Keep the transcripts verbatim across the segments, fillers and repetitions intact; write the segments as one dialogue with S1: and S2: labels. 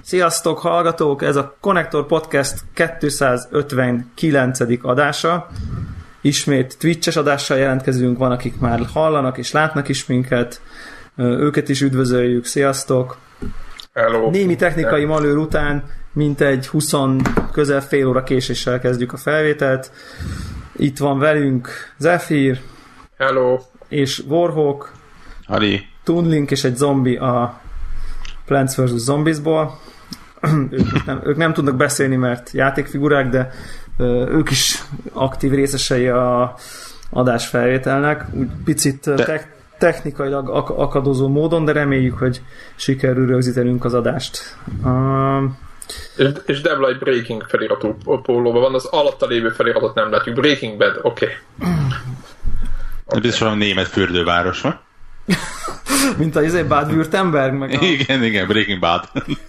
S1: Sziasztok, hallgatók! Ez a Konnektor Podcast kétszázötvenkilencedik adása. Ismét Twitch-es adással jelentkezünk, van, akik már hallanak és látnak is minket. Őket is üdvözöljük, sziasztok!
S2: Hello.
S1: Némi technikai malőr után mintegy húsz közel fél óra késéssel kezdjük a felvételt. Itt van velünk Zephyr.
S2: Hello.
S1: És Warhawk.
S3: Ali.
S1: Toonlink és egy zombi a Plants versus. Zombiesból. ők, nem, ők nem tudnak beszélni, mert játékfigurák, de ö, ők is aktív részesei a adás felvételnek. Úgy picit te- technikailag ak- akadozó módon, de reméljük, hogy sikerül rögzítenünk az adást. Uh,
S2: és, és Devla egy Breaking feliratú pólóban van, az alatta lévő feliratot nem látjuk. Breaking Bad, oké. Okay.
S3: Okay. Biztos valami német fürdőváros van.
S1: Mint a izé Bad-Württemberg, meg a...
S3: Igen, igen, Breaking Bad.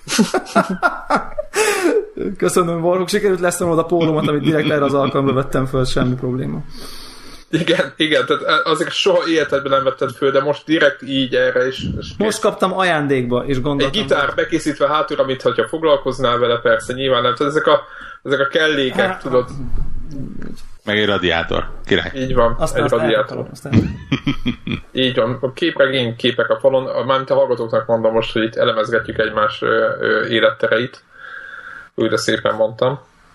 S1: Köszönöm, Warhawk, sikerült leszem oda a pólómat, amit direkt erre az alkalomra vettem föl, semmi probléma.
S2: Igen, igen, tehát azért soha életedben nem vetted föl, de most direkt így erre is.
S1: Most kaptam ajándékba, és gondoltam...
S2: Egy gitár hogy... bekészítve hátulra, mintha foglalkoznál vele, persze, nyilván nem. Tehát ezek a, ezek a kellékek, hát, tudod.
S3: Meg egy radiátor. Király.
S2: Így van,
S1: aztán
S2: egy radiátor. Így van, a képregény képek a falon, mármint a hallgatóknak mondom most, hogy itt elemezgetjük egymás ö, ö, élettereit. Újra szépen mondtam.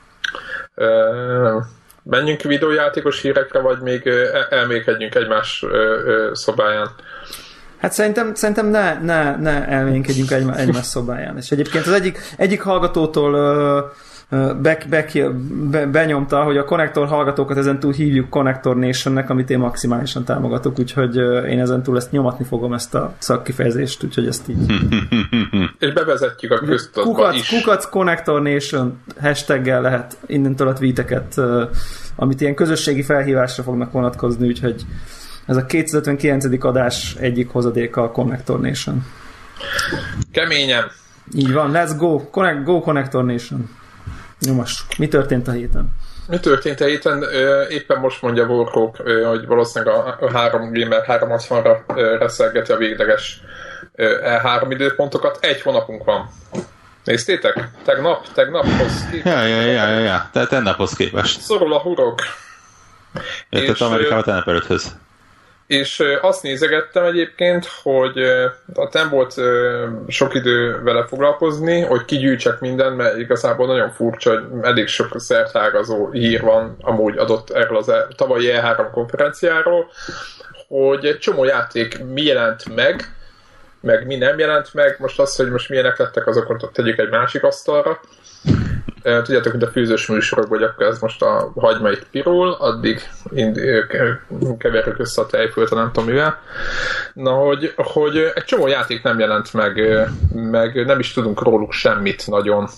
S2: Ö, menjünk videójátékos hírekre, vagy még elmékedjünk egymás ö, ö, szobáján?
S1: Hát szerintem, szerintem ne, ne, ne elménykedjünk egymás, egymás szobáján. És egyébként az egyik, egyik hallgatótól ö, Be, be, be, benyomta, hogy a Konnektor hallgatókat ezentúl hívjuk Konnektor Nationnek, amit én maximálisan támogatok, úgyhogy én ezentúl ezt nyomatni fogom, ezt a szakkifejezést, úgyhogy ezt így.
S2: És bevezetjük a köztudatba is.
S1: Kukac Konnektor Nation hashtaggel lehet innentől a tweeteket, amit ilyen közösségi felhívásra fognak vonatkozni, úgyhogy ez a kétszázötvenkilencedik adás egyik hozadéka a Konnektor Nation.
S2: Keményen.
S1: Így van, let's go, Connect, go Konnektor Nation. Jó, most mi történt a héten?
S2: Mi történt a héten? Éppen most mondja Warhawk, hogy valószínűleg a három Gamer háromszázhatvanra reszelgeti a végleges E három időpontokat. Egy hónapunk van. Néztétek? Tegnap? Tegnaphoz képest?
S3: Ja, ja, ja, ja, ja. Te, tennaphoz képest.
S2: Szorul a hurok.
S3: Jöttött Amerikába tennap előtthöz.
S2: És azt nézegettem egyébként, hogy nem volt sok idő vele foglalkozni, hogy kigyűjtsek mindent, mert igazából nagyon furcsa, hogy elég sok szertágazó hír van amúgy adott erről az tavalyi E három konferenciáról, hogy egy csomó játék mi jelent meg, meg mi nem jelent meg. Most az, hogy most milyenek lettek, azokat tegyük egy másik asztalra. Tudjátok, hogy a főzős műsorokban, hogy akkor ez most a hagyma itt pirul, addig keverjük össze a tejfölt, nem tudom mivel. Na, hogy, hogy egy csomó játék nem jelent meg, meg nem is tudunk róluk semmit nagyon.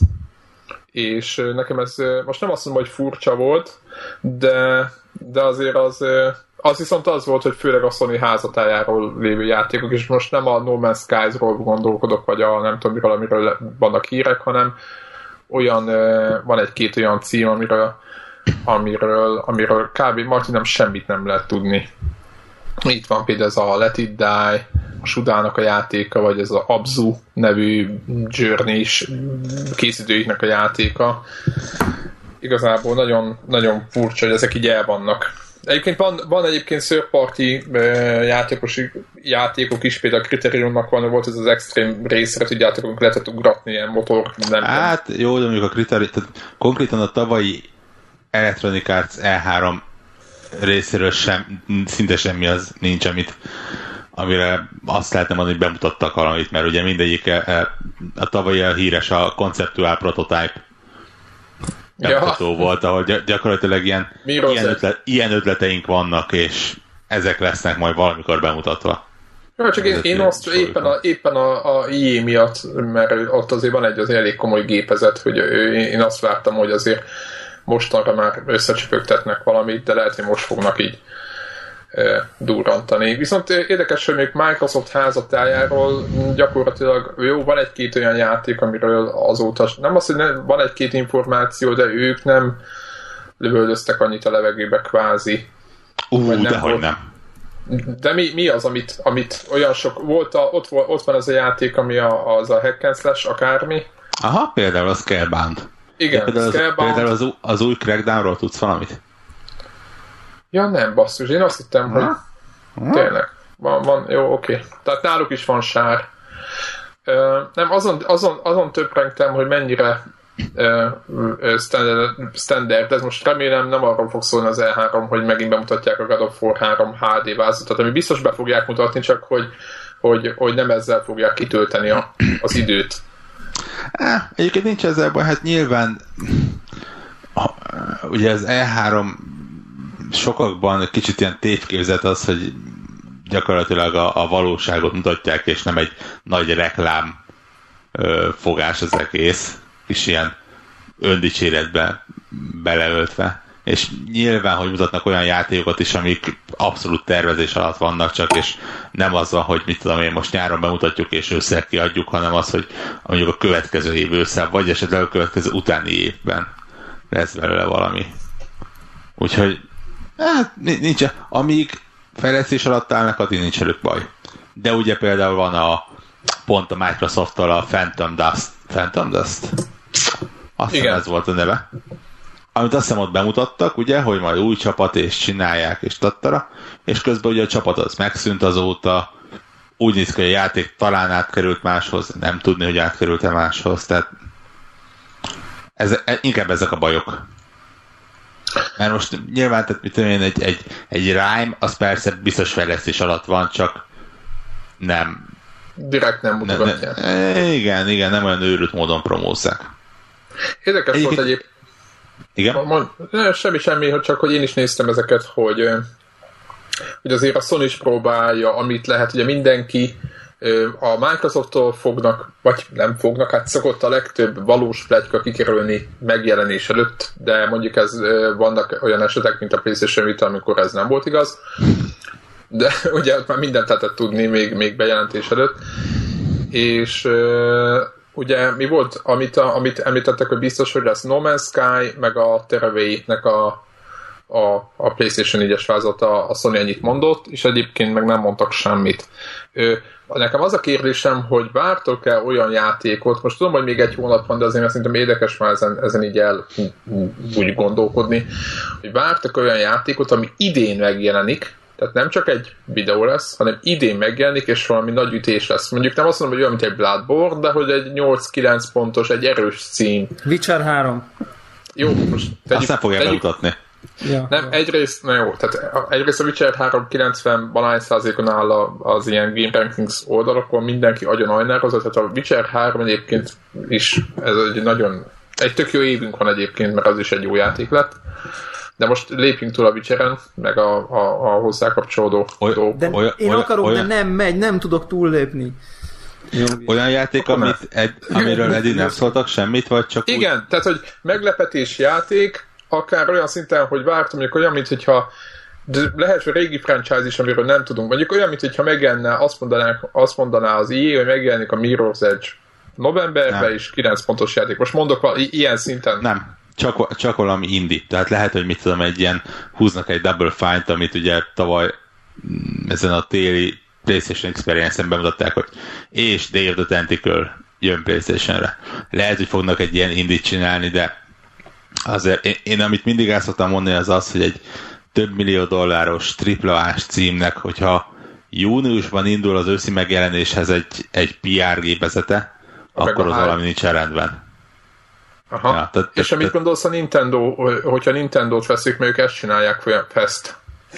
S2: És nekem ez most nem azt mondom, hogy furcsa volt, de, de azért az, az viszont az volt, hogy főleg a Sony házatájáról lévő játékok, és most nem a No Man's Skies-ról gondolkodok, vagy a nem tudom miről, amiről vannak hírek, hanem olyan, van egy-két olyan cím, amiről, amiről, amiről kb. Martin semmit nem lehet tudni. Itt van például ez a Let It Die, a Sudának a játéka, vagy ez az Abzu nevű Journey-s készítőiknek a játéka. Igazából nagyon, nagyon furcsa, hogy ezek így el vannak. Egyébként van, van egyébként third-party játékos, játékok is, például a Criterion-nak van, volt ez az Extreme Race-re, tudjátok, amikor lehetett ugratni ilyen motor. Nem
S3: hát nem. Jó, de mondjuk a Criterion, tehát konkrétan a tavalyi Electronic Arts E három részéről sem, szinte semmi az nincs, amit, amire azt lehetne mondani, hogy bemutattak valamit, mert ugye mindegyik a tavalyi a híres a konceptuál prototype bemutató ja. volt, ahol gyakorlatilag ilyen, ilyen, ötlet, ilyen ötleteink vannak, és ezek lesznek majd valamikor bemutatva.
S2: Ja, csak én, én azt éppen a, éppen a, a i á miatt, mert ott azért van egy az elég komoly gépezet, hogy én azt vártam, hogy azért mostanra már összecsöpögtetnek valamit, de lehet, hogy most fognak így e, durrantani. Viszont érdekes, hogy még Microsoft házatájáról gyakorlatilag jó, van egy-két olyan játék, amiről azóta, nem az, hogy nem, van egy-két információ, de ők nem lövöldöztek annyit a levegőbe kvázi.
S3: Ú, dehogy nem.
S2: De mi, mi az, amit, amit olyan sok volt, a, ott, ott van az a játék, ami a, az a hack and slash, akármi.
S3: Aha, például a Scalebound.
S2: Igen,
S3: például, az,
S2: Scalebound.
S3: például az, az új Crackdownról tudsz valamit?
S2: Ja nem, basszus, én azt hittem, hogy
S3: Ha?
S2: tényleg. Van, van, jó, oké. Tehát náluk is van sár. Ö, nem, azon, azon, azon töprengtem, hogy mennyire ö, ö, standard, standard, ez most remélem nem arról fog szólni az E három, hogy megint bemutatják a God of War három há dé változatot, ami biztos be fogják mutatni, csak hogy, hogy, hogy nem ezzel fogják kitölteni a, az időt.
S3: Eh, egyébként nincs ezzel baj, hát nyilván ugye az E három sokakban kicsit ilyen tévképzet az, hogy gyakorlatilag a, a valóságot mutatják, és nem egy nagy reklám ö, fogás az egész, és ilyen öndicséretbe beleöltve. És nyilván, hogy mutatnak olyan játékokat is, amik abszolút tervezés alatt vannak csak, és nem az van, hogy mit tudom én, most nyáron bemutatjuk és ősszel kiadjuk, hanem az, hogy mondjuk a következő év ősszel, vagy esetleg a következő utáni évben lesz belőle valami. Úgyhogy hát nincs, amíg fejlesztés alatt állnak, addig nincs elük baj. De ugye például van a pont a Microsoft-tal a Phantom Dust. Phantom Dust? Azt hiszem ez volt a neve. Amit azt hiszem ott bemutattak, ugye, hogy majd új csapat, és csinálják, és tattara, és közben ugye a csapat az megszűnt azóta, úgy néz ki, hogy a játék talán átkerült máshoz, nem tudni, hogy átkerült-e máshoz, tehát ez, inkább ezek a bajok. Mert most nyilván, tehát mit tudom én, egy, egy, egy Rime, az persze biztos fejlesztés alatt van, csak nem...
S2: Direkt nem mutatják.
S3: Ne, ne, igen, igen, nem olyan őrült módon promózzák.
S2: Érdekes Egyébként... volt egyéb...
S3: Igen?
S2: Mond, semmi, semmi, csak hogy én is néztem ezeket, hogy, hogy azért a Sony is próbálja, amit lehet, ugye mindenki a Microsofttól fognak, vagy nem fognak, hát szokott a legtöbb valós pletyka kikerülni megjelenés előtt, de mondjuk ez vannak olyan esetek, mint a PlayStation Vita, amikor ez nem volt igaz. De ugye ott már mindent lehetett tudni még, még bejelentés előtt. És uh, ugye mi volt, amit, a, amit említettek, hogy biztos, hogy lesz No Man's Sky, meg a Tearaway-nek a, a, a PlayStation négyes változata, a Sony ennyit mondott, és egyébként meg nem mondtak semmit. Uh, nekem az a kérdésem, hogy vártok-e olyan játékot, most tudom, hogy még egy hónap van, de azért mert szerintem érdekes már ezen, ezen így el úgy gondolkodni, hogy vártok olyan játékot, ami idén megjelenik, tehát nem csak egy videó lesz, hanem idén megjelenik, és valami nagy ütés lesz. Mondjuk nem azt mondom, hogy olyan, mint egy Bloodborne, de hogy egy nyolc-kilenc pontos, egy erős cím.
S1: Witcher három.
S2: Jó, most tegyük,
S3: azt nem fogják bemutatni.
S1: Ja,
S2: nem,
S1: ja.
S2: egyrészt, na jó, tehát egyrészt a Witcher három kilencven valány százalékon áll az ilyen Game Rankings oldalakon, mindenki agyon ajnározott, tehát a Witcher három egyébként is, ez egy nagyon, egy tök jó évünk van egyébként, mert az is egy jó játék lett. De most lépjünk túl a Witcheren, meg a, a, a hozzá kapcsolódó dolgok.
S1: De olyan, én akarok, olyan, de nem megy, nem tudok túllépni.
S3: Jó, olyan játék, amit ed, amiről eddig nem szóltak semmit, vagy csak
S2: igen, úgy... tehát, hogy meglepetés játék, akár olyan szinten, hogy vártam, mondjuk olyan, mint hogyha de lehet, hogy régi franchise is, amiről nem tudunk. Mondjuk olyan, mint hogyha megjelenne, azt, azt mondaná az i á, hogy megjelenik a Mirror's Edge novemberben, és kilenc pontos játék. Most mondok valami ilyen szinten.
S3: Nem. Csak, csak valami indie. Tehát lehet, hogy mit tudom, egy ilyen húznak egy Double Fine-t, amit ugye tavaly ezen a téli PlayStation Experience-en bemutatták, hogy és Day of the Tentacle jön PlayStation-re. Lehet, hogy fognak egy ilyen indie csinálni, de azért én, én amit mindig el szoktam mondani, az az, hogy egy több millió dolláros tripla á-s címnek, hogyha júniusban indul az őszi megjelenéshez egy, egy pé er gépezete, a akkor az valami nincs rendben.
S2: Aha. Ja, tehát, és amit gondolsz a Nintendo, hogyha Nintendo-t veszik, mert ők ezt csinálják fest?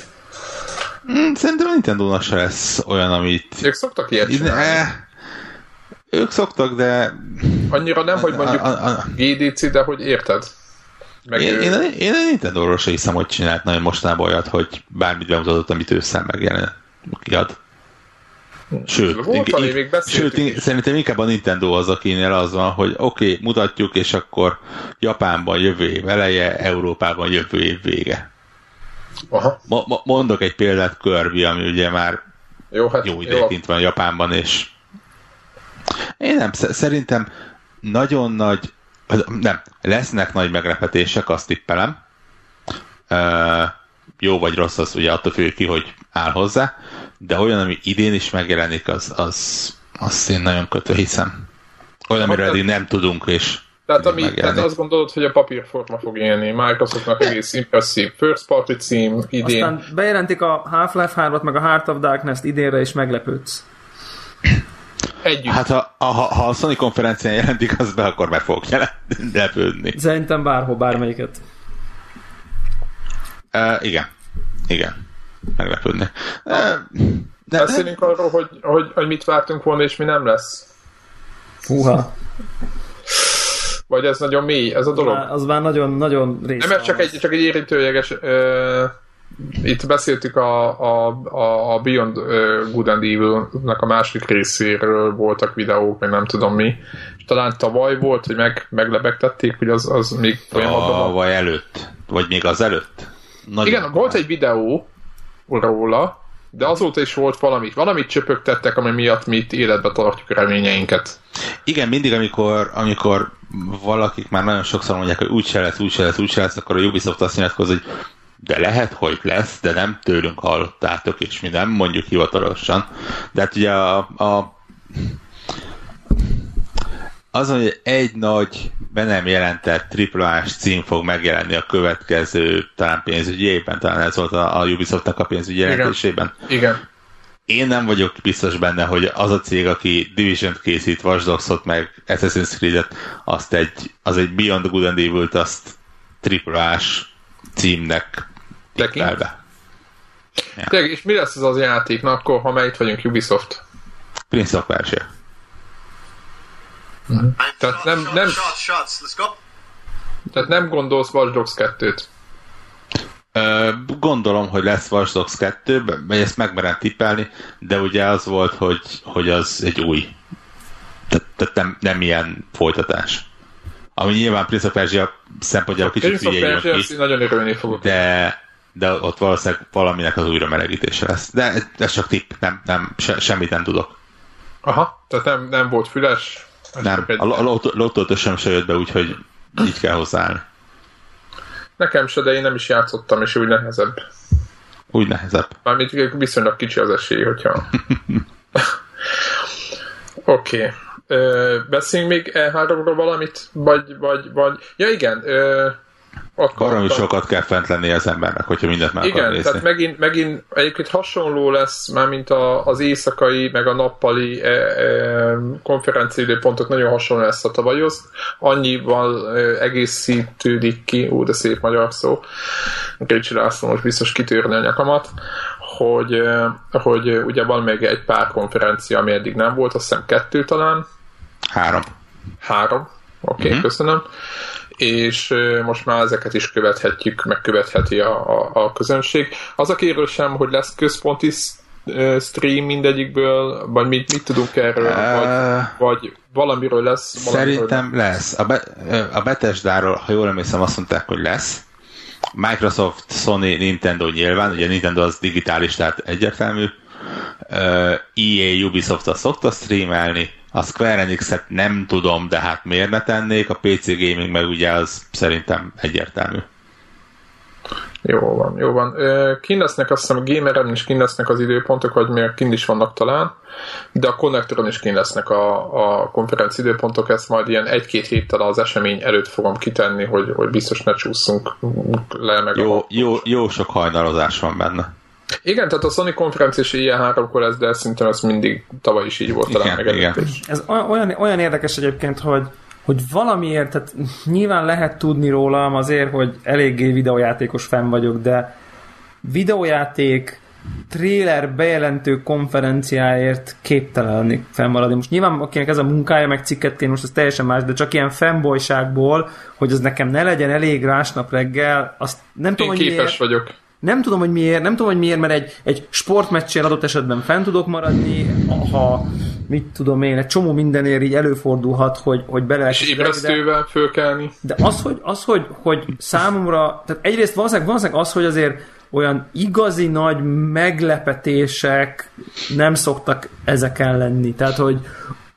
S3: Szerintem a Nintendo-nak se lesz olyan, amit...
S2: Ők szoktak ilyet csinálni?
S3: Ne, ők szoktak, de...
S2: Annyira nem, hogy mondjuk a, a, a... gé dé cé, de hogy érted?
S3: Meg én, ő... én, a, én a Nintendo-ról se hiszem, hogy csinált nagyon mostanában olyat, hogy bármit bemutatott, amit ősszel megjelen kiad. Sőt,
S2: volt,
S3: in, még sőt in, szerintem inkább a Nintendo az, akinél az van, hogy oké, okay, mutatjuk, és akkor Japánban jövő év eleje, Európában jövő év vége.
S2: Aha.
S3: Mo- mo- mondok egy példát, Kirby, ami ugye már jó, hát, jó ideig kint van Japánban, és én nem, szerintem nagyon nagy, nem, lesznek nagy meglepetések, azt tippelem. Uh, jó vagy rossz, az ugye attól függ ki, hogy áll hozzá, de olyan, ami idén is megjelenik, az, az azt én nagyon kötő hiszem. Olyan, amiről eddig nem tudunk, és
S2: tehát, ami, tehát azt gondolod, hogy a papírforma fog élni. Microsoftnak egész impresszív first party cím idén.
S1: Aztán bejelentik a Half-Life hármat, meg a Heart of Darkness-t idénre, és meglepődsz.
S2: Együtt.
S3: Hát ha, ha, ha a Sony konferencián jelentik, az be, akkor meg fogok lepődni.
S1: Szerintem bárhol, bármelyiket.
S3: Uh, igen. Igen. Meglepődni. Uh,
S2: de beszélünk arról, hogy, hogy, hogy mit vártunk volna, és mi nem lesz.
S1: Húha.
S2: Vagy ez nagyon mély, ez a dolog?
S1: Az már, az már nagyon, nagyon részt.
S2: Nem, ez csak egy, csak egy érintőjeges... Uh, itt beszéltük a, a, a, a Beyond Good and Evil-nek a második részéről, voltak videók, meg nem tudom mi. És talán tavaly volt, hogy meg, meglebegtették, hogy az, az még folyamatban van.
S3: Tavaly előtt. Vagy még az előtt.
S2: Nagyon igen, van. Volt egy videó róla, de azóta is volt valamit. Valamit csöpögtettek, ami miatt mi itt életbe tartjuk a reményeinket.
S3: Igen, mindig, amikor, amikor valakik már nagyon sokszor mondják, hogy úgyse lesz, úgyse lesz, úgyse lesz, akkor a Ubisoft azt nyilatkoz, hogy de lehet, hogy lesz, de nem tőlünk hallottátok, és mi nem mondjuk hivatalosan. De hát ugye a, a az, hogy egy nagy, be nem jelentett triplás cím fog megjelenni a következő talán pénzügyi évben, talán ez volt a, a Ubisoftnak a pénzügyi jelentésében.
S2: Igen. Igen.
S3: Én nem vagyok biztos benne, hogy az a cég, aki Division-t készít, Watch Dogs-ot, meg Assassin's Creed-et, azt egy, az egy Beyond Good and Evil-t, azt triplás címnek tippelve.
S2: Ja. Tényleg, és mi lesz ez az játék? Na akkor, ha már itt vagyunk, Ubisoft.
S3: Prince of Persia.
S2: Mm-hmm. Tehát nem, nem, tehát nem gondolsz Watch Dogs kettőt?
S3: Uh, gondolom, hogy lesz Watch Dogs kettő, vagy ezt megmerem tippelni, de ugye az volt, hogy, hogy az egy új. Tehát, tehát nem, nem ilyen folytatás. Ami nyilván Prince of Persia szempontjából kicsit
S2: hülye jön ki, nagyon örülni fogok.
S3: De, de ott valószínűleg valaminek az újra melegítése lesz. De ez, ez csak tipp, nem, nem, se, semmit nem tudok.
S2: Aha, tehát nem, nem volt füles?
S3: Nem, egy... a lottót sem se jött be, úgyhogy így kell hozzáállni.
S2: Nekem se, de én nem is játszottam, és úgy nehezebb.
S3: Úgy nehezebb.
S2: Mármint viszonylag kicsi az esély, hogyha... Oké. Okay. Beszéljünk még E háromról valamit? Vagy, vagy, vagy... Ja igen, ö...
S3: Valami sokat kell fent lenni az embernek, hogyha mindent meg akar
S2: nézni. Igen, tehát megint, megint egyébként hasonló lesz, már mint a, az éjszakai, meg a nappali e, e, konferenciaidőpontok nagyon hasonló lesz a tavalyhoz. Annyival e, egészítődik ki, ó, de szép magyar szó, Récsi László most biztos kitörni a nyakamat, hogy, e, hogy ugye van még egy pár konferencia, ami eddig nem volt, azt hiszem kettő talán.
S3: Három.
S2: Három, oké, okay, mm-hmm. Köszönöm. És most már ezeket is követhetjük, megkövetheti a, a, a közönség. Az a kérdésem, hogy lesz központi stream mindegyikből, vagy mit, mit tudunk erről, uh, vagy, vagy valamiről lesz? Valamiről
S3: szerintem lesz. lesz. A, Be- a Bethesdáról, ha jól emlékszem, azt mondták, hogy lesz. Microsoft, Sony, Nintendo nyilván, ugye Nintendo az digitális, tehát egyértelmű. Uh, E A, Ubisoft azt szokta streamelni. A Square Enix-et nem tudom, de hát miért ne tennék, a pé cé Gaming meg ugye az szerintem egyértelmű.
S2: Jó van, jó van. Kint lesznek, azt hiszem a Gameren is kint lesznek az időpontok, vagy még kint is vannak talán, de a Connectoron is kint lesznek a, a konferenci időpontok, ezt majd ilyen egy-két héttel az esemény előtt fogom kitenni, hogy, hogy biztos ne csúszunk le meg.
S3: Jó,
S2: a...
S3: jó, jó sok hajnalozás van benne.
S2: Igen, tehát a Sony konferencia is ilyen háromkor lesz, de szerintem ez mindig tavaly is így volt talán megelőttés.
S1: Ez olyan, olyan érdekes egyébként, hogy, hogy valamiért, tehát nyilván lehet tudni rólam azért, hogy eléggé videójátékos fenn vagyok, de videójáték trailer bejelentő konferenciáért képtelen fennmaradni. Most nyilván akinek ez a munkája, meg cikket én most ez teljesen más, de csak ilyen fanboyságból, hogy az nekem ne legyen elég rásnap reggel, azt nem tudom,
S2: hogy képes miért. vagyok.
S1: Nem tudom, hogy miért, nem tudom, hogy miért, mert egy, egy sportmeccsen adott esetben fenn tudok maradni, ha mit tudom én, egy csomó mindenért így előfordulhat, hogy, hogy bele...
S2: És ébresztővel fölkelni.
S1: De az, hogy, az hogy, hogy számomra, tehát egyrészt valószínűleg, valószínűleg az, hogy azért olyan igazi nagy meglepetések nem szoktak ezeken lenni. Tehát, hogy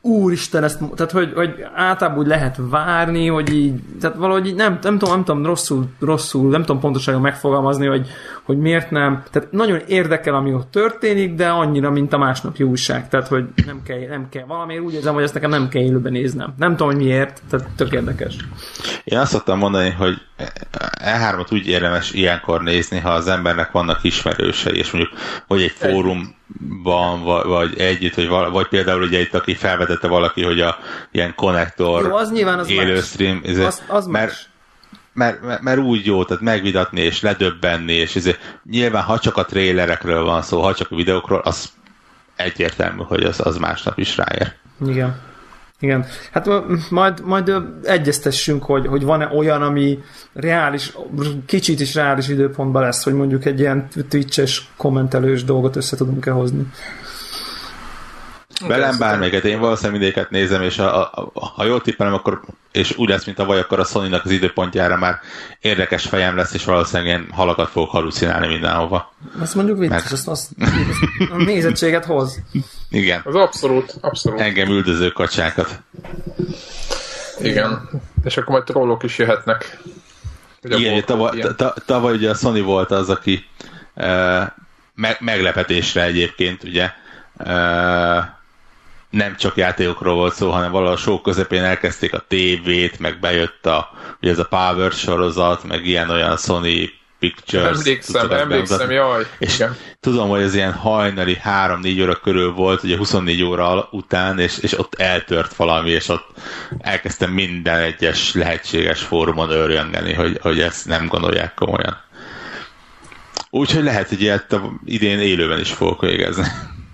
S1: úristen, ezt, tehát hogy, hogy általában úgy lehet várni, hogy így, tehát valahogy így nem, nem tudom, nem tudom rosszul, rosszul, nem tudom pontosan megfogalmazni, hogy, hogy miért nem, tehát nagyon érdekel, ami ott történik, de annyira, mint a másnapi újság, tehát hogy nem kell, nem kell, valamiért úgy érzem, hogy ezt nekem nem kell élőben néznem. Nem tudom, hogy miért, tehát tök érdekes.
S3: Én azt szoktam mondani, hogy E hármat úgy érdemes ilyenkor nézni, ha az embernek vannak ismerősei, és mondjuk vagy egy fórumban, vagy, vagy együtt, vagy, vala, vagy például ugye itt, aki felvetette valaki, hogy a ilyen konnektor
S1: jó, az nyilván az
S3: élő
S1: más.
S3: stream,
S1: az, az
S3: mert,
S1: más.
S3: Mert, mert, mert úgy jó, tehát megvitatni és ledöbbenni, és ezért, nyilván ha csak a trélerekről van szó, ha csak a videókról, az egyértelmű, hogy az, az másnap is ráér.
S1: Igen. Igen. Hát majd, majd egyeztessünk, hogy, hogy van-e olyan, ami reális, kicsit is reális időpontban lesz, hogy mondjuk egy ilyen Twitch-es kommentelős dolgot össze tudunk-e hozni.
S3: Velem bármelyiket, én valószínűleg mindéket nézem, és a, a, a, ha jól tippelem, akkor, és úgy lesz, mint a vaj, akkor a Sony-nak az időpontjára már érdekes fejem lesz, és valószínűleg én halakat fogok halucinálni mindenhova.
S1: Azt mondjuk vicces, Mert... azt, azt, azt a nézettséget hoz.
S3: Igen.
S2: Az abszolút, abszolút.
S3: Engem üldöző kacsákat.
S2: Igen. És akkor majd trollok is jöhetnek.
S3: Igen, tavaly, tavaly ugye a Sony volt az, aki uh, me- meglepetésre egyébként, ugye, uh, nem csak játékokról volt szó, hanem valahol a show közepén elkezdték a tévét, meg bejött a, ugye ez a Power sorozat, meg ilyen-olyan Sony Pictures.
S2: Emlékszem, emlékszem, jaj.
S3: És
S2: igen.
S3: tudom, hogy ez ilyen hajnali három-négy óra körül volt, ugye huszonnégy óra után, és, és ott eltört valami, és ott elkezdtem minden egyes lehetséges fórumon őrjöngeni, hogy, hogy ezt nem gondolják komolyan. Úgyhogy lehet, hogy ilyet idén élőben is fogok végezni.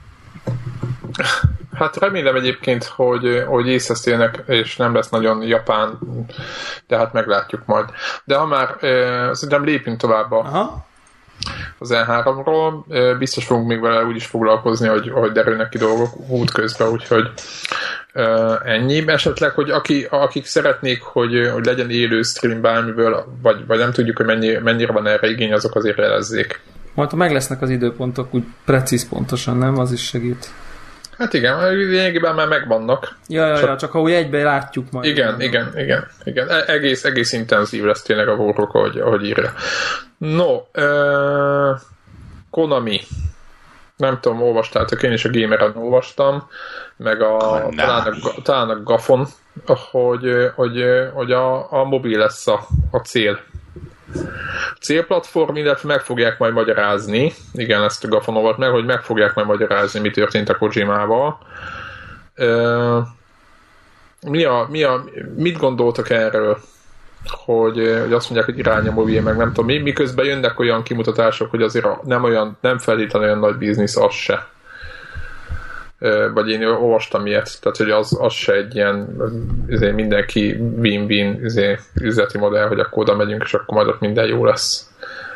S2: Hát remélem egyébként, hogy, hogy észesztélnek, és nem lesz nagyon japán, de hát meglátjuk majd. De ha már eh, szerintem lépünk tovább a, az E háromról, eh, biztos fogunk még vele úgy is foglalkozni, hogy, hogy derülnek ki dolgok útközben, úgyhogy eh, ennyi. Esetleg, hogy aki, akik szeretnék, hogy, hogy legyen élő stream bármiből, vagy, vagy nem tudjuk, hogy mennyi, mennyire van erre igény, azok azért jelezzék.
S1: Majd ha meg lesznek az időpontok, úgy precíz pontosan, nem? Az is segít.
S2: Hát igen, lényegében már megvannak.
S1: Ja, ja, ja, csak ha úgy egyben látjuk majd.
S2: Igen, igen, igen, igen. Egész, egész intenzív lesz tényleg a vorok, ahogy, ahogy írja. No, uh, Konami. Nem tudom, olvastátok, én is a Gameren olvastam, meg a, talán, a, talán a Gafon, hogy, hogy, hogy a, a mobil lesz a, a cél. Célplatform, illetve meg fogják majd magyarázni, igen, ezt a Gafon olvat meg, hogy meg fogják majd magyarázni, mi történt a Kojimával. Mi a, mi a, mit gondoltak erről, hogy, hogy azt mondják, hogy irány a mobil, meg nem tudom mi, miközben jönnek olyan kimutatások, hogy azért nem olyan, nem feltétlenül olyan nagy biznisz az se. Vagy én olvastam ilyet, tehát hogy az, az se egy ilyen azért mindenki win-win azért üzleti modell, hogy akkor oda megyünk, és akkor majd ott minden jó lesz.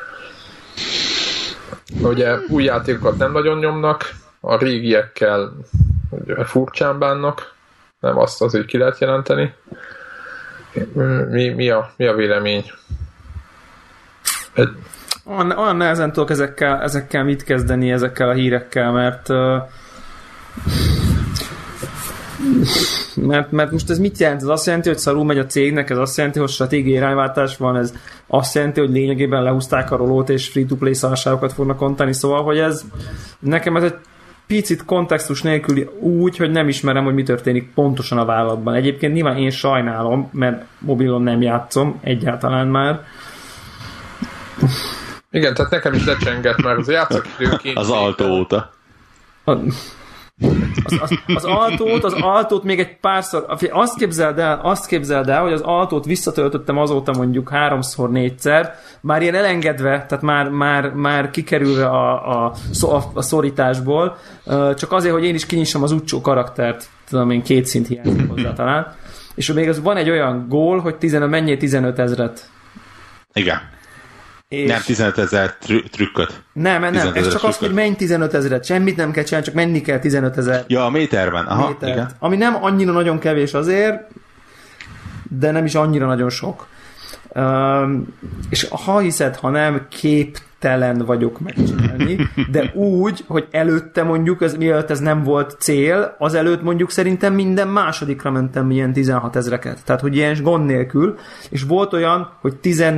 S2: Ugye új játékokat nem nagyon nyomnak, a régiekkel furcsán bánnak, nem azt azért ki lehet jelenteni. Mi, mi, a, mi a vélemény? Egy...
S1: Olyan, olyan nehezen tudok ezekkel, ezekkel mit kezdeni, ezekkel a hírekkel, mert uh... Mert, mert most ez mit jelent? Ez azt jelenti, hogy szarul megy a cégnek, ez azt jelenti, hogy stratégiai irányváltás van, ez azt jelenti, hogy lényegében lehúzták a rolót, és free-to-play szarságokat fognak kontani, szóval, hogy ez nekem ez egy picit kontextus nélküli úgy, hogy nem ismerem, hogy mi történik pontosan a vállalatban. Egyébként nyilván én sajnálom, mert mobilon nem játszom egyáltalán már.
S2: Igen, tehát nekem is lecsengett, mert az játszak időként...
S3: Az Alto óta.
S1: A... Az, az, az altót, az altót még egy párszor, azt képzeld el, azt képzeld el, hogy az altót visszatöltöttem azóta mondjuk háromszor, négyszer, már ilyen elengedve, tehát már, már, már kikerülve a, a, a, a szorításból, csak azért, hogy én is kinyissam az utcsó karaktert, tudom én, két szint hiányzik hozzá talán, és még az van egy olyan gól, hogy tizenöt, mennyi tizenöt ezret.
S3: Igen. És... Nem, tizenöt ezer trü- trükköt.
S1: Nem, nem, ez csak trükköt. Az, hogy menj tizenöt ezeret, semmit nem kell csinálni, csak menni kell tizenöt ezer.
S3: Ja, a méterben, aha, métert. Igen.
S1: Ami nem annyira nagyon kevés azért, de nem is annyira nagyon sok. Um, és ha hiszed, ha nem, kép képtelen vagyok megcsinálni, de úgy, hogy előtte mondjuk, ez, mielőtt ez nem volt cél, azelőtt mondjuk szerintem minden másodikra mentem ilyen tizenhat ezreket. Tehát, hogy ilyen gond nélkül, és volt olyan, hogy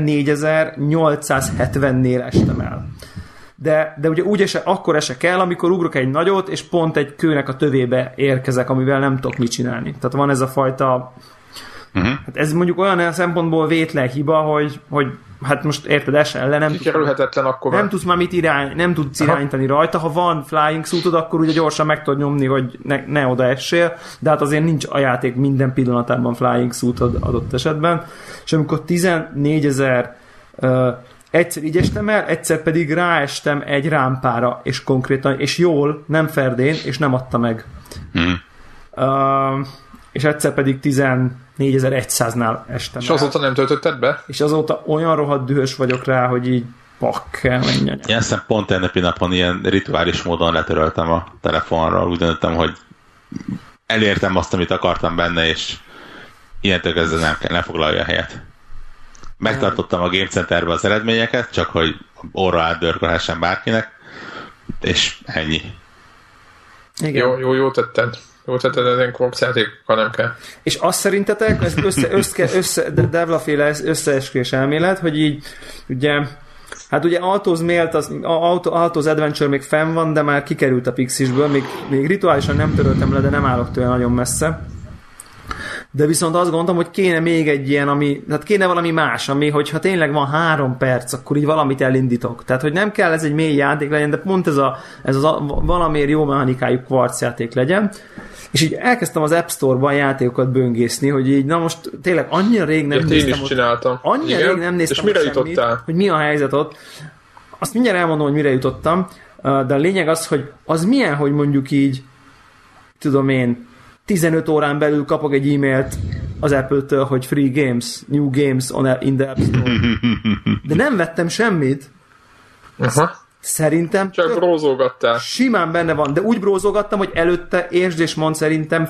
S1: tizennégyezer-nyolcszázhetvennél estem el. De, de ugye úgy ese, akkor esek el, amikor ugrok egy nagyot, és pont egy kőnek a tövébe érkezek, amivel nem tudok mit csinálni. Tehát van ez a fajta... Uh-huh. Hát ez mondjuk olyan szempontból vétlen hiba, hogy, hogy hát most érted, esel le, nem,
S2: Sikerülhetetlen akkor
S1: nem tudsz már mit irány, nem tudsz irányítani rajta, ha van flying suitod, akkor ugye gyorsan meg tudod nyomni, hogy ne, ne oda essél, de hát azért nincs a játék minden pillanatában flying suitod adott esetben, és amikor tizennégyezer uh, egyszer így estem el, egyszer pedig ráestem egy rámpára, és konkrétan, és jól, nem ferdén, és nem adta meg. Uh-huh. Uh, és egyszer pedig tizennégyezer-száznál estem
S2: És azóta el. Nem töltötted be?
S1: És azóta olyan rohadt dühös vagyok rá, hogy így pakkel menjen.
S3: Én aztán pont ennepi napon ilyen rituális módon letöröltem a telefonról. Úgy döntöttem, hogy elértem azt, amit akartam benne, és ilyentől kezdve nem kell, ne foglalja a helyet. Megtartottam a Game Centerbe az eredményeket, csak hogy orra átdörgölhessen bárkinek, és ennyi.
S2: Igen. Jó, jó, jó tetted. Jó, tehát ez egy korpsjátékkal nem kell.
S1: És azt szerintetek, ez össze, össze, össze, Devla-féle összeesküvés elmélet, hogy így, ugye, hát ugye Alto's Mail, az, Alto's Adventure még fenn van, de már kikerült a Pixisből, még, még rituálisan nem töröltem le, de nem állok tőle nagyon messze. De viszont azt gondolom, hogy kéne még egy ilyen, ami, tehát kéne valami más, ami, hogyha tényleg van három perc, akkor így valamit elindítok. Tehát, hogy nem kell ez egy mély játék legyen, de pont ez, a, ez az a, valamiért jó mechanikájú kvarcjáték legyen. És így elkezdtem az App Store-ban játékokat böngészni, hogy így, na most tényleg annyira rég nem
S2: Én
S1: néztem.
S2: Én is csináltam.
S1: Annyira
S2: Igen.
S1: rég nem néztem.
S2: És mire
S1: semmit,
S2: jutottál?
S1: Hogy mi a helyzet ott. Azt mindjárt elmondom, hogy mire jutottam, de a lényeg az, hogy az milyen, hogy mondjuk így, tudom én, tizenöt órán belül kapok egy e-mailt az Apple-től, hogy free games, new games on in the App Store. De nem vettem semmit.
S2: Aha.
S1: Szerintem...
S2: Csak tök, brózolgattál.
S1: Simán benne van, de úgy brózolgattam, hogy előtte értsd és mondd, szerintem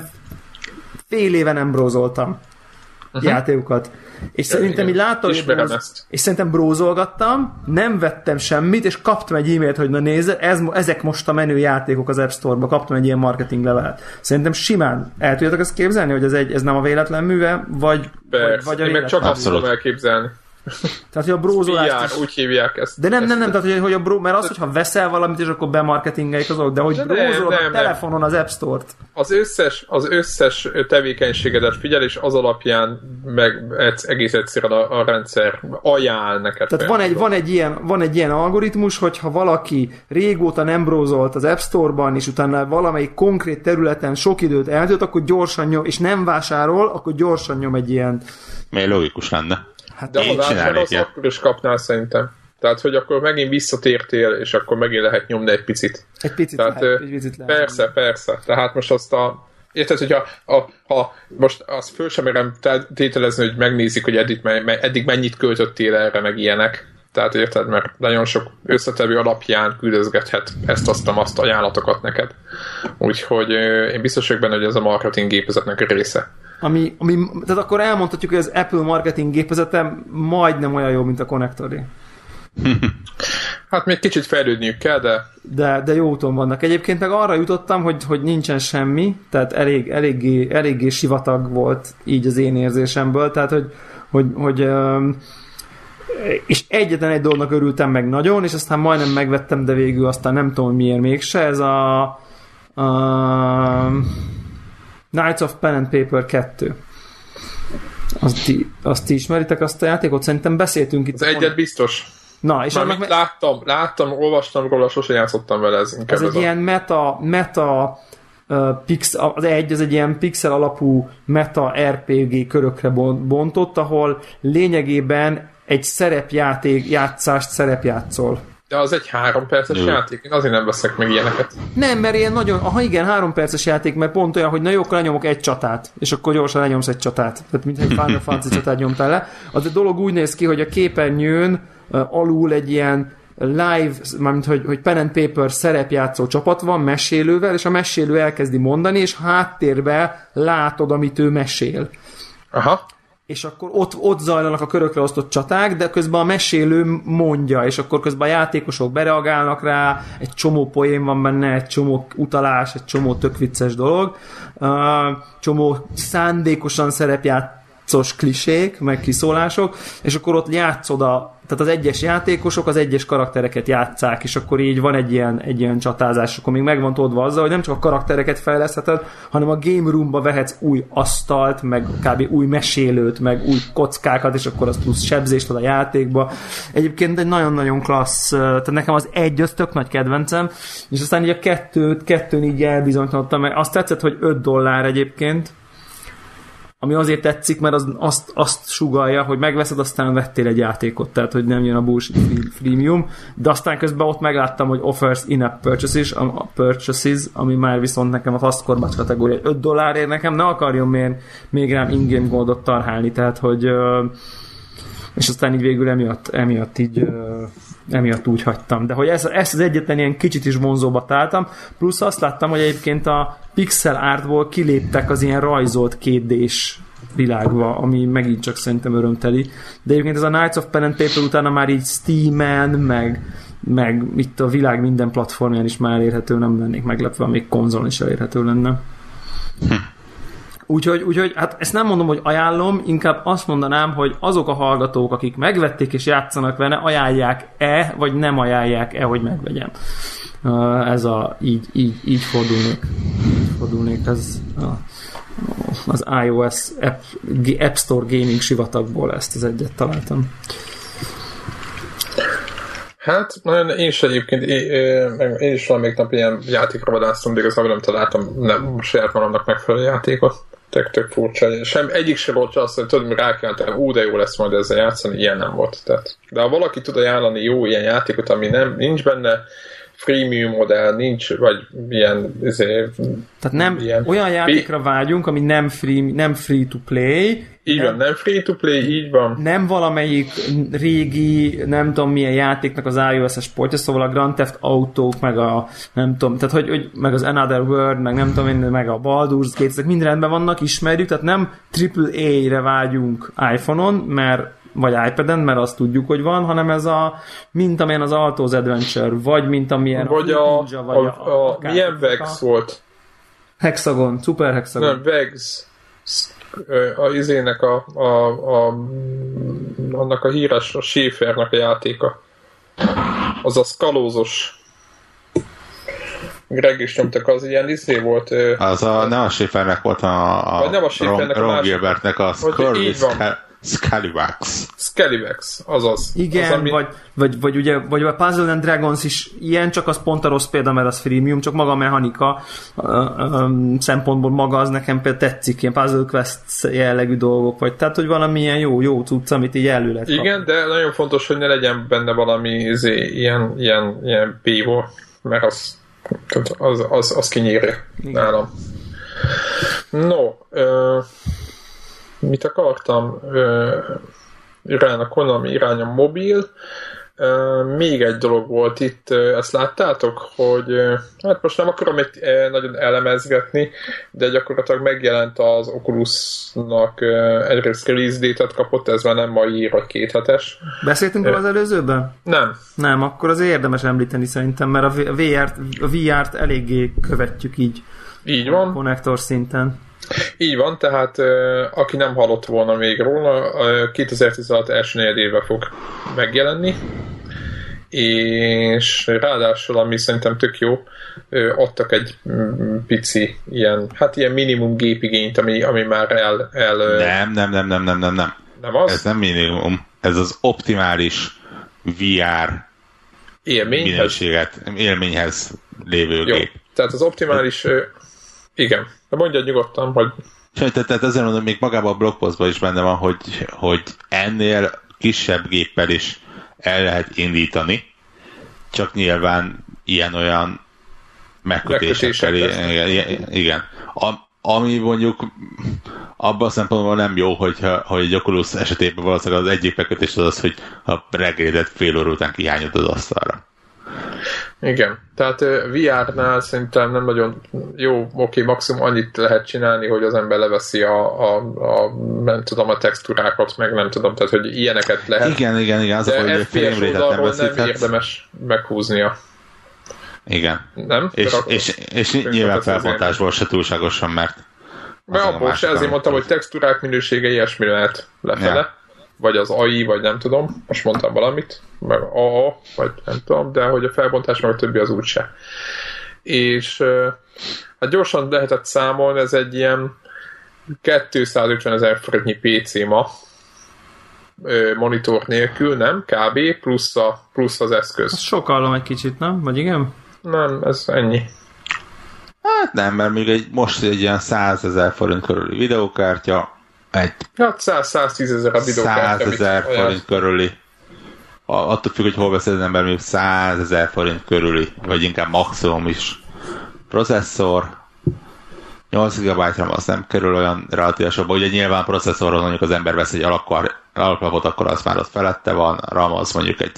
S1: fél éve nem brózoltam uh-huh. játékokat. És ja, szerintem így láttam, hogy bróz... és szerintem brózolgattam, nem vettem semmit, és kaptam egy e-mailt, hogy na nézd, ez, ezek most a menő játékok az App Store-ba, kaptam egy ilyen marketing levelet. Szerintem simán el tudjátok ezt képzelni, hogy ez, egy, ez nem a véletlen műve, vagy,
S2: vagy, vagy a én meg csak azt tudom elképzelni.
S1: Tehát, hogy a brózolást
S2: Jár, is... úgy hívják ezt.
S1: De nem,
S2: ezt
S1: nem, nem, tehát, hogy, hogy a bró... mert az, hogyha veszel valamit, és akkor bemarketingeljük azok, de hogy de brózolod nem, a telefonon nem. Az App Store-t.
S2: Az összes, az összes tevékenységedet figyel, és az alapján meg egész egyszerűen a, a rendszer ajánl neked.
S1: Tehát van egy, van, egy ilyen, van egy ilyen algoritmus, hogyha valaki régóta nem brózolt az App Store-ban, és utána valamelyik konkrét területen sok időt eltölt, akkor gyorsan nyom, és nem vásárol, akkor gyorsan nyom egy ilyen...
S3: Mely logikus lenne.
S2: Hát de ha vásárolsz, az akkor is kapnál szerintem. Tehát, hogy akkor megint visszatértél, és akkor megint lehet nyomni egy picit.
S1: Egy picit
S2: Tehát,
S1: lehet. Egy picit lehet
S2: persze,
S1: nyomni.
S2: persze. Tehát most azt a... Érted, hogyha a, ha most azt föl sem érem tételezni, hogy megnézik, hogy eddig, eddig mennyit költöttél erre, meg ilyenek. Tehát érted, mert nagyon sok összetevő alapján küldözgethet ezt, azt, ajánlatokat neked. Úgyhogy én biztos vagyok benne, hogy ez a marketing gépezetnek a része.
S1: Ami, ami, tehát akkor elmondhatjuk, hogy az Apple marketing gépezete majdnem olyan jó, mint a konnektoré.
S2: Hát még kicsit fejlődniük kell, de...
S1: De, de jó úton vannak. Egyébként meg arra jutottam, hogy, hogy nincsen semmi, tehát elég, eléggé, eléggé sivatag volt így az én érzésemből, tehát hogy, hogy, hogy és egyetlen egy dolognak örültem meg nagyon, és aztán majdnem megvettem, de végül aztán nem tudom, hogy miért mégse, ez a, a Knights of Pen and Paper kettő. Azt ti, azt ti ismeritek azt a játékot? Szerintem beszéltünk itt.
S2: Az egyet pont... biztos.
S1: Na, és
S2: Már meg... láttam, láttam, olvastam róla, sose játszottam vele. Ez,
S1: ez egy a... ilyen meta, meta uh, pix, az egy, ez egy ilyen pixel alapú meta er pé gé körökre bontott, ahol lényegében egy szerepjáték, játszást szerepjátszol.
S2: De az egy három perces Jó. játék, én azért nem veszek meg ilyeneket.
S1: Nem, mert ilyen nagyon, aha igen, három perces játék, mert pont olyan, hogy na jó, akkor lenyomok egy csatát, és akkor gyorsan lenyomsz egy csatát. Tehát mintha egy Final Fantasy csatát nyomtál le. Az a dolog úgy néz ki, hogy a képernyőn uh, alul egy ilyen live, mármint hogy, hogy pen and paper szerepjátszó csapat van mesélővel, és a mesélő elkezdi mondani, és háttérbe látod, amit ő mesél.
S2: Aha.
S1: és akkor ott, ott zajlanak a körökre osztott csaták, de közben a mesélő mondja, és akkor közben a játékosok bereagálnak rá, egy csomó poén van benne, egy csomó utalás, egy csomó tök vicces dolog, uh, csomó szándékosan szerepjátszós klisék, meg kiszólások, és akkor ott játszod a tehát az egyes játékosok az egyes karaktereket játsszák, és akkor így van egy ilyen, egy ilyen csatázás, akkor még meg van toldva azzal, hogy nem csak a karaktereket fejlesztheted, hanem a game roomba vehetsz új asztalt, meg kb. Új mesélőt, meg új kockákat, és akkor az plusz sebzést ad a játékba. Egyébként egy nagyon-nagyon klassz, tehát nekem az egy az tök nagy kedvencem, és aztán így a kettőt, kettőn így elbizonytalanodtam, mert azt tetszett, hogy öt dollár egyébként, ami azért tetszik, mert az, azt, azt sugalja, hogy megveszed, aztán vettél egy játékot, tehát hogy nem jön a bullshit freemium, de aztán közben ott megláttam, hogy offers in-app purchases, a purchases, ami már viszont nekem a faszkorbacs kategória öt dollárért nekem ne akarjon még, még rám in-game goldot tarhálni, tehát hogy és aztán így végül emiatt, emiatt így emiatt úgy hagytam. De hogy ezt, ezt az egyetlen ilyen kicsit is vonzóba találtam, plusz azt láttam, hogy egyébként a pixel artból kiléptek az ilyen rajzolt kétdés világba, ami megint csak szerintem örömteli. De egyébként ez a Knights of Pen and Paper utána már így Steamen, meg, meg itt a világ minden platformján is már elérhető, nem lennék meglepve, még konzolon is elérhető lenne. Hm. Úgyhogy, úgyhogy hát ezt nem mondom, hogy ajánlom, inkább azt mondanám, hogy azok a hallgatók, akik megvették és játszanak vele, ajánlják-e, vagy nem ajánlják-e, hogy megvegyem. Uh, ez a, így, így, így fordulnék. Így fordulnék, ez a, az iOS App, App Store Gaming sivatagból ezt az egyet találtam.
S2: Hát, nagyon én is egyébként, én, én is valamelyik nap ilyen játékra vadásztam, de igazából nem találtam nem, saját magamnak megfelelő játékot. Tök, tök furcsa. Sem, egyik sem volt azt, hogy tudod, mi rákeltem, ú, de jó lesz majd ezzel játszani, ilyen nem volt. Tehát, de ha valaki tud ajánlani jó ilyen játékot, ami nem, nincs benne freemium modell, nincs, vagy ilyen ezért,
S1: tehát nem ilyen, olyan játékra vágyunk, ami nem free, nem free to play.
S2: Így nem, van, nem free to play, így van.
S1: Nem valamelyik régi, nem tudom milyen játéknak az iOS-es portja, szóval a Grand Theft Auto, meg a nem tudom, tehát hogy, hogy meg az Another World, meg nem tudom, meg a Baldur's Gate, ezek mind rendben vannak, ismerjük, tehát nem triple A-re vágyunk iPhone-on, mert vagy iPad-en, mert azt tudjuk, hogy van, hanem ez a, mint amilyen az Alto's Adventure, vagy mint amilyen
S2: vagy a, Ninja, vagy a, a, a, a milyen Vex volt?
S1: Hexagon, Super Hexagon.
S2: Nem, Vex. A izének a, a, a annak a híres, a Schaefernek a játéka. Az a skalózos. Greg is nyomtak, az ilyen izé volt.
S3: Az a, nem a Schaefernek volt, a, a,
S2: nem a Schaefernek,
S3: Ron, Ron Gilbertnek a Scallywax.
S2: Scallywax, azaz.
S1: Igen,
S2: az, ami...
S1: vagy, vagy, vagy ugye vagy a Puzzle and Dragons is ilyen, csak az pont a rossz példa, mert az freemium, csak maga a mechanika uh, um, szempontból maga az nekem például tetszik, ilyen Puzzle Quest jellegű dolgok, vagy tehát, hogy valami ilyen jó, jó cucc, amit így elő lehet
S2: igen, kapni. De nagyon fontos, hogy ne legyen benne valami izé, ilyen, ilyen, ilyen paywall, mert az, az, az, az kinyírja nálam. No, uh, mit akartam? Irány a Konami, irány a mobil. Még egy dolog volt itt, ezt láttátok, hogy hát most nem akarom egy nagyon elemezgetni, de gyakorlatilag megjelent az Oculusnak egyrészt release date-et kapott, ez már nem mai ír, vagy két hetes.
S1: Beszéltünk róla az előzőben?
S2: Nem.
S1: Nem, akkor az érdemes említeni szerintem, mert a vé er-t, a vé er-t eléggé követjük így.
S2: Így van.
S1: Konnektor szinten.
S2: Így van, tehát uh, aki nem hallott volna még róla, uh, kétezer-tizenhat első negyedéve fog megjelenni, és ráadásul, ami szerintem tök jó, uh, adtak egy mm, pici ilyen, hát ilyen minimum gépigényt, ami, ami már el... el uh,
S3: nem, nem, nem, nem, nem, nem, nem.
S2: Nem az?
S3: Ez nem minimum, ez az optimális vé er
S2: élményhez,
S3: minőséget, élményhez lévő
S2: jó.
S3: Gép.
S2: Tehát az optimális... Uh, igen. De mondjad nyugodtan, hogy...
S3: Tehát, tehát azért mondom, még magában a blogpostban is benne van, hogy, hogy ennél kisebb géppel is el lehet indítani, csak nyilván ilyen-olyan megkötésekkel. Igen. igen. A, ami mondjuk abban a szempontból nem jó, hogyha, hogy egy Oculus esetében valószínűleg az egyik megkötés az az, hogy a regédet fél óra után kihányod az asztalra.
S2: Igen, tehát vé er-nál szerintem nem nagyon jó, oké, maximum annyit lehet csinálni, hogy az ember leveszi a, a, a nem tudom, a textúrákat, meg nem tudom, tehát hogy ilyeneket lehet.
S3: Igen, igen, igen, az a baj, hogy a frame rate-et nem veszíthetsz.
S2: Nem érdemes meghúznia.
S3: Igen.
S2: Nem?
S3: És, és, és, és nyilván felbontásból se túlságosan, mert
S2: mert abból se, ezért mondtam, hogy textúrák minősége ilyesmi lehet lefele. Ja. Vagy az á i, vagy nem tudom, most mondtam valamit, meg á á, vagy nem tudom, de hogy a felbontás meg a többi az úgyse. És hát gyorsan lehetett számolni, ez egy ilyen kétszázötven ezer forintnyi pé cé ma, monitor nélkül, nem? Kb. Plusz, a, plusz az eszköz.
S1: Azt sokalom egy kicsit, nem? Vagy igen?
S2: Nem, ez ennyi.
S3: Hát nem, mert még egy, most egy ilyen százezer forint körüli videókártya, egy
S2: hát száz-száztíz ezer a videókártya.
S3: százezer forint körüli. Attól függ, hogy hol veszed az ember, még százezer forint körüli, vagy inkább maximum is. Processzor, nyolc gigabyte RAM az nem kerül olyan relatíve sokba. Ugye nyilván processzorhoz mondjuk az ember vesz egy alaplapot, akkor az már ott felette van, RAM az mondjuk egy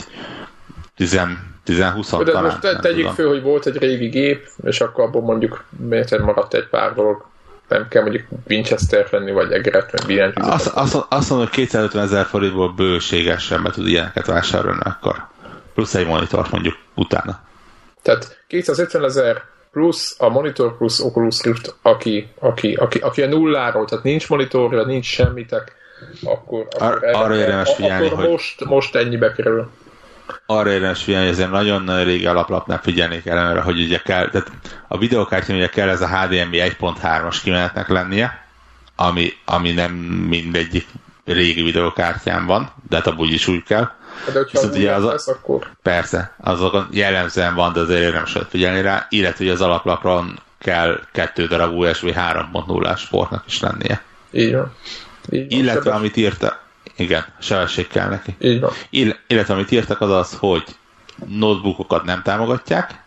S3: tíz-húsz
S2: talán. De most te, tegyük föl, hogy volt egy régi gép, és akkor abból mondjuk miért maradt egy pár dolog. Nem kell mondjuk Winchester venni, vagy egeret, vagy billentyűzetet.
S3: Azt, azt, azt mondom, hogy kétszázötven ezer forintból bőségesen be tud ilyeneket vásárolni akkor. Plusz egy monitort mondjuk utána.
S2: Tehát kétszázötven ezer plusz a monitor plusz Oculus Rift, aki, aki, aki, aki a nulláról, tehát nincs monitorja, nincs semmitek, akkor,
S3: Ar-
S2: akkor,
S3: arra érdemes figyelni,
S2: akkor
S3: hogy
S2: most, most ennyibe kerül.
S3: Arra érdemes figyelni, hogy ezért nagyon-nagyon régi alaplapnál figyelni kell előre, hogy ugye kell, tehát a videókártyán ugye kell ez a há dé em i egy pont hármas kimenetnek lennie, ami, ami nem mindegyik régi videókártyán van, de hát abból is úgy kell.
S2: De hogyha az ugye az a... lesz, akkor...
S3: Persze, azokon jellemzően van, de azért érdemes figyelni rá, illetve hogy az alaplapron kell kettő darab u es bé három pont nullás portnak is lennie.
S2: Így van. Így van.
S3: Illetve sebes... amit írta, igen, sebesség kell neki.
S2: Így van.
S3: Ill- illetve amit írtak az az, hogy notebookokat nem támogatják,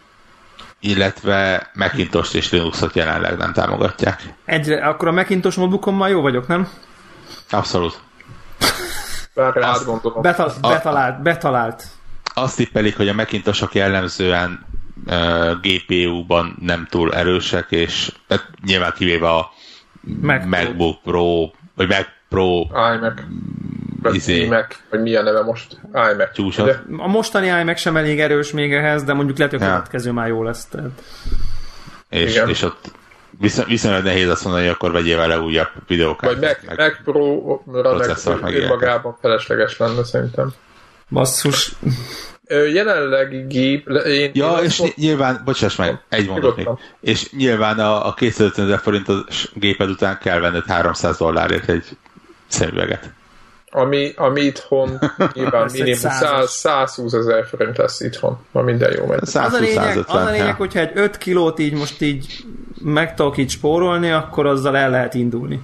S3: illetve Macintosh és Linuxot jelenleg nem támogatják.
S1: Egyre, akkor a Macintosh notebookommal jó vagyok, nem?
S3: Abszolút.
S2: Bárra átgondolom.
S1: Betal- betalált, betalált.
S3: Azt tippelik, hogy a Macintosok jellemzően uh, gé pé u-ban nem túl erősek, és hát nyilván kivéve a Mac MacBook Pro, vagy Mac Pro
S2: iMac, izé, iMac, vagy milyen neve most? iMac.
S3: Csúsat.
S1: A mostani iMac sem elég erős még ehhez, de mondjuk lehet, hogy a következő már jó lesz. Tehát.
S3: És, és ott viszony, viszonylag nehéz azt mondani, hogy akkor vegyél vele újabb videókártyát.
S2: Vagy Mac, meg Mac Pro-ra meg önmagában felesleges lenne szerintem.
S1: Basszus.
S2: Jelenlegi gép... Én,
S3: ja,
S2: én
S3: és mond... nyilván, bocsáss meg, egy mondat még. És nyilván a, a kétszázötven ezer forintos géped után kell venned háromszáz dollárért egy szemüveget.
S2: Ami, ami itthon nyilván minimum száz húsz ezer forint lesz itthon. Ma minden jó megy.
S1: Az a lényeg, az a lényeg hogyha egy öt kilót így most így meg tudok így spórolni, akkor azzal el lehet indulni.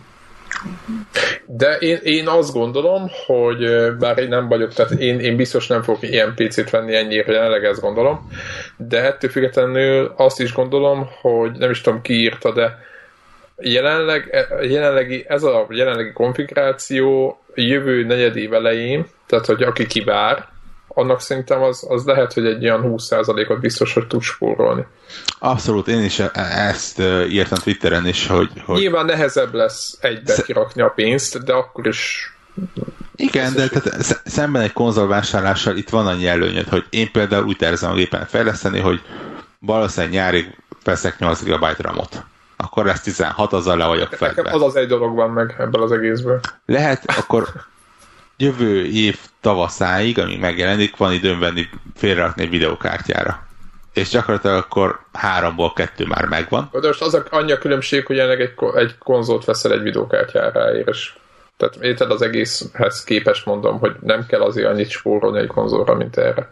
S2: De én, én azt gondolom, hogy bár én nem vagyok, tehát én, én biztos nem fogok ilyen pé cét venni ennyire, jelenleg ezt gondolom, de ettől függetlenül azt is gondolom, hogy nem is tudom ki írta, de jelenleg, jelenlegi, ez a jelenlegi konfiguráció jövő negyedév elején, tehát hogy aki kivár, annak szerintem az, az lehet, hogy egy olyan húsz százalékot biztos, hogy tud spórolni.
S3: Abszolút, én is ezt írtam Twitteren is, hogy... hogy...
S2: Nyilván nehezebb lesz egybe Sz... kirakni a pénzt, de akkor is...
S3: Igen, de tehát szemben egy konzolvásárlással itt van annyi előnyöd, hogy én például úgy tervezem a gépen fejleszteni, hogy valószínűleg nyárig veszek nyolc gigabyte ramot. Akkor lesz tizenhat, azzal le vagyok fedve.
S2: Nekem az az egy dolog van meg ebből az egészből.
S3: Lehet, akkor jövő év tavaszáig, amíg megjelenik, van időm venni, félrerakni egy videókártyára. És gyakorlatilag akkor háromból kettő már megvan.
S2: De most az a, annyi a különbség, hogy jelenleg egy, egy konzolt veszel egy videókártyára, és tehát érted, az egészhez képest mondom, hogy nem kell azért annyit spórolni egy konzolra, mint erre.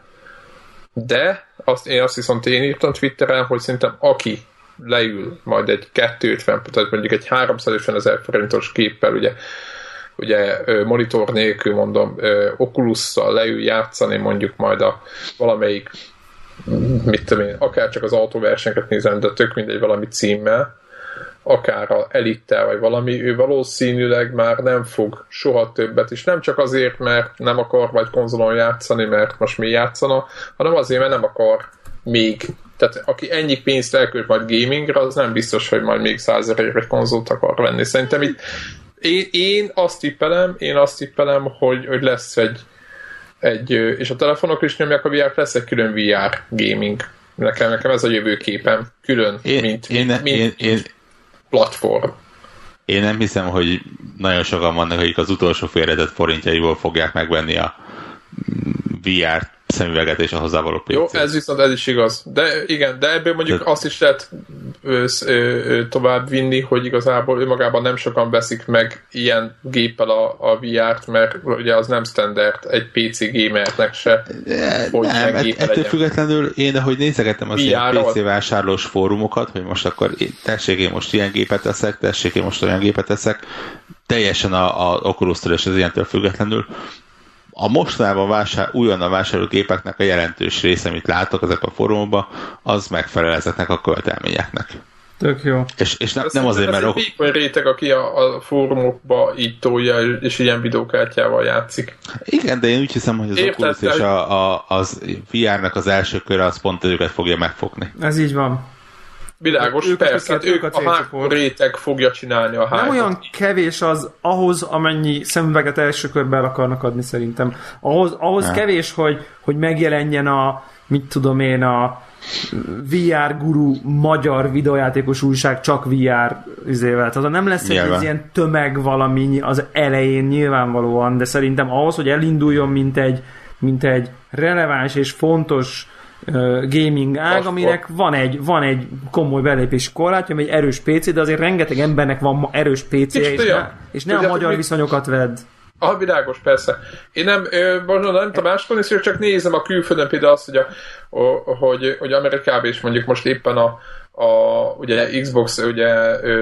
S2: De azt, én azt viszont én írtam Twitteren, hogy szerintem aki leül majd egy kétszázötven, tehát mondjuk egy háromszázötven ezer forintos géppel, ugye, ugye monitor nélkül mondom, Oculusszal leül játszani mondjuk majd a valamelyik, mit tudom én, akár csak az autóversenyeket nézem, de tök mindegy valami címmel, akár a Elite-tel, vagy valami, ő valószínűleg már nem fog soha többet, és nem csak azért, mert nem akar vagy konzolon játszani, mert most mi játszana, hanem azért, mert nem akar még. Tehát aki ennyi pénzt elkölt majd gamingre, az nem biztos, hogy majd még százezer egy konzolt akar venni. Szerintem itt én, én azt tippelem, én azt tippelem, hogy, hogy lesz egy, egy, és a telefonok is nyomják a vé er-t, lesz egy külön vé er gaming. Nekem, nekem ez a jövőképem. Külön,
S3: én,
S2: mint,
S3: én,
S2: mint,
S3: én,
S2: mint
S3: én,
S2: platform.
S3: Én nem hiszem, hogy nagyon sokan vannak, akik az utolsó félretett forintjaiból fogják megvenni a vé er szemüveget és a hozzávaló pé cét.
S2: Jó, ez viszont ez is igaz. De igen, de ebből mondjuk de... azt is lehet ö, ö, ö, tovább vinni, hogy igazából önmagában nem sokan veszik meg ilyen géppel a, a vé er-t, mert ugye az nem standard egy pé cé gamernek se, hogy
S3: nem, ettől legyen. Függetlenül én, ahogy nézegettem az ilyen pé cé vásárlós fórumokat, hogy most akkor tessék, én most ilyen gépet teszek, tessék, én most olyan gépet teszek, teljesen a, a Oculus-től és az ilyentől függetlenül a mostanában vásár, újonnan vásárolt gépeknek a jelentős része, amit látok ezek a fórumokban, az megfelel ezeknek a követelményeknek.
S1: Tök jó.
S3: És, és nem, nem azért, mert...
S2: Ez egy vékony réteg, aki a, a fórumokba így tolja, és ilyen videókártyával játszik.
S3: Igen, de én úgy hiszem, hogy az
S2: Érted,
S3: Oculus és a, a, az vé er-nek az első köre, az pont őket fogja megfogni.
S1: Ez így van.
S2: Világos, ők persze, hát ők a, a hardcore réteg fogja csinálni a hardcore.
S1: Nem olyan kevés az ahhoz, amennyi szemüveget első körben el akarnak adni szerintem. Ahhoz, ahhoz kevés, hogy, hogy megjelenjen a, mit tudom én, a vé er guru magyar videójátékos újság csak vé er izével. Tehát nem lesz egy, egy ilyen tömeg valami az elején nyilvánvalóan, de szerintem ahhoz, hogy elinduljon, mint egy, mint egy releváns és fontos gaming ág, aminek van egy, van egy komoly belépési korlátja, egy erős pé cé, de azért rengeteg embernek van erős pé cé, és, ne, és ne a magyar viszonyokat vedd.
S2: Ah, világos, persze. Én nem, mondom, nem tudom máskor, csak nézem a külföldön például azt, hogy, a, hogy, hogy Amerikában is mondjuk most éppen a, a ugye Xbox ugye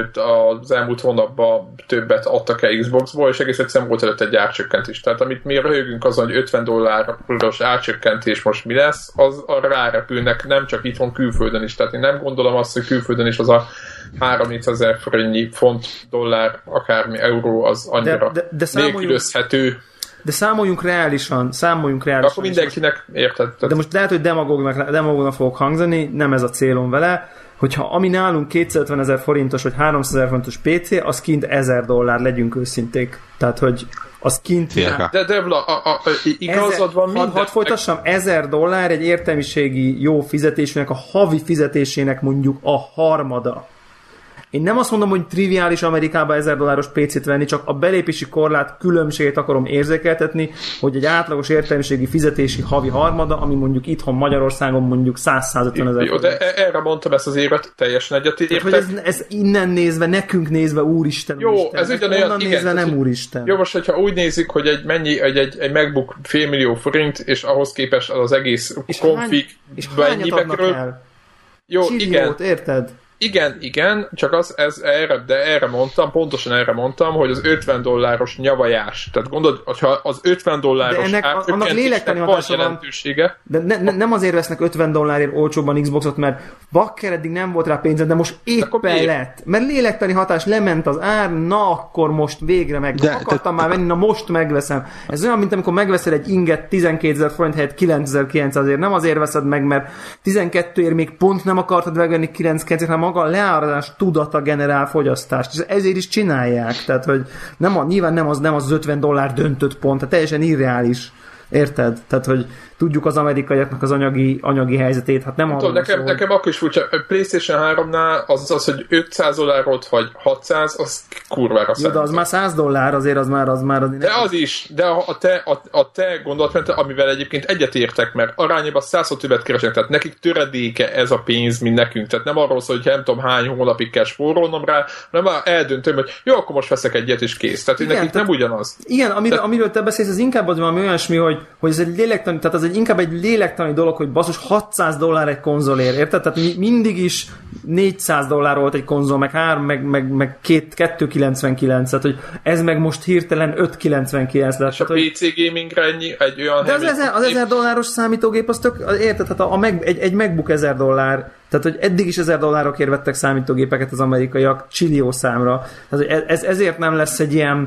S2: az elmúlt hónapban többet adtak el Xboxból, és egész egyszerűen volt előtt egy árcsökkentés. Tehát amit mi röhögünk azon, hogy ötven dolláros árcsökkentés most mi lesz, az arra rárepülnek nem csak itthon, külföldön is. Tehát én nem gondolom azt, hogy külföldön is az a három-négyszázezer forintnyi font, dollár, akármi euró az annyira
S1: de, de, de
S2: nélkülözhető.
S1: De számoljunk reálisan, számoljunk reálisan.
S2: Akkor mindenkinek érted.
S1: De most lehet, hogy demagógnak, demagógnak fogok hangzani, nem ez a célom vele, hogyha ami nálunk kétszázötvenezer forintos vagy háromszázezer forintos pé cé, az kint ezer dollár, legyünk őszinték. Tehát, hogy az kint...
S2: De, de, de a, a, a, igazad van minden.
S1: Hadd folytassam, ezer dollár egy értelmiségi jó fizetésnek, a havi fizetésének mondjuk a harmada. Én nem azt mondom, hogy triviális Amerikában ezer dolláros pé cét venni, csak a belépési korlát különbségét akarom érzékeltetni, hogy egy átlagos értelmiségi fizetési havi harmada, ami mondjuk itthon Magyarországon mondjuk száz-százötven ezer.
S2: Jó, de erre mondtam ezt az évet, teljesen egyetértek.
S1: Hogy ez, ez innen nézve, nekünk nézve úristen,
S2: jó,
S1: úristen.
S2: Ez ugyanolyan,
S1: onnan
S2: igen,
S1: nézve nem
S2: hogy,
S1: úristen.
S2: Jó, most, hogyha úgy nézik, hogy egy mennyi, egy, egy, egy MacBook félmillió forint, és ahhoz képest az, az egész config
S1: mennyibe kerül.
S2: Jó,
S1: Csilliót,
S2: igen.
S1: érted?
S2: Igen, igen, csak az, ez, erre, de erre mondtam, pontosan erre mondtam, hogy az ötven dolláros nyavajás. Tehát gondolod, hogyha az ötven dolláros árcsökkentésnek van jelentősége.
S1: De ne, ne, nem azért vesznek ötven dollárért olcsóbban Xboxot, mert bakker eddig nem volt rá pénzed, de most éppen lett. Mert lélektani hatás, lement az ár, na akkor most végre meg. De, akartam de, már venni, na most megveszem. Ez olyan, mint amikor megveszel egy inget tizenkétezer forint helyett kilencezer-kilencszázért. Nem azért veszed meg, mert tizenkettőért még pont nem akartad megvenni kilencezer-kilencszáz, hanem maga a leárazás tudata generál fogyasztást, és ezért is csinálják, tehát, hogy nem a, nyilván nem az, nem az ötven dollár döntött pont, tehát teljesen irreális. Érted? Tehát, hogy tudjuk az amerikaiaknak az anyagi, anyagi helyzetét, hát nem arról
S2: nekem,
S1: szól.
S2: Nekem akkor is furcsa, a PlayStation háromnál az az, hogy ötszáz dollárolt vagy hatszáz, az kurvára
S1: számít. Jó, de az már száz dollár, azért az már az már... Az
S2: de az is, de a te, a, a te gondolatmenete, amivel egyébként egyetértek, mert arányában százszor többet keresnek, tehát nekik töredéke ez a pénz, mint nekünk. Tehát nem arról szól, hogy nem tudom hány hónapig kell spórolnom rá, hanem már eldöntöm, hogy jó, akkor most veszek egyet és kész. Tehát igen, nekik tehát, nem ugyanaz.
S1: Igen, amiről, tehát, amiről te beszélsz, az inkább az valami olyasmi, hogy, hogy ez egy lélektani, tehát az egy inkább egy lélektani dolog, hogy basszus hatszáz dollár egy konzolért, érted? Tehát mi mindig is négyszáz dollár volt egy konzol, meg három, meg, meg, meg kettő kilencvenkilenc, tehát hogy ez meg most hirtelen öt kilencvenkilenc lett.
S2: És a pé cé gamingre ennyi, egy olyan...
S1: De az ezer, az ezer dolláros számítógép, az tök, érted? Tehát a, a meg, egy, egy MacBook ezer dollár, tehát hogy eddig is ezer dollárokért vettek számítógépeket az amerikaiak csillió számra. Tehát ez, ezért nem lesz egy ilyen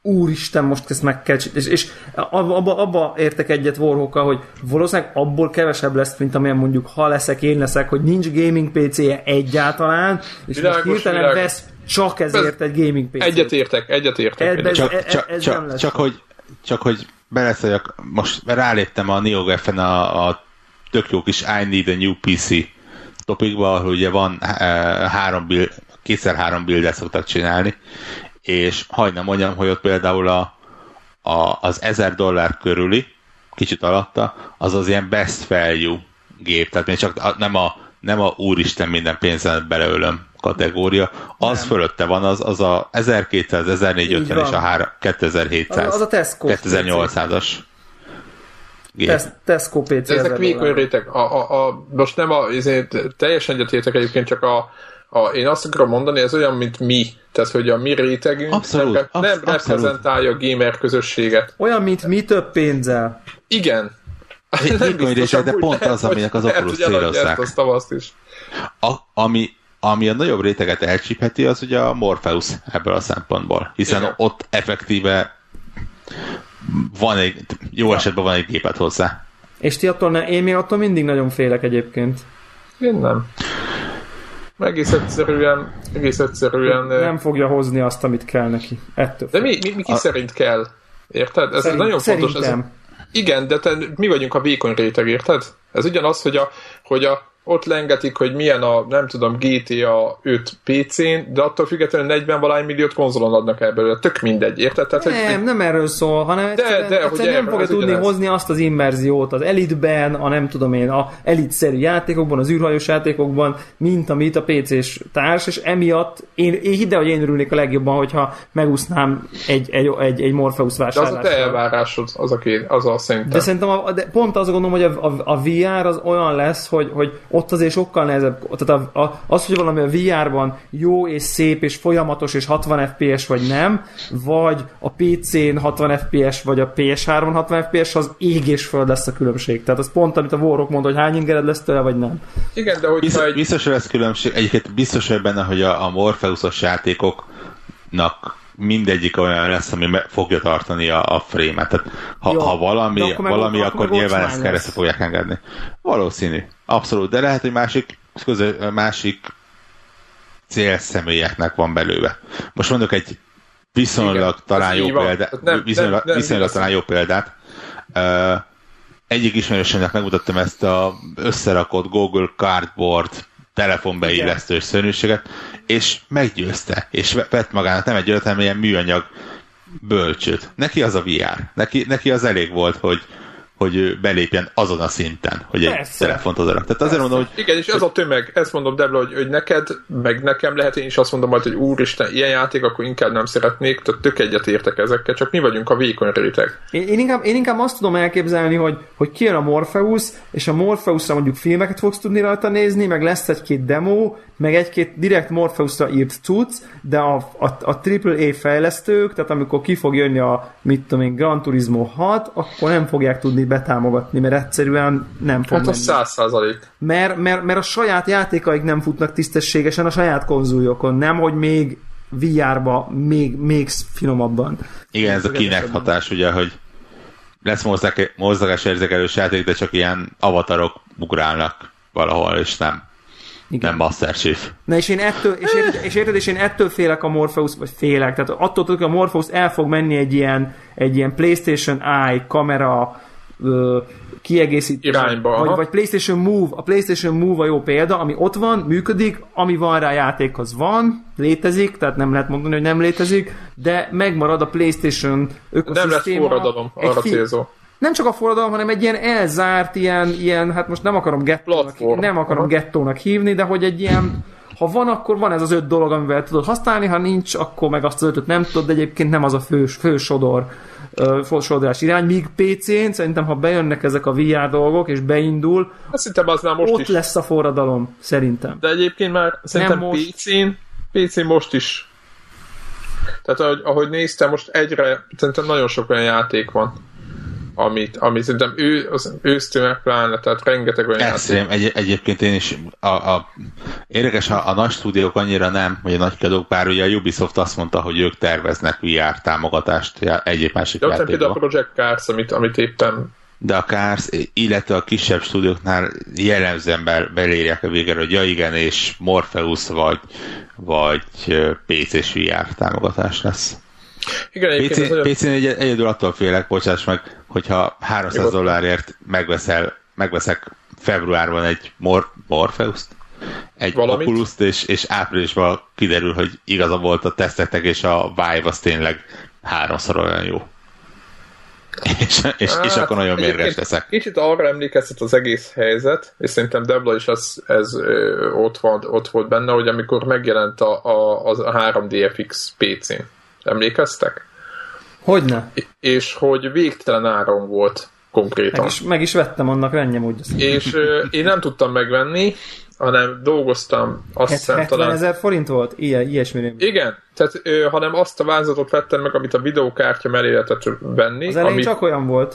S1: úristen, most ezt meg kell csinálni. És, és abba, abba értek egyet Warhawkkal, hogy valószínűleg abból kevesebb lesz, mint amilyen mondjuk ha leszek, én leszek, hogy nincs gaming pé cé-je egyáltalán, és világos, most hirtelen világos. Vesz csak ezért egy gaming pé cé-t.
S2: Egyetértek, egyetértek.
S1: Egy,
S3: csak,
S1: ez,
S3: csak,
S1: ez
S3: csak, csak, hogy, csak hogy beleszéljek, most ráléptem a NeoGaf-en a, a tök jó kis I need a new pé cé topikba, ahol ugye van uh, három build, kétszer három buildet szoktak csinálni, és hagyd mondjam, hogy ott például a, a, az ezer dollár körüli, kicsit alatta, az az ilyen best value gép, tehát még csak a, nem, a, nem a úristen minden pénzzel beleölöm kategória, az nem. Fölötte van, az, az a ezerkétszáz, ezernégyszázötven és a kétezer-hétszáz.
S1: Az, az a Tesco.
S3: kétezer-nyolcszázas.
S1: Tes- Tesco pé cé.
S2: Ezek vékony réteg. A, a, a, most nem a, ezért teljesen egyetértek egyébként, csak a, a, én azt akarom mondani, ez olyan, mint mi. Tehát, hogy a mi rétegünk
S3: abszolút,
S2: nem,
S3: absz-
S2: nem reprezentálja a gamer közösséget.
S1: Olyan, mint mi több pénzzel.
S2: Igen.
S3: Vékony réteg, de pont az, aminek az Oculus célozzák. A, ami, ami a nagyobb réteget elcsípheti, az ugye a Morpheus ebből a szempontból. Hiszen igen. Ott effektíve van egy, jó esetben van egy gépet hozzá.
S1: És ti attól ne, én még attól mindig nagyon félek egyébként.
S2: Én nem. Egész egyszerűen, egész egyszerűen...
S1: Nem fogja hozni azt, amit kell neki. Ettől
S2: de mi, mi, mi ki a... szerint kell? Érted? Ez
S1: Szerint,
S2: nagyon fontos.
S1: Szerintem.
S2: Ez, igen, de te, mi vagyunk a vékony réteg, érted? Ez ugyanaz, hogy a, hogy a ott lengetik, hogy milyen a, nem tudom, gé té á öt pé cén, de attól függetlenül negyven valány milliót konzolon adnak el belőle. Tök mindegy, érted? Tehát,
S1: nem,
S2: hogy,
S1: nem erről szól, hanem de, egyszerűen, de, egyszerűen nem fogja tudni ugyanaz. Hozni azt az immerziót az Elite-ben, a nem tudom én, a Elite-szerű játékokban, az űrhajós játékokban, mint amit a pé cés társ, és emiatt én, én hidd el, hogy én örülnék a legjobban, hogyha megúsznám egy, egy, egy, egy Morpheus vásárlással.
S2: De az a te elvárásod, az a, két, az a szerintem.
S1: De szerintem a, de pont azt gondolom, hogy a, a, a vé er az olyan lesz, hogy, hogy ott azért sokkal nehezebb, tehát a, a, az, hogy valami a vé er-ban jó és szép és folyamatos és hatvan ef pé es vagy nem, vagy a pé cén hatvan ef pé es vagy a pé es hármon hatvan ef pé es, az ég és föld lesz a különbség. Tehát az pont, amit a Warhawk mond, hogy hány ingered lesz tőle, vagy nem.
S2: Igen, de hogy
S3: biztos,
S2: egy...
S3: biztos, hogy lesz különbség. Egyébként biztos, hogy benne, hogy a, a Morpheus-os játékoknak mindegyik olyan lesz, ami fogja tartani a, a frame-et. Tehát ha, ha valami, akkor, valami, meg, akkor, akkor nyilván ezt keresztül fogják engedni. Valószínű. Abszolút. De lehet, hogy másik, közö, másik célszemélyeknek van belőle. Most mondok egy viszonylag igen, talán jó példát. Nem, viszonylag, nem, nem, viszonylag talán jó példát. Uh, egyik ismerősömnek megmutattam ezt az összerakott Google Cardboard telefonbeillesztős szörnyűséget, és meggyőzte, és vett magának nem egy olyat, hanem ilyen műanyag bölcsőt. Neki az a vé er. Neki, neki az elég volt, hogy, hogy ő belépjen azon a szinten, hogy egy persze. Telefont odarak. Tehát azért mondom, hogy...
S2: Igen, és ez a tömeg, ezt mondom, Debla, hogy, hogy neked, meg nekem lehet, én is azt mondom majd, hogy úristen, ilyen játék, akkor inkább nem szeretnék, tehát tök egyet értek ezekkel, csak mi vagyunk a vékony réteg.
S1: Én, én, inkább, én inkább azt tudom elképzelni, hogy, hogy kijön a Morpheus, és a Morpheusra mondjuk filmeket fogsz tudni rajta nézni, meg lesz egy-két demo, meg egy-két direkt Morpheusra írt cucc, de a, a, a á á á fejlesztők, tehát amikor ki fog jönni a, mit tudom én, Gran Turismo hat, akkor nem fogják tudni betámogatni, mert egyszerűen nem fog
S2: hát menni. Hát a száz százalék.
S1: Mert, mert, mert a saját játékaik nem futnak tisztességesen a saját konzoljokon, nem, hogy még vé er-ba, még, még finomabban.
S3: Igen, ez a Kinect hatás, ugye, hogy lesz mozgásérzékelős játék, de csak ilyen avatarok ugrálnak valahol, és nem. Igen. Nem Master Chief.
S1: Na és én ettől, és érted, és érted, és én ettől félek a Morpheus, vagy félek, tehát attól tudok, hogy a Morpheus el fog menni egy ilyen, egy ilyen PlayStation Eye kamera ö, kiegészítő.
S2: Irányba.
S1: Vagy, vagy PlayStation Move, a PlayStation Move a jó példa, ami ott van, működik, ami van rá játék, az van, létezik, tehát nem lehet mondani, hogy nem létezik, de megmarad a PlayStation ökoszisztéma.
S2: Nem lesz forradalom, arra fi- célzó.
S1: Nem csak a forradalom, hanem egy ilyen elzárt, ilyen, ilyen hát most nem akarom gettónak, nem akarom gettónak hívni, de hogy egy ilyen, ha van, akkor van ez az öt dolog, amivel tudod használni, ha nincs, akkor meg azt az ötöt nem tudod, de egyébként nem az a fő, fő sodor, uh, sodorás irány, míg pé cén szerintem, ha bejönnek ezek a vé er dolgok, és beindul,
S2: szerintem az már most
S1: ott
S2: is
S1: lesz a forradalom, szerintem.
S2: De egyébként már szerintem pé cén, pé cén most is. Tehát ahogy, ahogy néztem, most egyre, szerintem nagyon sok olyan játék van, amit, amit szerintem ő, az ősztől megpláne, tehát rengeteg olyan
S3: Extrém, egy, egyébként én is a, a, érdekes, a, a nagy stúdiók annyira nem, vagy a nagy kiadók, bár ugye a Ubisoft azt mondta, hogy ők terveznek vé er támogatást egyéb másik
S2: játékban. De ott például a Project Cars, amit, amit éppen
S3: de a Cars, illetve a kisebb stúdióknál jellemzően belérják a végre, hogy ja igen, és Morpheus vagy, vagy pé cés vé er támogatás lesz.
S2: Igen,
S3: pé cén egy, egy, egyedül attól félek, bocsáss meg, hogyha háromszáz dollárért megveszel, megveszek februárban egy Mor- Morpheust, egy Valamit? Oculus-t, és, és áprilisban kiderül, hogy igaza volt a tesztetek, és a Vive az tényleg háromszor olyan jó. És, és, hát, és akkor nagyon mérges leszek.
S2: Kicsit arra emlékeztet az egész helyzet, és szerintem Debla is az, ez ö, ott, van, ott volt benne, hogy amikor megjelent a, a, a három dé ef iksz pé cén. Emlékeztek?
S1: Hogyne.
S2: És hogy végtelen áron volt konkrétan.
S1: Meg is, meg is vettem annak rendjem úgy.
S2: És ö, én nem tudtam megvenni, hanem dolgoztam, azt hiszem talán...
S1: hetven ezer forint volt? Ilyen, ilyesmi.
S2: Igen, tehát ö, hanem azt a vázlatot vettem meg, amit a videókártya mellé lehetett venni.
S1: Az elején
S2: amit...
S1: csak olyan volt.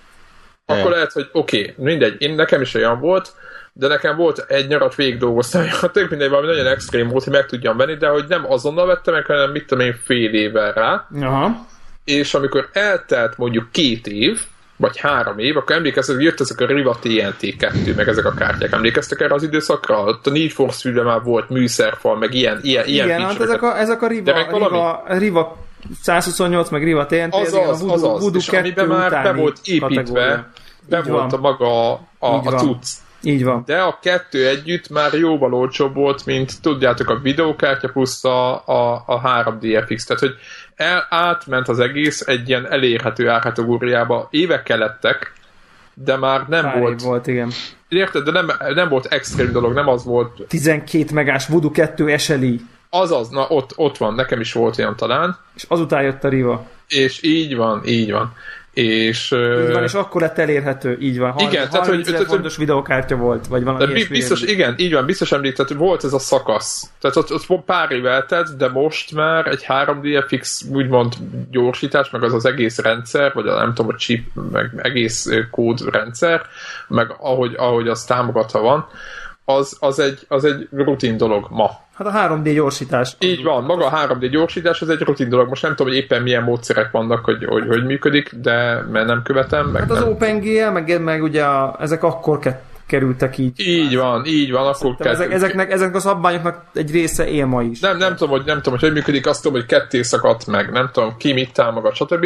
S2: Akkor lehet, hogy oké, okay, mindegy, én, nekem is olyan volt, de nekem volt egy nyarat végig dolgoztam, tök mindegy, valami nagyon extrém volt, hogy meg tudjam venni, de hogy nem azonnal vettem meg, hanem mit tudom én fél évvel rá.
S1: Aha.
S2: És amikor eltelt mondjuk két év, vagy három év, akkor emlékeztek, hogy jött ezek a Riva té en té kettő, meg ezek a kártyák. Emlékeztek erre az időszakra? Ott a Need for Speed-ben már volt műszerfal, meg ilyen ilyen
S1: Igen, ilyen hát ezek a, ezek a Riva, Riva, Riva százhuszonnyolc, meg Riva té en té,
S2: az az,
S1: a Voodoo,
S2: az,
S1: Voodoo
S2: és amiben már be volt építve, be
S1: Így
S2: volt
S1: van.
S2: a maga a, a cucc.
S1: Így van.
S2: De a kettő együtt már jóval olcsóbb volt, mint tudjátok a videókártya plusz a, a, a három dé ef iksz. Tehát, hogy el, átment az egész egy ilyen elérhető árkategóriába. Évekkel lettek, de már nem
S1: Pár
S2: volt...
S1: volt, igen.
S2: Érted? De nem, nem volt extrém dolog, nem az volt...
S1: tizenkét megás Voodoo kettő es el i.
S2: Azaz, na ott, ott van, nekem is volt olyan talán.
S1: És azután jött a Riva.
S2: És így van, így van. És,
S1: így van, és akkor lett elérhető, így van. harminc,
S2: igen, tehát, hogy
S1: ezer fontos videókártya volt, vagy valami
S2: biztos, igen, így van, biztos említett, hogy volt ez a szakasz. Tehát ott, ott pár év eltelt, de most már egy három dé ef iksz úgymond gyorsítás, meg az az egész rendszer, vagy a, nem tudom, a chip, meg egész kódrendszer, meg ahogy, ahogy az támogatva van, az, az, egy, az egy rutin dolog ma.
S1: Hát a három dé gyorsítás.
S2: Így van, maga a három dé gyorsítás, az egy rutin dolog. Most nem tudom, hogy éppen milyen módszerek vannak, hogy hogy, hogy működik, de mert nem követem. Meg
S1: hát az
S2: nem.
S1: OpenGL, meg, meg ugye a, ezek akkor ke- kerültek így.
S2: Így van, így van. Akkor
S1: kett... ezek, ezeknek, ezeknek a szabványoknak egy része él ma is.
S2: Nem, nem tudom, hogy nem tudom, hogy, hogy működik, azt tudom, hogy ketté szakadt meg, nem tudom, ki mit támogat, stb.